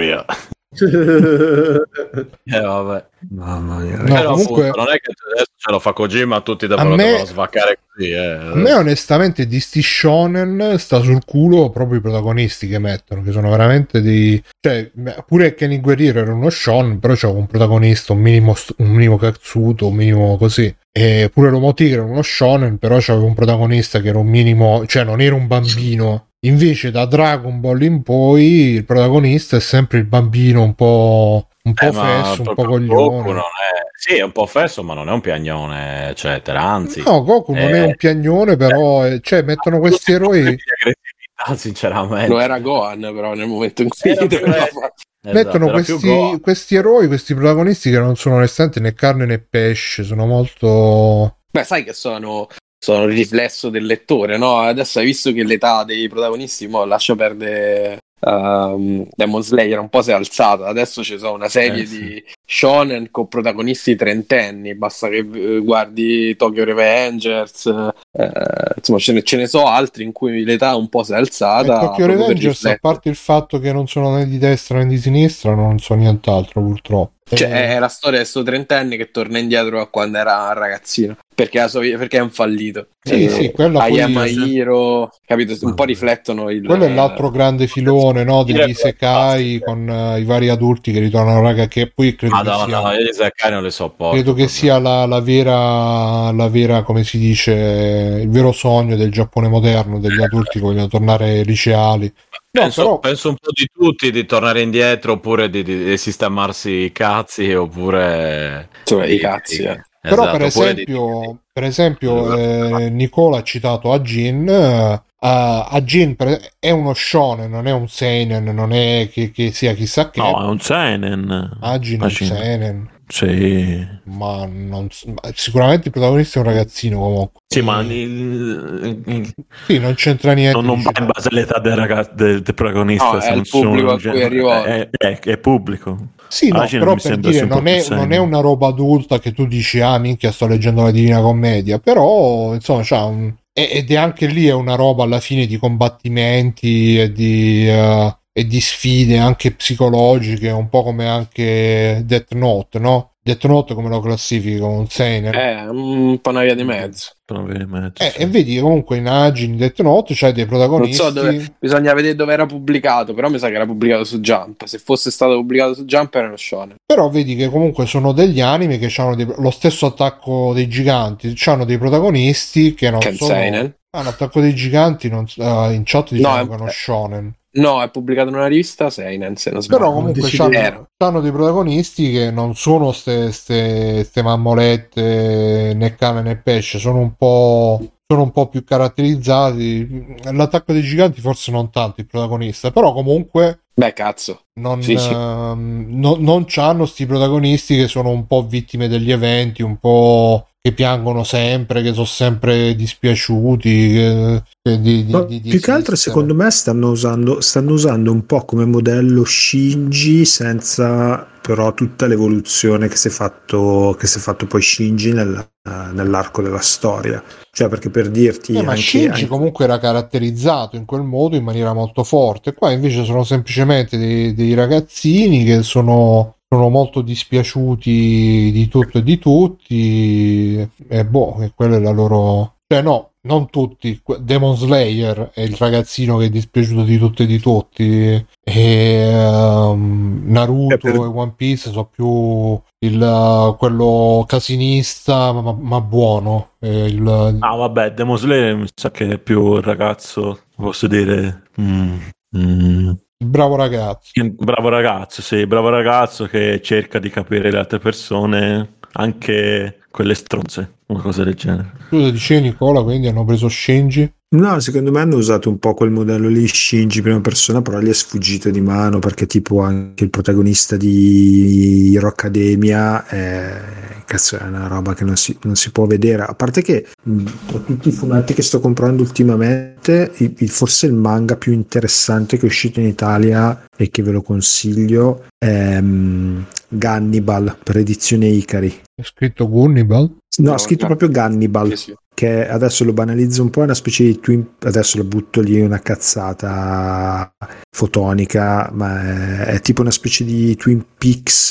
vabbè. Mamma mia. No, però comunque appunto, non è che adesso ce lo fa Kojima, tutti devono svaccare così. A me onestamente di sti shonen sta sul culo proprio i protagonisti che mettono, che sono veramente dei... Cioè, pure Kenny Guerriero era uno shonen, però c'era un protagonista, un minimo cazzuto, un minimo così. E pure Romo Tigre era uno shonen, però c'aveva un protagonista che era un minimo... Cioè, non era un bambino. Invece da Dragon Ball in poi il protagonista è sempre il bambino un po' fesso, un po' coglione. Sì, è un po' fesso, ma non è un piagnone, eccetera, anzi. No, Goku non è un piagnone, però cioè mettono questi eroi... Sinceramente. Lo era Gohan, però nel momento in cui mettono questi eroi, questi protagonisti che non sono onestamente né carne né pesce, sono molto... Beh, sai che sono il riflesso del lettore, no? Adesso hai visto che l'età dei protagonisti, lascia perdere Demon Slayer, un po' si è alzata. Adesso ci sono una serie di shonen con protagonisti trentenni, basta che guardi Tokyo Revengers, insomma ce ne so altri in cui l'età un po' si è alzata. Tokyo Revengers, a parte il fatto che non sono né di destra né di sinistra, non so nient'altro purtroppo. Cioè, è la storia di sto trentenne che torna indietro a quando era ragazzino, perché è un fallito. Sì, quello I Am a Hero, capito? Un po' riflettono quello è l'altro grande filone, no? Degli isekai con i vari adulti che ritornano, raga, che poi credo no, gli isekai non le so poco. Credo che sia la vera, come si dice, il vero sogno del Giappone moderno, degli adulti che vogliono tornare liceali. Penso un po' di tutti di tornare indietro, oppure di sistemarsi i cazzi, oppure i cazzi. Però per esempio Nicola ha citato Ajin. Ajin è uno shonen, non è un seinen, non è che sia chissà che. No, è un seinen. Ajin è un seinen. Sì, ma sicuramente il protagonista è un ragazzino comunque. Sì, ma sì, non c'entra niente. Non va in base all'età del protagonista. No, è il pubblico a cui arriva. È pubblico. Sì, no, però per dire non è una roba adulta che tu dici minchia sto leggendo la Divina Commedia, però insomma ed è anche lì è una roba alla fine di combattimenti e di sfide anche psicologiche, un po' come anche Death Note, no? Death Note come lo classifica un seinen? Un po' una via di mezzo. Sì. E vedi comunque in Ajin, Death Note c'hai dei protagonisti. Non so bisogna vedere dove era pubblicato, però mi sa che era pubblicato su Jump. Se fosse stato pubblicato su Jump era uno shonen. Però vedi che comunque sono degli anime che hanno lo stesso attacco dei giganti, hanno dei protagonisti che non sono... L'attacco dei giganti in chat diciamo che è uno shonen. No, è pubblicato in una rivista Seinen, se non sbaglio. Però comunque c'hanno dei protagonisti che non sono ste mammolette né cane né pesce, sono un po' più caratterizzati. L'attacco dei giganti forse non tanto il protagonista, però comunque Beh, cazzo. Non c'hanno sti protagonisti che sono un po' vittime degli eventi, un po' che piangono sempre, che sono sempre dispiaciuti. Più che altro, secondo me, stanno usando un po' come modello Shinji, senza però tutta l'evoluzione che si è fatto poi Shinji nell'arco della storia. Cioè, perché per dirti, ma Shinji comunque era caratterizzato in quel modo in maniera molto forte. Qua invece sono semplicemente dei ragazzini che sono molto dispiaciuti di tutto e di tutti, e quello è la loro... Cioè no, non tutti. Demon Slayer è il ragazzino che è dispiaciuto di tutto e di tutti, e Naruto e One Piece sono più quello casinista ma buono. Vabbè, Demon Slayer mi sa che è più il ragazzo, posso dire... Bravo ragazzo. Bravo ragazzo che cerca di capire le altre persone, anche quelle stronze, una cosa del genere. Tu dicevi, Nicola, quindi hanno preso Shinji? No, secondo me hanno usato un po' quel modello lì, Shinji prima persona, però gli è sfuggito di mano, perché tipo anche il protagonista di Hero Academia cazzo, è una roba che non si può vedere, a parte che tra tutti i fumetti che sto comprando ultimamente, forse il manga più interessante che è uscito in Italia e che ve lo consiglio è Gannibal per edizione Icari. È scritto Gunnibal? No, ha scritto proprio Gannibal, sì. Che adesso lo banalizzo un po', è una specie di adesso lo butto lì, una cazzata fotonica, ma è tipo una specie di Twin Peaks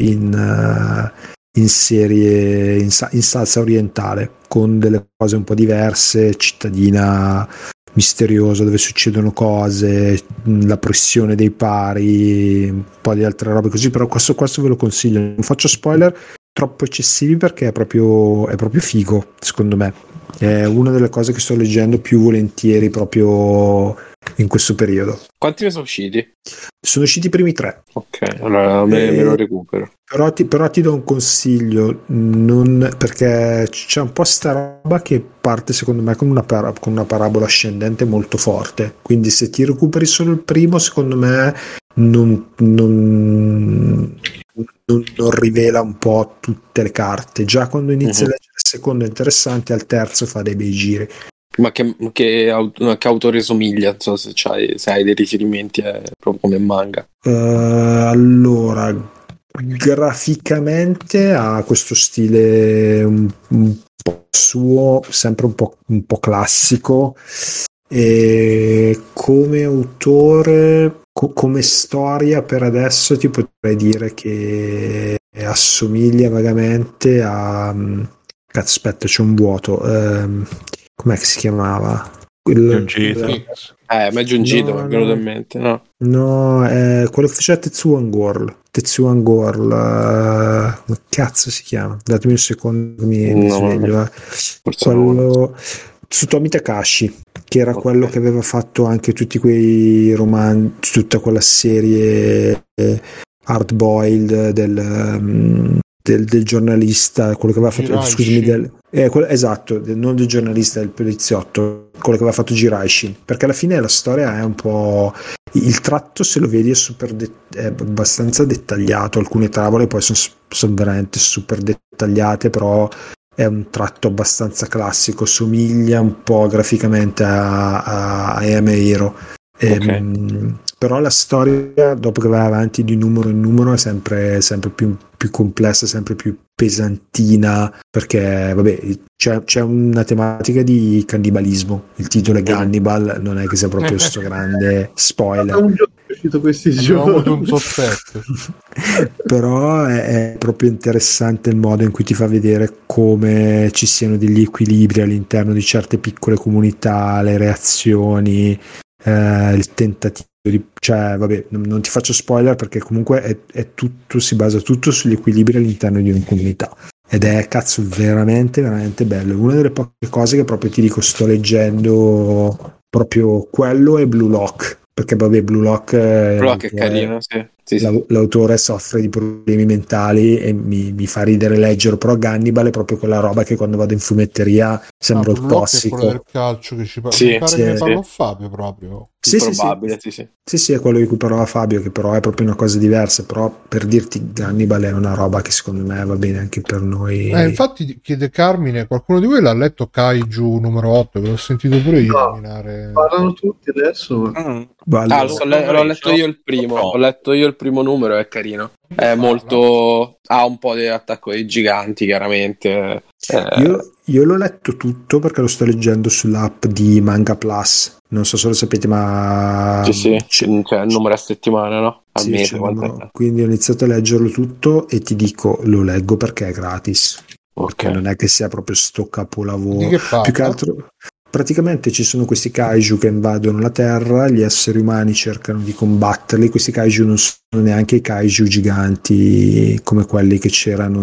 in serie, in salsa orientale, con delle cose un po' diverse, cittadina misteriosa dove succedono cose, la pressione dei pari, un po' di altre robe così, però questo ve lo consiglio, non faccio spoiler troppo eccessivi perché è proprio figo, secondo me. È una delle cose che sto leggendo più volentieri proprio in questo periodo. Quanti ne sono usciti? Sono usciti i primi 3. Ok, allora me lo recupero. Però ti do un consiglio, perché c'è un po' sta roba che parte secondo me con una parabola ascendente molto forte, quindi se ti recuperi solo il primo, secondo me non rivela un po' tutte le carte. Già quando inizi a leggere il secondo è interessante, al terzo fa dei bei giri. Ma che autore somiglia? Non so se hai dei riferimenti proprio come manga. Allora, graficamente ha questo stile un po' suo, sempre un po' classico, e come autore, come storia per adesso ti potrei dire che assomiglia vagamente a... Cazzo, aspetta, c'è un vuoto. Com'è che si chiamava? Ma è Giungito, mi è venuto in mente, no? No, quello che faceva Tetsuan Girl. Come cazzo si chiama? Datemi un secondo, mi sveglio. Quello su Tomi Takashi, che era quello che aveva fatto anche tutti quei romanzi, tutta quella serie Hard Boiled del giornalista, quello che aveva fatto, scusami, esatto, non del giornalista, del poliziotto, quello che aveva fatto Jiraishi, perché alla fine la storia è un po', il tratto, se lo vedi, è abbastanza dettagliato, alcune tavole poi sono veramente super dettagliate, però è un tratto abbastanza classico, somiglia un po' graficamente a Ame Hero. Però la storia, dopo che va avanti di numero in numero, è sempre più complessa, sempre più pesantina, perché vabbè, c'è una tematica di cannibalismo. Il titolo è Gannibal, non è che sia proprio questo grande spoiler. È un gioco uscito questi giorni, un sospetto. Però è proprio interessante il modo in cui ti fa vedere come ci siano degli equilibri all'interno di certe piccole comunità, le reazioni, il tentativo cioè vabbè, non ti faccio spoiler perché comunque è tutto, si basa tutto sugli equilibri all'interno di una comunità, ed è cazzo veramente veramente bello. È una delle poche cose che proprio ti dico sto leggendo, proprio quello, e Blue Lock, perché vabbè, Blue Lock è carino, sì. L'autore soffre di problemi mentali e mi fa ridere leggerlo, però Gannibal è proprio quella roba che quando vado in fumetteria sembra il tossico. È quello del calcio che ci parla, che ne parlò Fabio proprio. probabile. Sì, è quello di cui parlava Fabio, che però è proprio una cosa diversa. Però per dirti, Hannibal è una roba che secondo me va bene anche per noi. Infatti chiede Carmine, qualcuno di voi l'ha letto Kaiju numero 8? Che l'ho sentito pure io nominare. Parlano tutti adesso. L'ho letto io il primo. Ho letto io il primo numero, è carino. È molto... ha un po' di attacco dei giganti, chiaramente. Io l'ho letto tutto perché lo sto leggendo sull'app di Manga Plus. Non so se lo sapete, ma c'è il numero a settimana, no? Al mese, quindi ho iniziato a leggerlo tutto e ti dico, lo leggo perché è gratis. Perché non è che sia proprio sto capolavoro. Più che altro, praticamente ci sono questi kaiju che invadono la Terra, gli esseri umani cercano di combatterli. Questi kaiju non sono neanche i kaiju giganti come quelli che c'erano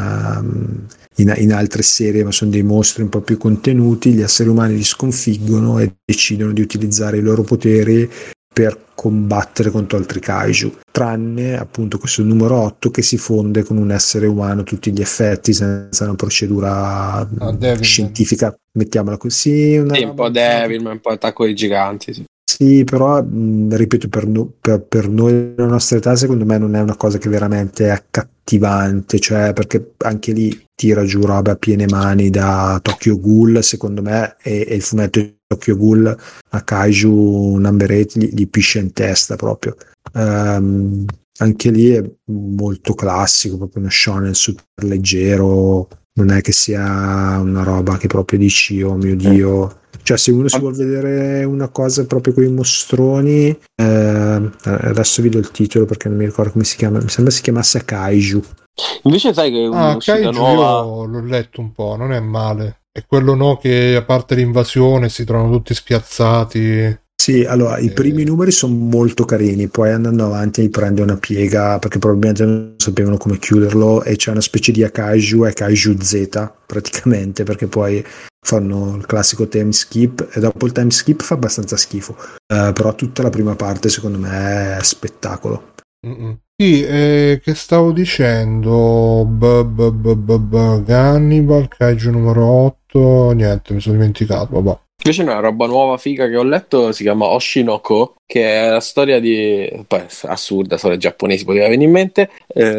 in altre serie, ma sono dei mostri un po' più contenuti. Gli esseri umani li sconfiggono e decidono di utilizzare i loro poteri per combattere contro altri kaiju, tranne appunto questo numero 8 che si fonde con un essere umano a tutti gli effetti, senza una procedura scientifica, mettiamola così. Un po' Devilman, un po' attacco dei giganti. Sì, però ripeto, per noi della nostra età secondo me non è una cosa che veramente è accattivante, cioè, perché anche lì tira giù roba a piene mani da Tokyo Ghoul, secondo me, e il fumetto di Tokyo Ghoul a Kaiju Number 8 gli piscia in testa proprio. Anche lì è molto classico, proprio uno shonen super leggero, non è che sia una roba che proprio dici oh mio Dio. Cioè, se uno si vuole vedere una cosa proprio con i mostroni, adesso vi do il titolo perché non mi ricordo come si chiama, mi sembra si chiamasse Kaiju. Invece sai che è un'uscita Kaiju nuova. Io l'ho letto un po', non è male. È quello che a parte l'invasione si trovano tutti spiazzati. Sì, allora i primi numeri sono molto carini, poi andando avanti gli prende una piega perché probabilmente non sapevano come chiuderlo e c'è una specie di Akaiju e Kaiju Z praticamente, perché poi fanno il classico time skip e dopo il time skip fa abbastanza schifo, però tutta la prima parte secondo me è spettacolo. Sì, che stavo dicendo Hannibal, Kaiju numero 8, niente, mi sono dimenticato, vabbè. Invece una roba nuova figa che ho letto si chiama Oshinoko, che è la storia di... poi assurda, storia giapponesi poteva venire in mente.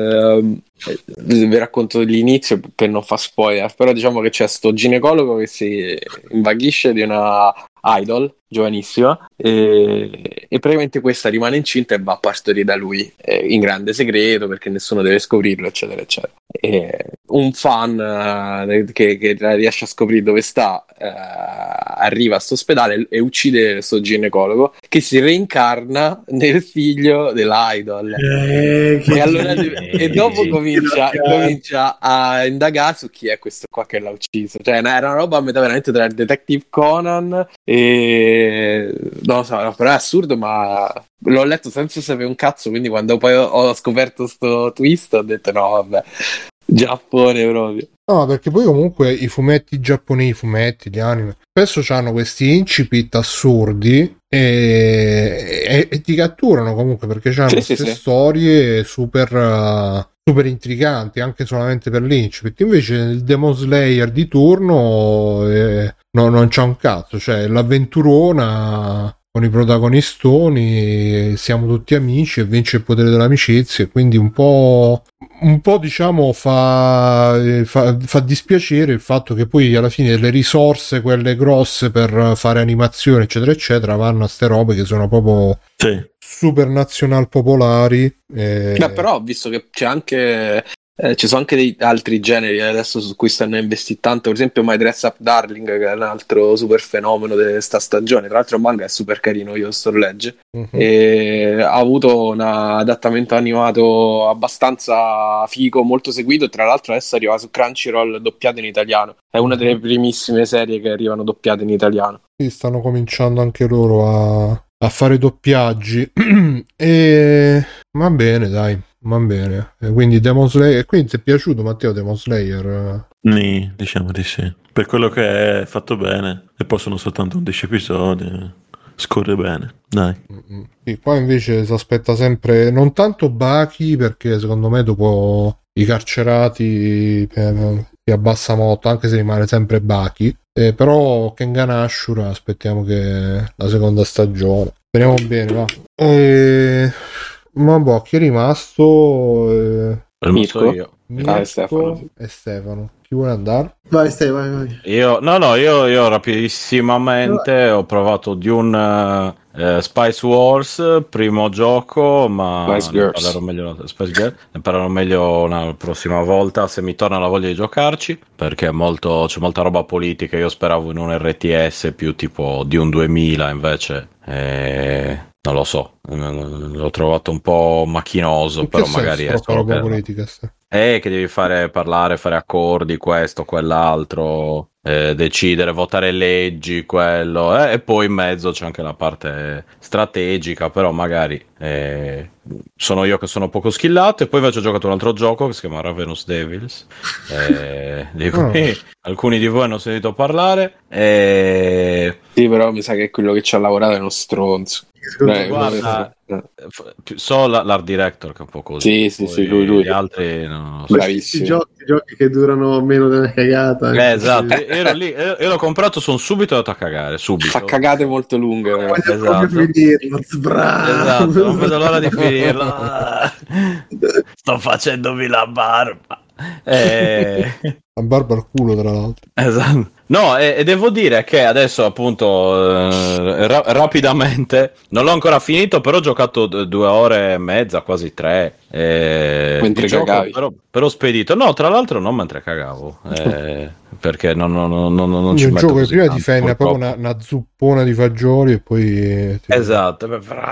Vi racconto l'inizio per non far spoiler, però diciamo che c'è sto ginecologo che si invaghisce di una idol giovanissima e praticamente questa rimane incinta e va a partorire da lui in grande segreto perché nessuno deve scoprirlo, eccetera eccetera. E un fan che riesce a scoprire dove sta arriva a sto ospedale e uccide sto ginecologo che si reincarna nel figlio dell'idol e dopo comincia a indagare su chi è questo qua che l'ha ucciso. Cioè era una roba a metà veramente tra il Detective Conan e non lo so, però è assurdo, ma l'ho letto senza sapere un cazzo, quindi quando poi ho scoperto sto twist ho detto no vabbè, Giappone proprio. No, perché poi comunque i fumetti giapponesi, gli anime, spesso hanno questi incipit assurdi e ti catturano comunque perché hanno queste storie super intriganti anche solamente per l'incipit. Invece il Demon Slayer di turno non c'ha un cazzo, cioè l'avventurona con i protagonistoni, siamo tutti amici e vince il potere dell'amicizia, e quindi un po' diciamo fa dispiacere il fatto che poi alla fine le risorse quelle grosse per fare animazione eccetera eccetera vanno a ste robe che sono proprio super nazional popolari. Però ho visto che c'è anche ci sono anche dei altri generi adesso su cui stanno investindo tanto, per esempio My Dress Up Darling, che è un altro super fenomeno di questa stagione. Tra l'altro il manga è super carino, io sto leggendo e ha avuto un adattamento animato abbastanza figo, molto seguito, e tra l'altro adesso arriva su Crunchyroll doppiato in italiano, è una delle primissime serie che arrivano doppiate in italiano. Sì, stanno cominciando anche loro a fare doppiaggi e va bene, dai. Va bene, quindi Demon Slayer. Quindi ti è piaciuto, Matteo, Demon Slayer? Sì, diciamo di sì. Per quello che è fatto bene, e poi sono soltanto 11 episodi, scorre bene, dai. Sì, qua invece si aspetta sempre, non tanto Baki, perché secondo me dopo i carcerati si abbassa molto, anche se rimane sempre Baki. Però Kengan Ashura aspettiamo che la seconda stagione. Speriamo bene, va. Ma boh, chi è rimasto? Mirko. Mirko e Stefano. Chi vuole andare? Vai Stefano, vai. Io rapidissimamente ho provato Dune Spice Wars, primo gioco, ma ne parlerò meglio una prossima volta se mi torna la voglia di giocarci, perché c'è molta roba politica. Io speravo in un RTS più tipo Dune 2000, invece non lo so, l'ho trovato un po' macchinoso, però magari è solo roba politica. che devi fare accordi, questo, quell'altro, decidere, votare leggi, quello, e poi in mezzo c'è anche la parte strategica, però magari sono io che sono poco skillato. E poi invece ho giocato un altro gioco che si chiama Ravenous Devils, di cui alcuni di voi hanno sentito parlare. Sì, però mi sa che quello che ci ha lavorato è uno stronzo. Guarda, so l'art director che è un po' così. Sì, lui. Gli altri no. Bravissimi. Giochi che durano meno di una cagata. Esatto, ero lì, io l'ho comprato, sono subito andato a cagare, subito. Fa cagate molto lunghe. Esatto, non vedo l'ora di finirlo. Sto facendomi la barba. La barba al culo, tra l'altro. Esatto. No, e devo dire che adesso appunto rapidamente non l'ho ancora finito, però ho giocato 2 ore e mezza, quasi 3. Mentre cagavi? Però spedito. No, tra l'altro non mentre cagavo, perché non ci metto gioco che prima tanto, ti fai proprio una zuppona di fagioli e poi esatto.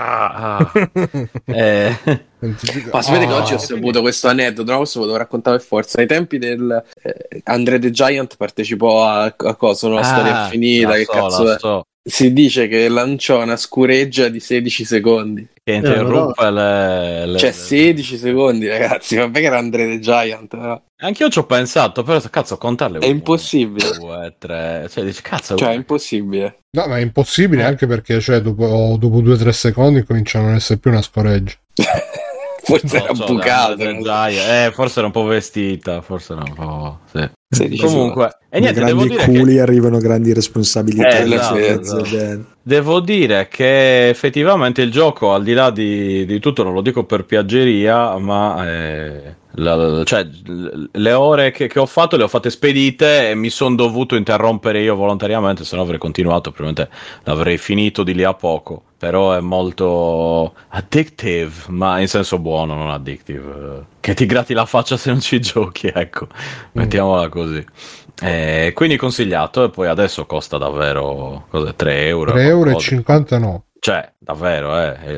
Ma sapete che oggi ho saputo questo aneddoto, no? Questo ve lo raccontare per forza. Ai tempi del Andre the Giant partecipò a cosa, una storia infinita, che cazzo è? Si dice che lanciò una scureggia di 16 secondi che interrompe cioè 16 secondi, ragazzi, vabbè che era Andre the Giant, no? Anche io ci ho pensato, però cazzo contarle è impossibile. 2, 3, cioè dici cazzo, cioè è impossibile. No, ma è impossibile anche perché cioè dopo 2-3 secondi cominciano a non essere più una scoreggia. Forse era bucato, forse era un po' vestita, forse era un po', sì. Comunque, e niente, grandi devo dire culi che arrivano grandi responsabilità. Esatto. Devo dire che effettivamente il gioco, al di là di tutto, non lo dico per piaggeria, ma cioè, le ore che ho fatto le ho fatte spedite e mi sono dovuto interrompere io volontariamente, se no avrei continuato, probabilmente l'avrei finito di lì a poco. Però è molto addictive, ma in senso buono, non addictive, che ti gratti la faccia se non ci giochi, ecco, mettiamola così. Quindi consigliato, e poi adesso costa davvero 3 euro. 3,59 €. Cioè, davvero,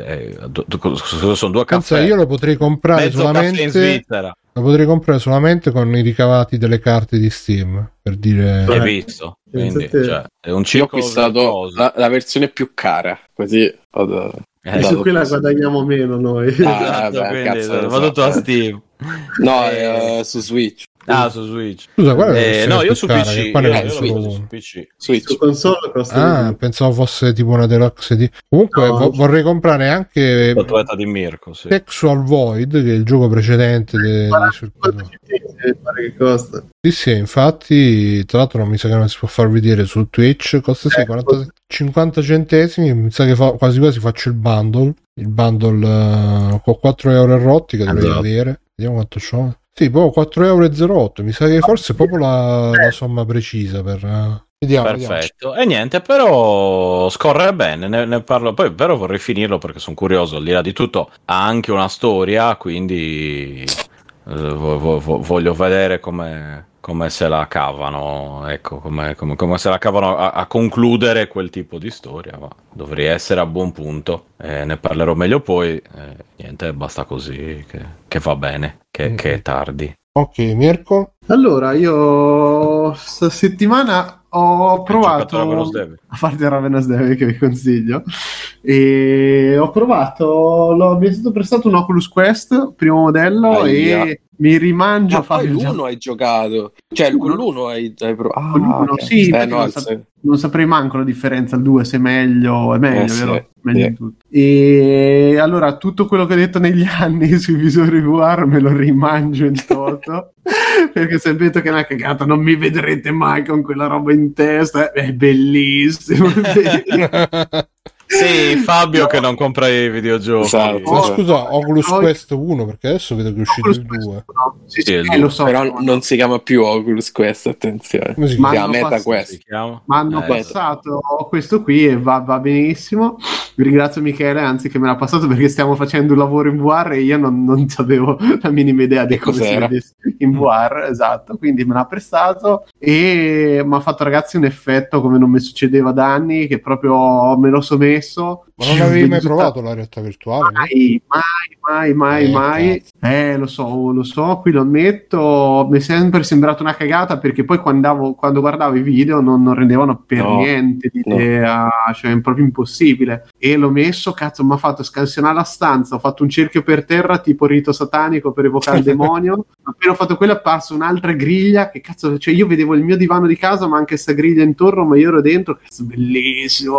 sono 2 caffè. Pensa, io lo potrei comprare solamente in Svizzera. Lo potrei comprare solamente con i ricavati delle carte di Steam, per dire. Hai visto? Quindi, cioè, è un circolo. Io ho acquistato la versione più cara, così su quella guadagniamo meno noi. Esatto, quindi va tutto a Steam. No, su Switch. Su Switch. Scusa, guarda, no, io su PC. Io su PC. Su console costa pensavo fosse tipo una deluxe di... Comunque vorrei comprare anche di Mirko, sì. Sexual Void, che è il gioco precedente pare che costa. Sì, infatti, tra l'altro non mi sa che non si può far vedere su Twitch, costa 50 centesimi, mi sa che quasi quasi faccio il bundle con 4 euro e rotti che dovrei avere. Vediamo quanto c'ho. Sì, poi 4,08 euro, mi sa che forse è proprio la somma precisa per... Vediamo. Perfetto. E niente, però scorre bene, ne parlo poi, però vorrei finirlo perché sono curioso, al di là di tutto ha anche una storia, quindi voglio vedere come se la cavano, ecco, come se la cavano a concludere quel tipo di storia, ma dovrei essere a buon punto, ne parlerò meglio poi, niente, basta così, che va bene, che è tardi. Ok, Mirko? Allora, io sta settimana ho provato, a parte Ravenous Devil che vi consiglio, e ho provato, mi è stato prestato un Oculus Quest, primo modello, e mi rimangio. Ma poi l'1 hai giocato, cioè con l'1 hai provato? Sì, non saprei manco la differenza, il 2 se è meglio, vero? Meglio di tutto. E allora tutto quello che ho detto negli anni sui visori VR me lo rimangio in toto perché se vedo che è una cagata non mi vedrete mai con quella roba in testa, è bellissimo. Sì, Fabio che non compra i videogiochi. Esatto. Ma scusa, Oculus Quest 1, perché adesso vedo che è uscito il 2. Sì, lo so. Però non si chiama più Oculus Quest, attenzione. Come si Ma chiama? hanno Meta passato- Quest. Ma hanno passato questo qui e va benissimo. Vi ringrazio Michele, anzi che me l'ha passato, perché stiamo facendo un lavoro in VR e io non avevo la minima idea di come si cos'era? vedesse in VR, esatto, quindi me l'ha prestato e mi ha fatto, ragazzi, un effetto come non mi succedeva da anni, che proprio me lo so messo. Ma non avevi mai provato la realtà virtuale? No? Mai. Lo so, qui lo ammetto, mi è sempre sembrato una cagata, perché poi quando guardavo i video non rendevano per niente l'idea, cioè è proprio impossibile. E l'ho messo, cazzo, mi ha fatto scansionare la stanza, ho fatto un cerchio per terra tipo rito satanico per evocare il demonio. Appena ho fatto quello è apparsa un'altra griglia, che cazzo, cioè io vedevo il mio divano di casa ma anche sta griglia intorno, ma io ero dentro, cazzo, bellissimo.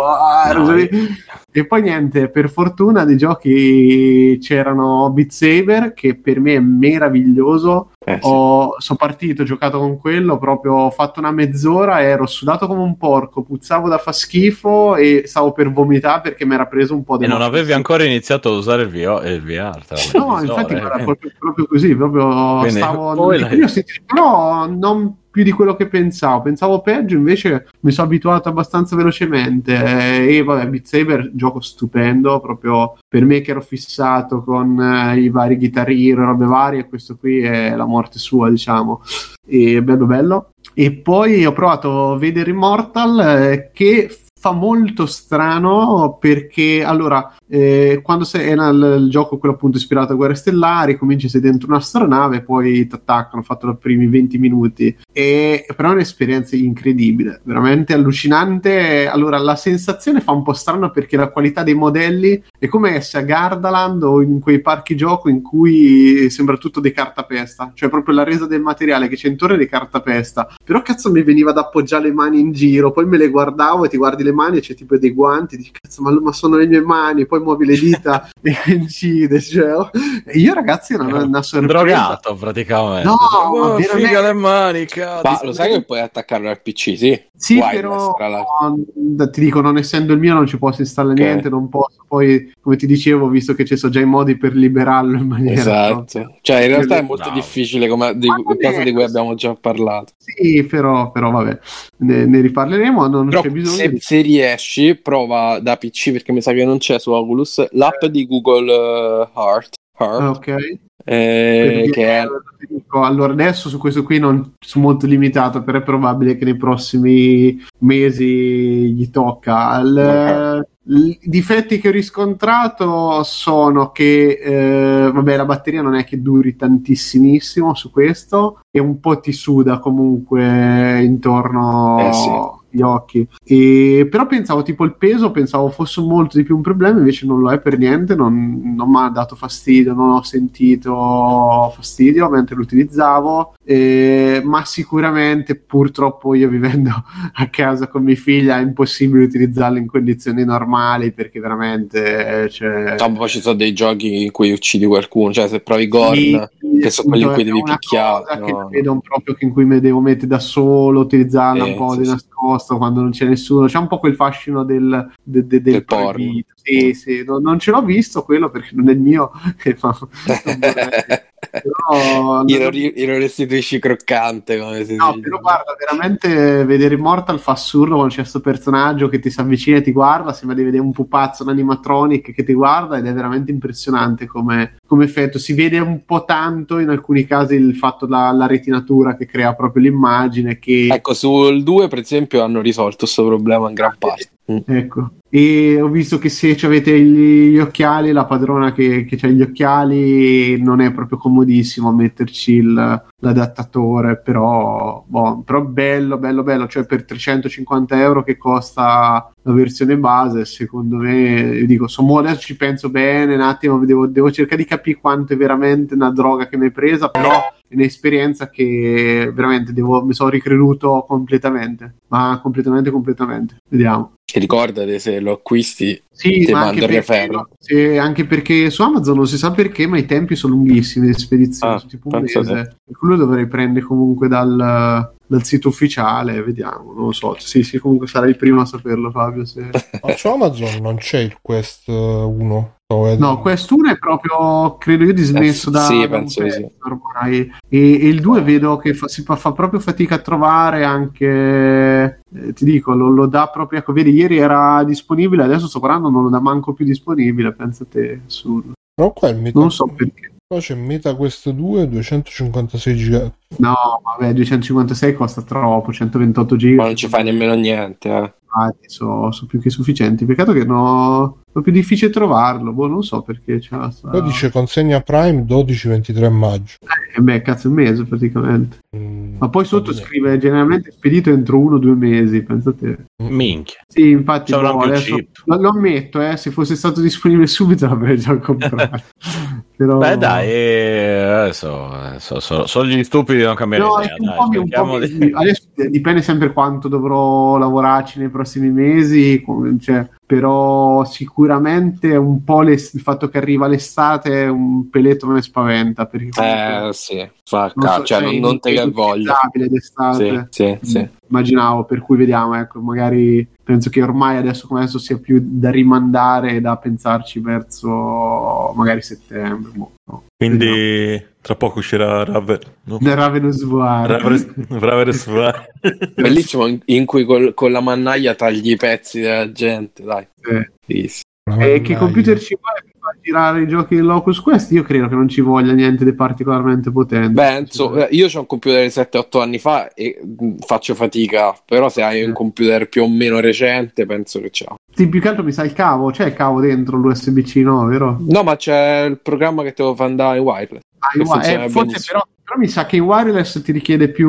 E poi niente, per fortuna dei giochi c'erano Beat Saber, che per me è meraviglioso. Sì. Sono partito, ho giocato con quello, proprio ho fatto una mezz'ora, ero sudato come un porco, puzzavo da fa schifo e stavo per vomitare perché mi era preso un po' di... E non avevi ancora iniziato a usare il VR? No, infatti guarda, proprio così, proprio quindi, stavo... Però non più di quello che pensavo peggio, invece mi sono abituato abbastanza velocemente e vabbè, Beat Saber, gioco stupendo, proprio per me che ero fissato con i vari Guitar Hero, robe varie, questo qui è la morte sua, diciamo, e bello. E poi ho provato a vedere Immortal, che fa molto strano, perché allora quando sei nel gioco, quello appunto ispirato a Guerre Stellari, cominci, sei dentro un'astronave, poi ti attaccano, ho fatto i primi 20 minuti, e però è un'esperienza incredibile, veramente allucinante. Allora la sensazione fa un po' strano, perché la qualità dei modelli è come se a Gardaland o in quei parchi gioco in cui sembra tutto di cartapesta, cioè proprio la resa del materiale che c'è intorno è di cartapesta, però cazzo mi veniva da appoggiare le mani in giro, poi me le guardavo e ti guardi le mani e c'è tipo dei guanti, dici cazzo ma sono le mie mani, poi muovi le dita e incide, cioè, e io ragazzi una sorpresa, drogato praticamente, no, figa le mani, cazzo. Ma lo sai che puoi attaccarlo al PC, sì, però ti dico, non essendo il mio non ci posso installare niente, non posso, poi come ti dicevo, visto che ci sono già i modi per liberarlo in maniera esatto, cioè in realtà è molto difficile, come cosa di cui abbiamo già parlato. Sì, però vabbè, ne riparleremo, non c'è bisogno. Se riesci, prova da PC, perché mi sa che non c'è su Oculus, l'app di Google Heart. Ok. Che è... Allora adesso su questo qui non sono molto limitato, però è probabile che nei prossimi mesi gli tocca. I difetti che ho riscontrato sono che vabbè, la batteria non è che duri tantissimissimo su questo, e un po' ti suda comunque intorno gli occhi, però pensavo tipo il peso, pensavo fosse molto di più un problema, invece non lo è per niente, non mi ha dato fastidio, non ho sentito fastidio mentre lo utilizzavo, ma sicuramente purtroppo io vivendo a casa con mia figlia è impossibile utilizzarlo in condizioni normali, perché veramente poi ci sono dei giochi in cui uccidi qualcuno, cioè se provi Gorn, che sono quelli in cui devi picchiare, che vedo proprio che in cui mi devo mettere da solo, utilizzarla un po' di nascosto quando non c'è nessuno, c'è un po' quel fascino del porno. Sì, non ce l'ho visto quello perché non è il mio, però lo restituisci croccante, come si dice. Però guarda, veramente vedere Immortal fa assurdo quando c'è questo personaggio che ti si avvicina e ti guarda, sembra di vedere un pupazzo, un animatronic che ti guarda, ed è veramente impressionante come effetto. Si vede un po' tanto in alcuni casi il fatto la retinatura che crea proprio l'immagine, che ecco, sul 2 per esempio hanno risolto questo problema in gran parte. Ecco, e ho visto che se avete gli occhiali, la padrona che c'ha gli occhiali, non è proprio comodissimo metterci l'adattatore, però bello, cioè per 350 euro che costa la versione base, secondo me, dico, adesso ci penso bene un attimo, devo cercare di capire quanto è veramente una droga che mi hai presa, però è un'esperienza che veramente mi sono ricreduto completamente, ma completamente, vediamo. E ricordate, se lo acquisti sì, ti ma mando il referro. Sì, anche perché su Amazon non si sa perché, ma i tempi sono lunghissimi, le spedizioni, tipo un mese, e quello dovrei prendere comunque dal dal sito ufficiale, vediamo, non lo so. Sì, comunque sarai il primo a saperlo, Fabio. Se... Ma su Amazon non c'è il Quest 1. No, Quest 1 è proprio, credo io, dismesso da penso sì. Ormai. E il 2 vedo che fa proprio fatica a trovare anche, ti dico, lo dà proprio, ecco, vedi, ieri era disponibile, adesso sto guardando, non lo dà manco più disponibile, pensa te, però qua il non so perché. Qua c'è MetaQuest 2, 256 giga. No, vabbè, 256 costa troppo, 128 giga. Ma non ci fai nemmeno niente, sono più che sufficienti. Peccato che è più difficile trovarlo. Non so perché. Poi dice consegna Prime 12-23 maggio. Cazzo, un mese praticamente. Ma poi sotto scrive generalmente spedito entro 1 o 2 mesi. Pensate. Minchia. Sì, infatti adesso, lo ammetto, se fosse stato disponibile subito l'avrei già comprato. Però... Beh dai, sono gli stupidi di non cambiare idea. Adesso dipende sempre quanto dovrò lavorarci nei prossimi mesi, però sicuramente un po' il fatto che arriva l'estate un peletto me ne spaventa, perché sì, non te che voglia d'estate. Sì. Immaginavo, per cui vediamo, ecco, magari penso che ormai adesso come adesso sia più da rimandare e da pensarci verso magari settembre. Quindi vediamo. Tra poco uscirà Ravenous War. Bellissimo, in cui con la mannaia tagli i pezzi della gente, dai. E che computer ci vuole per far girare i giochi del Locus Quest? Io credo che non ci voglia niente di particolarmente potente. Io ho un computer di 7-8 anni fa e faccio fatica, però se hai un computer più o meno recente penso che c'ha. Sì, più che altro mi sa il cavo, c'è il cavo dentro l'USB-C, no, vero? No, ma c'è il programma che te lo fa andare in wireless. Forse però mi sa che in wireless ti richiede più...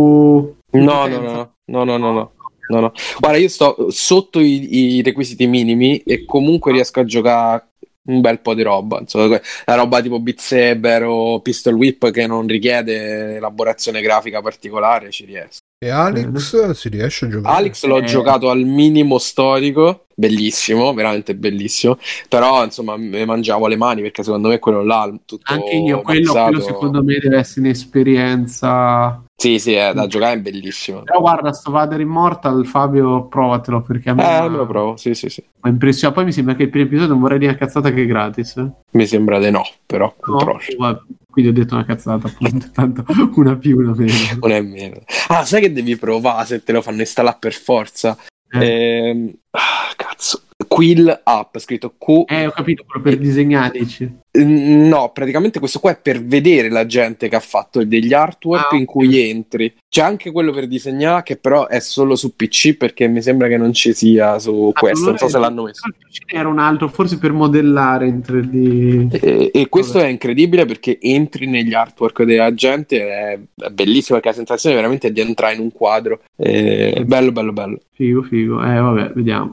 No. Guarda, io sto sotto i requisiti minimi e comunque riesco a giocare un bel po' di roba, insomma, la roba tipo Beat Saber o Pistol Whip che non richiede elaborazione grafica particolare, ci riesco. E Alex si riesce a giocare? Alex l'ho giocato al minimo storico, bellissimo, veramente bellissimo, però insomma mi mangiavo le mani perché secondo me quello là tutto anche io, quello secondo me deve essere un'esperienza. Sì, da giocare è bellissimo. Però guarda, sto Vader Immortal, Fabio, provatelo perché a me lo provo, sì. Ma impressiona. Poi mi sembra che il primo episodio non vorrei dire una cazzata che è gratis. Mi sembra di no, però quindi ho detto una cazzata, appunto, tanto una più, una meno. Non è meno. Sai che devi provare se te lo fanno installare per forza? Cazzo. Quill App, scritto Q. Ho capito, quello per disegnare, dici? No, praticamente questo qua è per vedere la gente che ha fatto degli artwork in cui entri. C'è anche quello per disegnare che però è solo su PC perché mi sembra che non ci sia su questo, non so se l'hanno messo. Era un altro, forse per modellare in 3D. E questo è incredibile perché entri negli artwork della gente, è bellissimo perché la sensazione veramente è di entrare in un quadro. È bello. Figo. Vabbè, vediamo.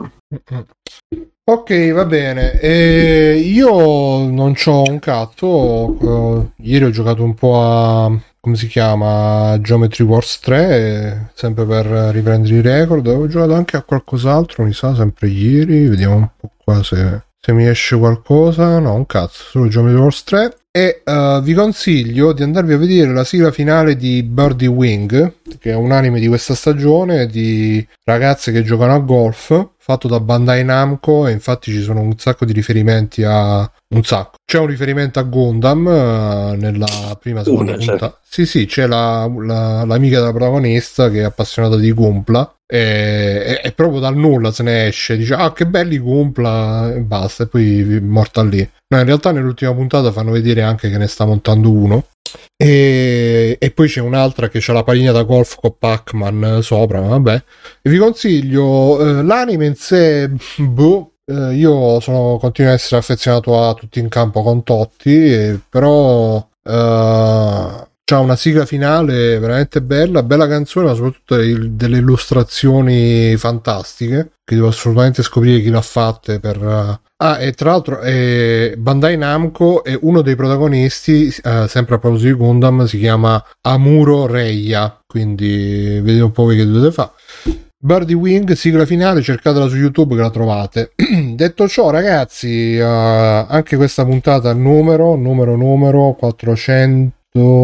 Ok, va bene. Io non c'ho un cazzo. Ieri ho giocato un po' a... come si chiama? Geometry Wars 3, sempre per riprendere i record. Avevo giocato anche a qualcos'altro, mi sa, sempre ieri. Vediamo un po' qua se mi esce qualcosa. No, un cazzo, solo Geometry Wars 3. E vi consiglio di andarvi a vedere la sigla finale di Birdie Wing, che è un anime di questa stagione di ragazze che giocano a golf, fatto da Bandai Namco, e infatti ci sono un sacco di riferimenti c'è un riferimento a Gundam nella prima seconda puntata. Sì, c'è l'amica della protagonista che è appassionata di Gunpla e proprio dal nulla se ne esce, dice che belli Gunpla e basta, e poi morta lì. No, in realtà nell'ultima puntata fanno vedere anche che ne sta montando uno. E poi c'è un'altra che c'ha la pallina da golf con Pac-Man sopra, vabbè. E vi consiglio l'anime in sé, io continuo a essere affezionato a Tutti in campo con Totti, però c'ha una sigla finale veramente bella canzone, ma soprattutto delle illustrazioni fantastiche che devo assolutamente scoprire chi l'ha fatte per... e tra l'altro Bandai Namco e uno dei protagonisti, sempre a proposito di Gundam, si chiama Amuro Reia, quindi vedete un po' voi che dovete fare. Birdie Wing, sigla finale, cercatela su YouTube che la trovate. Detto ciò, ragazzi, anche questa puntata numero 400.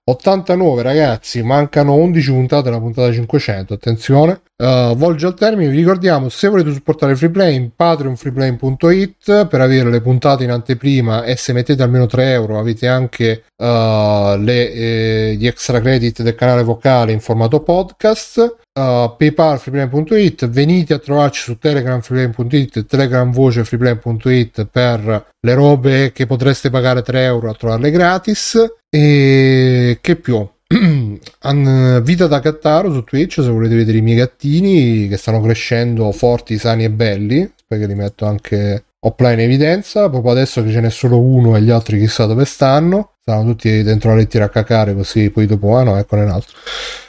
89 ragazzi, mancano 11 puntate alla puntata 500, attenzione. Volge al termine, vi ricordiamo, se volete supportare Freeplay, Patreon freeplay.it per avere le puntate in anteprima, e se mettete almeno 3 euro avete anche gli extra credit del canale vocale in formato podcast. PayPal freeplay.it, venite a trovarci su Telegram freeplay.it, Telegram voce freeplay.it per le robe che potreste pagare 3 euro a trovarle gratis. E che più? Vita da Cattaro su Twitch se volete vedere i miei gattini che stanno crescendo forti, sani e belli, perché li metto anche offline in evidenza proprio adesso che ce n'è solo uno e gli altri chissà dove stanno tutti dentro la lettiera a cacare, così poi dopo eccone un altro.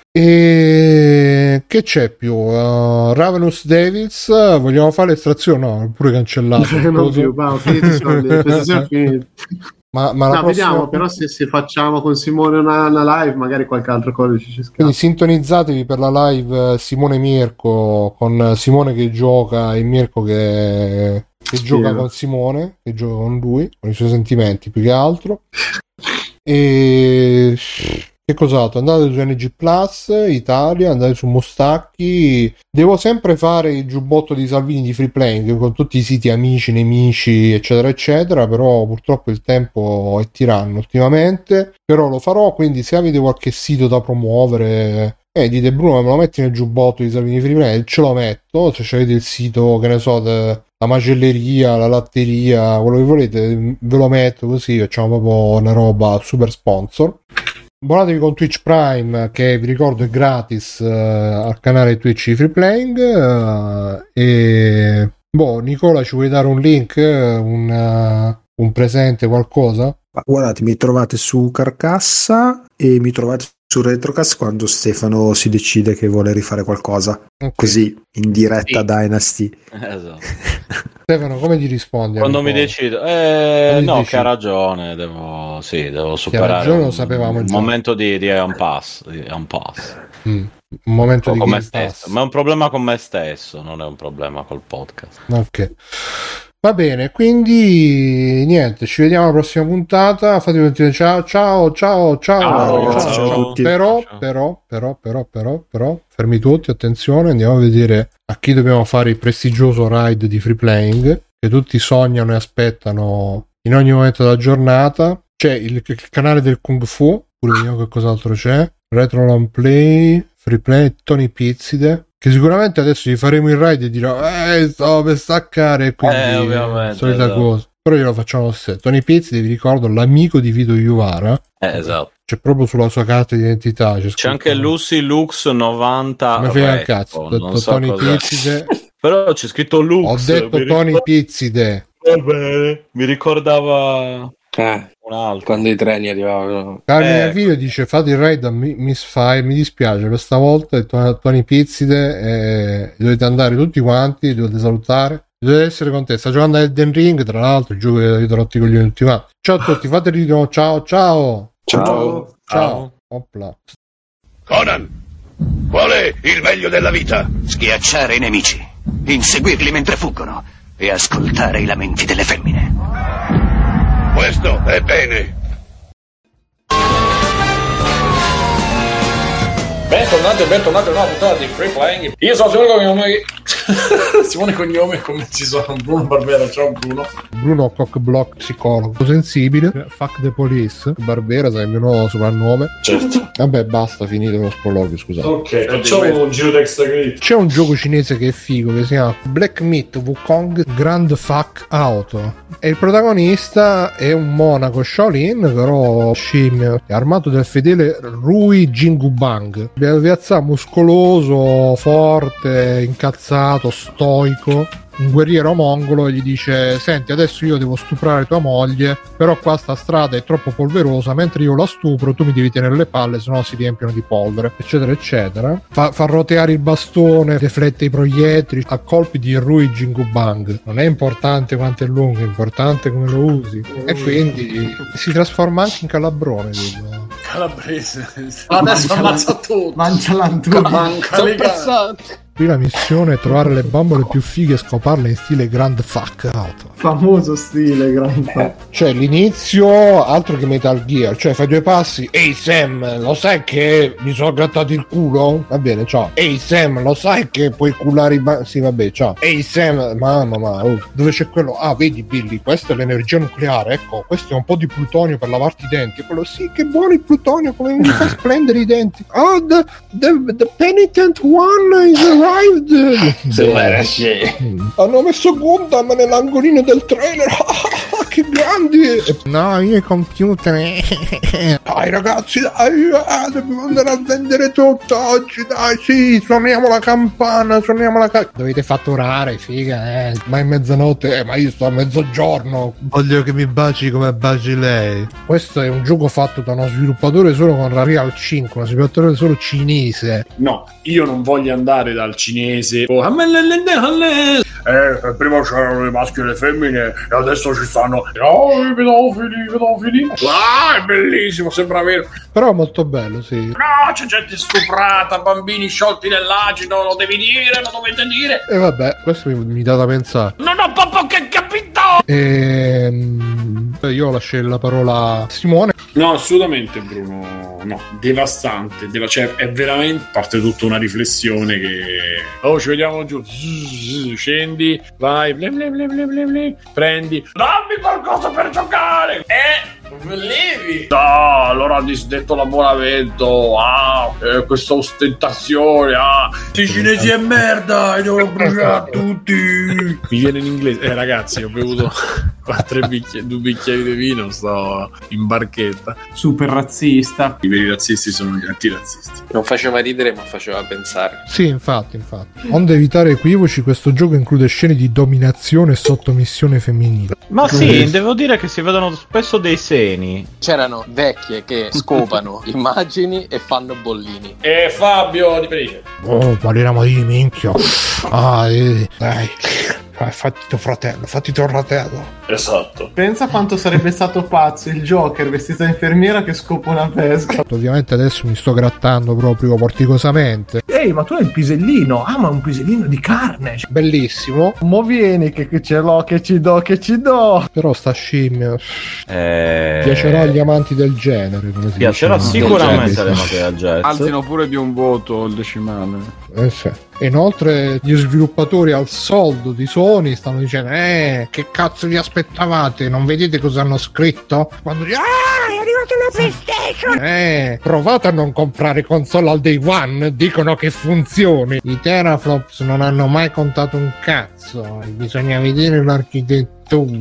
E che c'è più? Ravenous Devils, vogliamo fare l'estrazione? No, pure cancellato. Non più, finiti. Ma no, prossima... vediamo però se facciamo con Simone una live, magari qualche altro codice ci scappa. Quindi sintonizzatevi per la live Simone Mirko, con Simone che gioca e Mirko che gioca con Simone, che gioca con lui, con i suoi sentimenti più che altro. E che cos'altro? Andate su NG Plus Italia, andate su Mostacchi. Devo sempre fare il giubbotto di Salvini di Freeplaying con tutti i siti amici, nemici, eccetera eccetera, però purtroppo il tempo è tiranno ultimamente, però lo farò, quindi se avete qualche sito da promuovere dite Bruno me lo metti nel giubbotto di Salvini Freeplaying, ce lo metto. Se avete il sito, che ne so, la macelleria, la latteria, quello che volete, ve lo metto, così facciamo proprio una roba super sponsor. Abbonatevi con Twitch Prime, che vi ricordo è gratis al canale Twitch di Freeplaying. E Nicola, ci vuoi dare un link, un presente, qualcosa? Guardate, mi trovate su Carcassa e mi trovate su Retrocast quando Stefano si decide che vuole rifare qualcosa, così in diretta Dynasty. Esatto. Stefano, come ti rispondi? Quando mi decido? No, che ha ragione, devo superare lo sapevamo già. Un momento di unpass. Un momento di me stesso, ma è un problema con me stesso, non è un problema col podcast. Ok. Va bene, quindi niente, ci vediamo alla prossima puntata. Fatevi sentire, ciao. Però, fermi tutti, attenzione, andiamo a vedere a chi dobbiamo fare il prestigioso raid di Freeplaying, che tutti sognano e aspettano in ogni momento della giornata. C'è il canale del Kung Fu, pure vediamo che cos'altro c'è, Retro Long Play, Freeplay, Tony Pizzide, che sicuramente adesso gli faremo il raid e dirò stavo per staccare, quindi ovviamente, solita esatto. cosa, però glielo facciamo lo stesso. Tony Pizzide, vi ricordo, l'amico di Vito Iuvara, esatto, c'è proprio sulla sua carta di identità c'è anche Lucy Lux 90. ma frega il cazzo, ho detto Tony Pizzide però c'è scritto Lux, ho detto Tony Pizzide, va bene, mi ricordava un altro quando i treni arrivavano. Carmine Video dice fate il raid a Miss Fire, mi dispiace per stavolta, Tony Pizzide, dovete andare tutti quanti, dovete salutare, dovete essere con te, sta giocando a Elden Ring, tra l'altro il gioco che avete rotto i coglioni tutti quanti. Ciao a tutti, fate il video, ciao. Opla. Conan, qual è il meglio della vita? Schiacciare i nemici, inseguirli mentre fuggono e ascoltare i lamenti delle femmine. Questo è bene. Bentornati a una puntata di Freeplaying. Io sono Simone Cognome, come ci sono Bruno Barbera, ciao Bruno Cockblock, psicologo sensibile, fuck the police, Barbera sai il mio nuovo soprannome. Certo. Vabbè, basta, finito lo sproloquio, scusate. Ok, facciamo un giro extra credit. C'è un gioco cinese che è figo, che si chiama Black Myth Wukong Grand Fuck Auto, e il protagonista è un monaco Shaolin, però scimmio, è armato del fedele Rui Jingubang, piazza muscoloso, forte, incazzato, stoico, un guerriero mongolo, e gli dice: senti, adesso io devo stuprare tua moglie, però qua sta strada è troppo polverosa, mentre io la stupro tu mi devi tenere le palle, sennò si riempiono di polvere, eccetera eccetera. Fa roteare il bastone, deflette i proiettili a colpi di Rui Jingubang. Non è importante quanto è lungo, è importante come lo usi, e quindi si trasforma anche in calabrone, dico. Calabrese adesso ammazza tutto, mangia l'antuca, manca le Qui la missione è trovare le bambole più fighe e scoparle in stile Grand Fuck Out. Famoso stile Grand Fuck. Cioè l'inizio altro che Metal Gear, cioè fai 2 passi. Ehi Sam, lo sai che mi sono grattato il culo? Va bene, ciao. Ehi Sam, lo sai che puoi culare i sì, vabbè, ciao. Ehi Sam, mamma, dove c'è quello? Ah, vedi Billy, questa è l'energia nucleare, ecco, questo è un po' di plutonio per lavarti i denti. E quello, sì, che buono il plutonio, come mi fa splendere i denti. Oh, the penitent one is arrived. Hanno messo Gundam nell'angolino del trailer. Che grandi. No, io computer. Dai ragazzi, dai, dobbiamo andare a vendere tutto oggi, dai, sì, suoniamo la campana. Dovete fatturare, figa, ma è mezzanotte, ma io sto a mezzogiorno. Voglio che mi baci come baci lei. Questo è un gioco fatto da uno sviluppatore solo con Unreal 5, uno sviluppatore solo cinese. No, io non voglio andare dal cinese. Prima c'erano i maschi e le femmine e adesso ci stanno i pedofili. Ah, è bellissimo, sembra vero. Però è molto bello, sì. No, c'è gente stuprata, bambini sciolti nell'acido, lo devi dire, lo dovete dire. E vabbè, questo mi dà da pensare. Non ho proprio che capito. Io lascio la parola a Simone. No, assolutamente Bruno, no, devastante, cioè è veramente parte tutta una riflessione che ci vediamo giù, scendi, vai, prendi, dammi qualcosa per giocare levi. Allora ha disdetto l'abbonamento, questa ostentazione, i cinesi è merda e devo bruciare tutti. Mi viene in inglese, ragazzi, ho bevuto 2 bicchieri di vino, sto in barchetta. Super razzista. I veri razzisti sono gli antirazzisti. Non faceva ridere ma faceva pensare. Sì, infatti. Onde evitare equivoci, questo gioco include scene di dominazione e sottomissione femminile. Ma sì, devo dire che si vedono spesso dei seni. C'erano vecchie che scopano immagini e fanno bollini. E Fabio di Felice. Oh, parliamo di minchia. Dai. Fatti tuo fratello. Esatto. Pensa quanto sarebbe stato pazzo il Joker vestito da infermiera che scopa una pesca. Ovviamente adesso mi sto grattando proprio porticosamente. Ehi, ma tu hai il pisellino. Ma un pisellino di carne. Bellissimo. Mo vieni che ce l'ho, che ci do. Però sta scimmia piacerà agli amanti del genere, come si piacerà dice, sicuramente alle amanti del jazz. Alzino pure di un voto il decimale. Sì. Inoltre gli sviluppatori al soldo di Sony stanno dicendo che cazzo vi aspettavate, non vedete cosa hanno scritto? Quando dicono è arrivata la PlayStation, provate a non comprare console al day one, dicono che funzioni. I teraflops non hanno mai contato un cazzo, bisogna vedere l'architettura.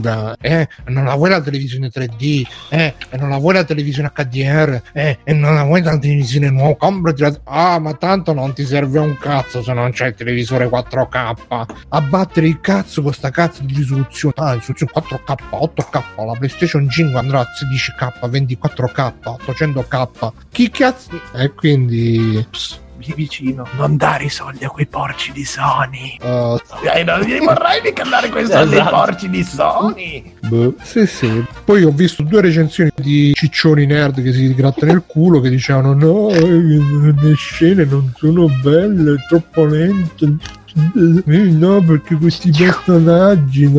Non la vuoi la televisione 3D, e non la vuoi la televisione HDR, e non la vuoi la televisione nuova, comprati ma tanto non ti serve un cazzo se non c'è il televisore 4K. A battere il cazzo con sta cazzo di risoluzione, risoluzione 4K, 8K, la PlayStation 5 andrà a 16K, 24K, 800K, chi cazzo? E quindi lì vicino, non dare i soldi a quei porci di Sony. Non vorrei mica dare quei soldi ai porci di Sony. Sì. Poi ho visto 2 recensioni di ciccioni nerd che si grattano il culo, che dicevano no, le scene non sono belle, è troppo lente. No, perché questi personaggi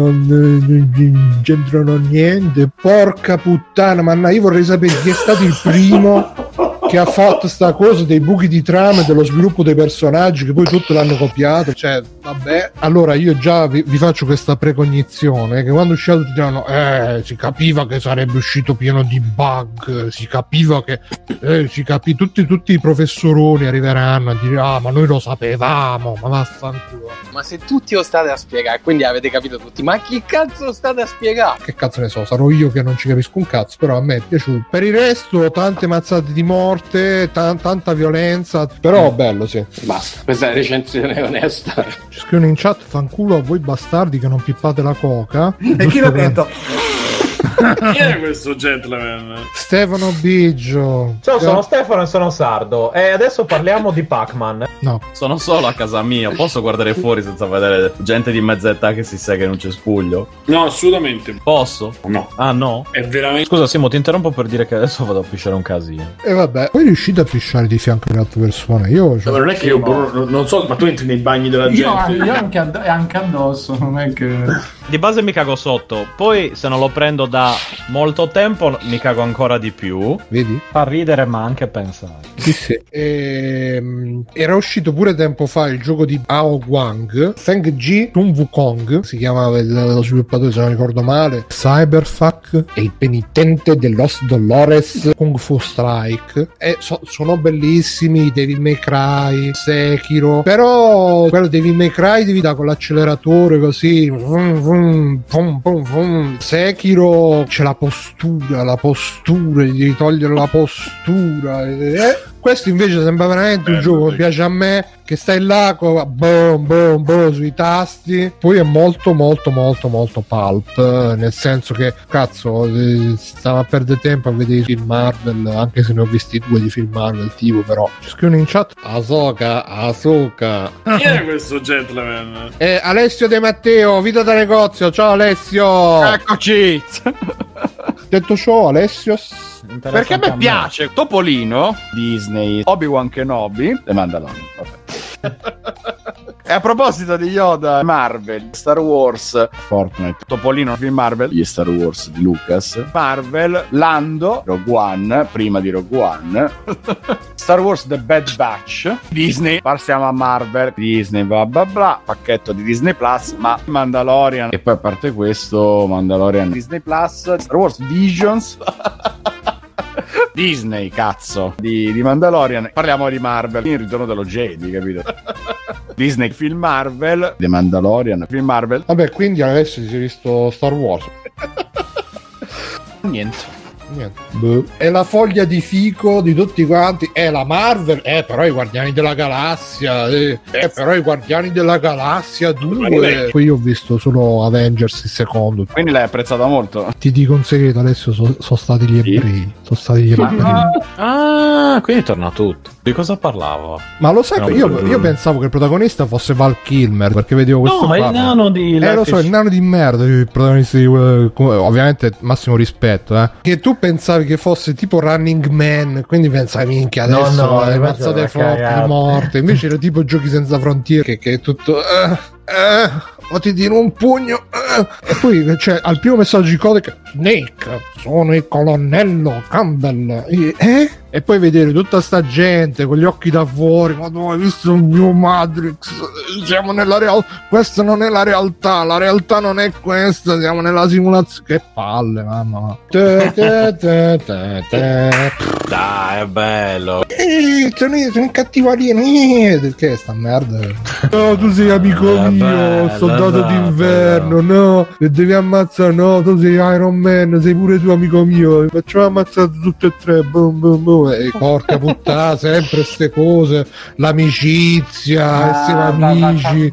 non c'entrano niente. Porca puttana, ma io vorrei sapere chi è stato il primo che ha fatto sta cosa dei buchi di trama e dello sviluppo dei personaggi, che poi tutto l'hanno copiato. Cioè, vabbè. Allora io già vi faccio questa precognizione, che quando è uscito tutti diranno si capiva che sarebbe uscito pieno di bug, si capiva che tutti i professoroni arriveranno a dire ma noi lo sapevamo, ma vaffanculo. Ma se tutti lo state a spiegare, quindi avete capito tutti, ma chi cazzo lo state a spiegare? Che cazzo ne so, sarò io che non ci capisco un cazzo, però a me è piaciuto. Per il resto tante mazzate di morte, tanta violenza, però bello, sì. Basta, questa è la recensione onesta. Ci scrivono in chat: fanculo a voi bastardi che non pippate la coca. E chi l'ha detto? Chi è questo gentleman? Stefano Biggio. Ciao, sono Stefano e sono sardo. E adesso parliamo di Pac-Man. No. Sono solo a casa mia. Posso guardare fuori senza vedere gente di mezza età che si sega in un cespuglio? No, assolutamente. Posso? No. Ah, no? È veramente... Scusa, Simo, ti interrompo per dire che adesso vado a pisciare un casino. E vabbè, poi riuscite a pisciare di fianco alle altre persone? Io ma non è che io non so, ma tu entri nei bagni della gente? Io anche addosso, non è che... Di base mi cago sotto, poi se non lo prendo da molto tempo mi cago ancora di più. Vedi? Fa ridere ma anche pensare. Sì. Era uscito pure tempo fa il gioco di Ao Guang, Feng Ji Sun Wukong, si chiamava lo sviluppatore, se non ricordo male, Cyberfuck e il penitente de Los Dolores Kung Fu Strike. E sono bellissimi Devil May Cry, Sekiro, però quello Devil May Cry devi dare con l'acceleratore così, Sekiro c'è la postura, devi togliere la postura. Questo invece sembra veramente un gioco che piace a me, che stai là sui tasti. Poi è molto pulp, nel senso che cazzo stava a perdere tempo a vedere i film Marvel, anche se ne ho visti 2 di film Marvel tipo, però ci scrivono in chat Ahsoka. Chi è questo gentleman? Alessio De Matteo, Vita da negozio. Ciao Alessio, eccoci. Detto ciò, Alessio, perché a me piace Topolino, Disney, Obi-Wan Kenobi e Mandalorian. E a proposito di Yoda, Marvel, Star Wars, Fortnite, Topolino, film Marvel, gli Star Wars di Lucas, Marvel, Lando, Rogue One, prima di Rogue One, Star Wars The Bad Batch, Disney, passiamo a Marvel, Disney, bla bla bla, pacchetto di Disney Plus, ma Mandalorian, e poi a parte questo, Mandalorian, Disney Plus, Star Wars Visions, Disney, cazzo, di Mandalorian. Parliamo di Marvel, il ritorno dello Jedi, capito? Disney, film Marvel, The Mandalorian, film Marvel. Vabbè, quindi adesso si è visto Star Wars. Niente. È la foglia di fico di tutti quanti. È la Marvel, però i Guardiani della Galassia, però i Guardiani della Galassia 2. Poi io ho visto solo Avengers il secondo. Quindi l'hai apprezzata molto. Ti dico un segreto, adesso sono stati gli ebrei. Ah, quindi torna tutto. Di cosa parlavo? Ma lo sai, io pensavo che il protagonista fosse Val Kilmer, perché vedevo questo ma il nano di lo so, il nano di merda, il protagonista di ovviamente massimo rispetto, che tu pensavi che fosse tipo Running Man, quindi pensavi minchia adesso le mazzate forti di morte, invece era tipo Giochi senza frontiere che è tutto o ti tiro un pugno e poi al primo messaggio di codice Snake, sono il colonnello Campbell e poi vedere tutta sta gente con gli occhi da fuori, ma tu hai visto un mio Matrix, siamo nella realtà, questa non è la realtà non è questa, siamo nella simulazione, che palle, mamma. Dai, è bello. Sono un cattivarino, che sta merda. No, tu sei amico mio, soldato d'inverno, no, e devi ammazzare, no, tu sei Iron Man, sei pure tu amico mio, facciamo ammazzare tutte e tre, boom boom boom. E porca puttana, sempre ste cose, l'amicizia, essere amici.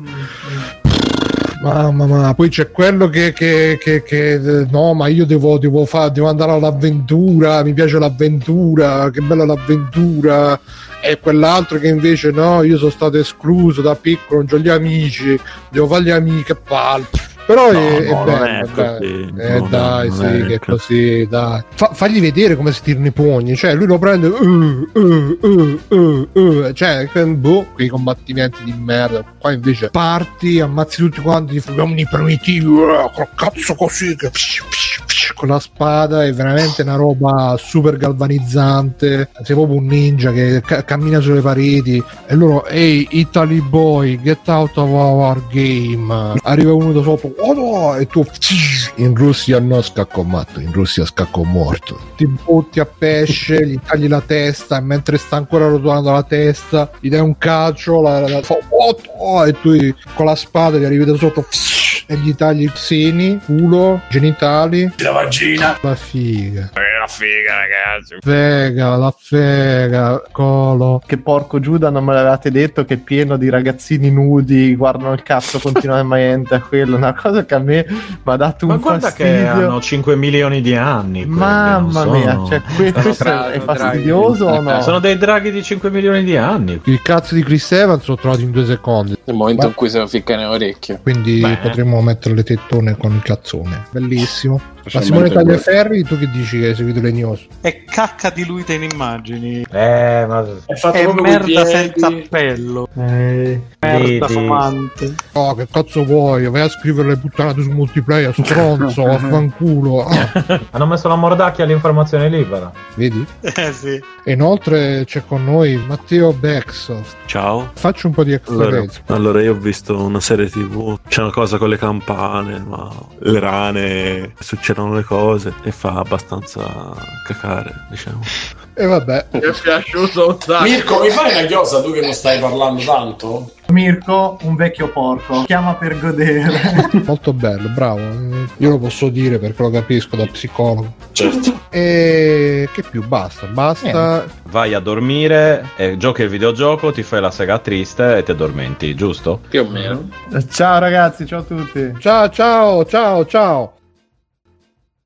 Mamma, poi c'è quello che no, ma io devo andare all'avventura, mi piace l'avventura, che bella l'avventura. E quell'altro che invece no, io sono stato escluso da piccolo, non c'ho gli amici, devo fare gli amici, che palle. Però è bello, dai, sì, che è così, dai. Fagli vedere come si tirano i pugni, cioè lui lo prende, cioè, quei combattimenti di merda. Qua invece parti, ammazzi tutti quanti, uomini primitivi, col cazzo così, che con la spada, è veramente una roba super galvanizzante. Sei proprio un ninja che cammina sulle pareti e loro, ehi, Italy boy, get out of our game. Arriva uno da sopra, oh no, e tu in Russia no scacco matto, in Russia scacco morto. Ti butti a pesce, gli tagli la testa e mentre sta ancora rotolando la testa gli dai un calcio, e tu con la spada gli arrivi da sotto e gli tagli i seni, culo, genitali, la vagina, la figa. La figa, ragazzi. La fega, colo. Che porco Giuda, non me l'avevate detto che è pieno di ragazzini nudi, guardano il cazzo continuamente a quello. Una cosa che a me mi ha dato un fastidio. Ma guarda che hanno 5 milioni di anni. Mamma mia, cioè, questo è fastidioso o no? Sono dei draghi di 5 milioni di anni. Il cazzo di Chris Evans l'ho trovato in 2 secondi. Nel momento in cui se lo ficca nell'orecchio. Quindi potremmo mettere le tettone con il cazzone. Bellissimo. Ma Simone Tagliaferri, tu che dici che hai seguito le news? È cacca diluita in immagini. Ma è merda senza appello. Merda fumante. Oh, che cazzo vuoi? Vai a scrivere le puttanate su multiplayer, stronzo, vaffanculo. Hanno messo la mordacchia all'informazione libera. Vedi? Sì. E inoltre c'è con noi Matteo Bex. Ciao. Faccio un po' di extra. Allora io ho visto una serie TV, c'è una cosa con le campane, ma le rane, succedono le cose e fa abbastanza cacare, diciamo. E vabbè. Mi è piaciuto un sacco. Mirko, mi fai una chiosa tu che non stai parlando tanto? Mirko, un vecchio porco, chiama per godere. Molto bello, bravo. Io lo posso dire perché lo capisco da psicologo. Certo. E che più? Basta. Vai a dormire, giochi il videogioco, ti fai la sega triste e ti addormenti, giusto? Più o meno. Ciao ragazzi, ciao a tutti. Ciao.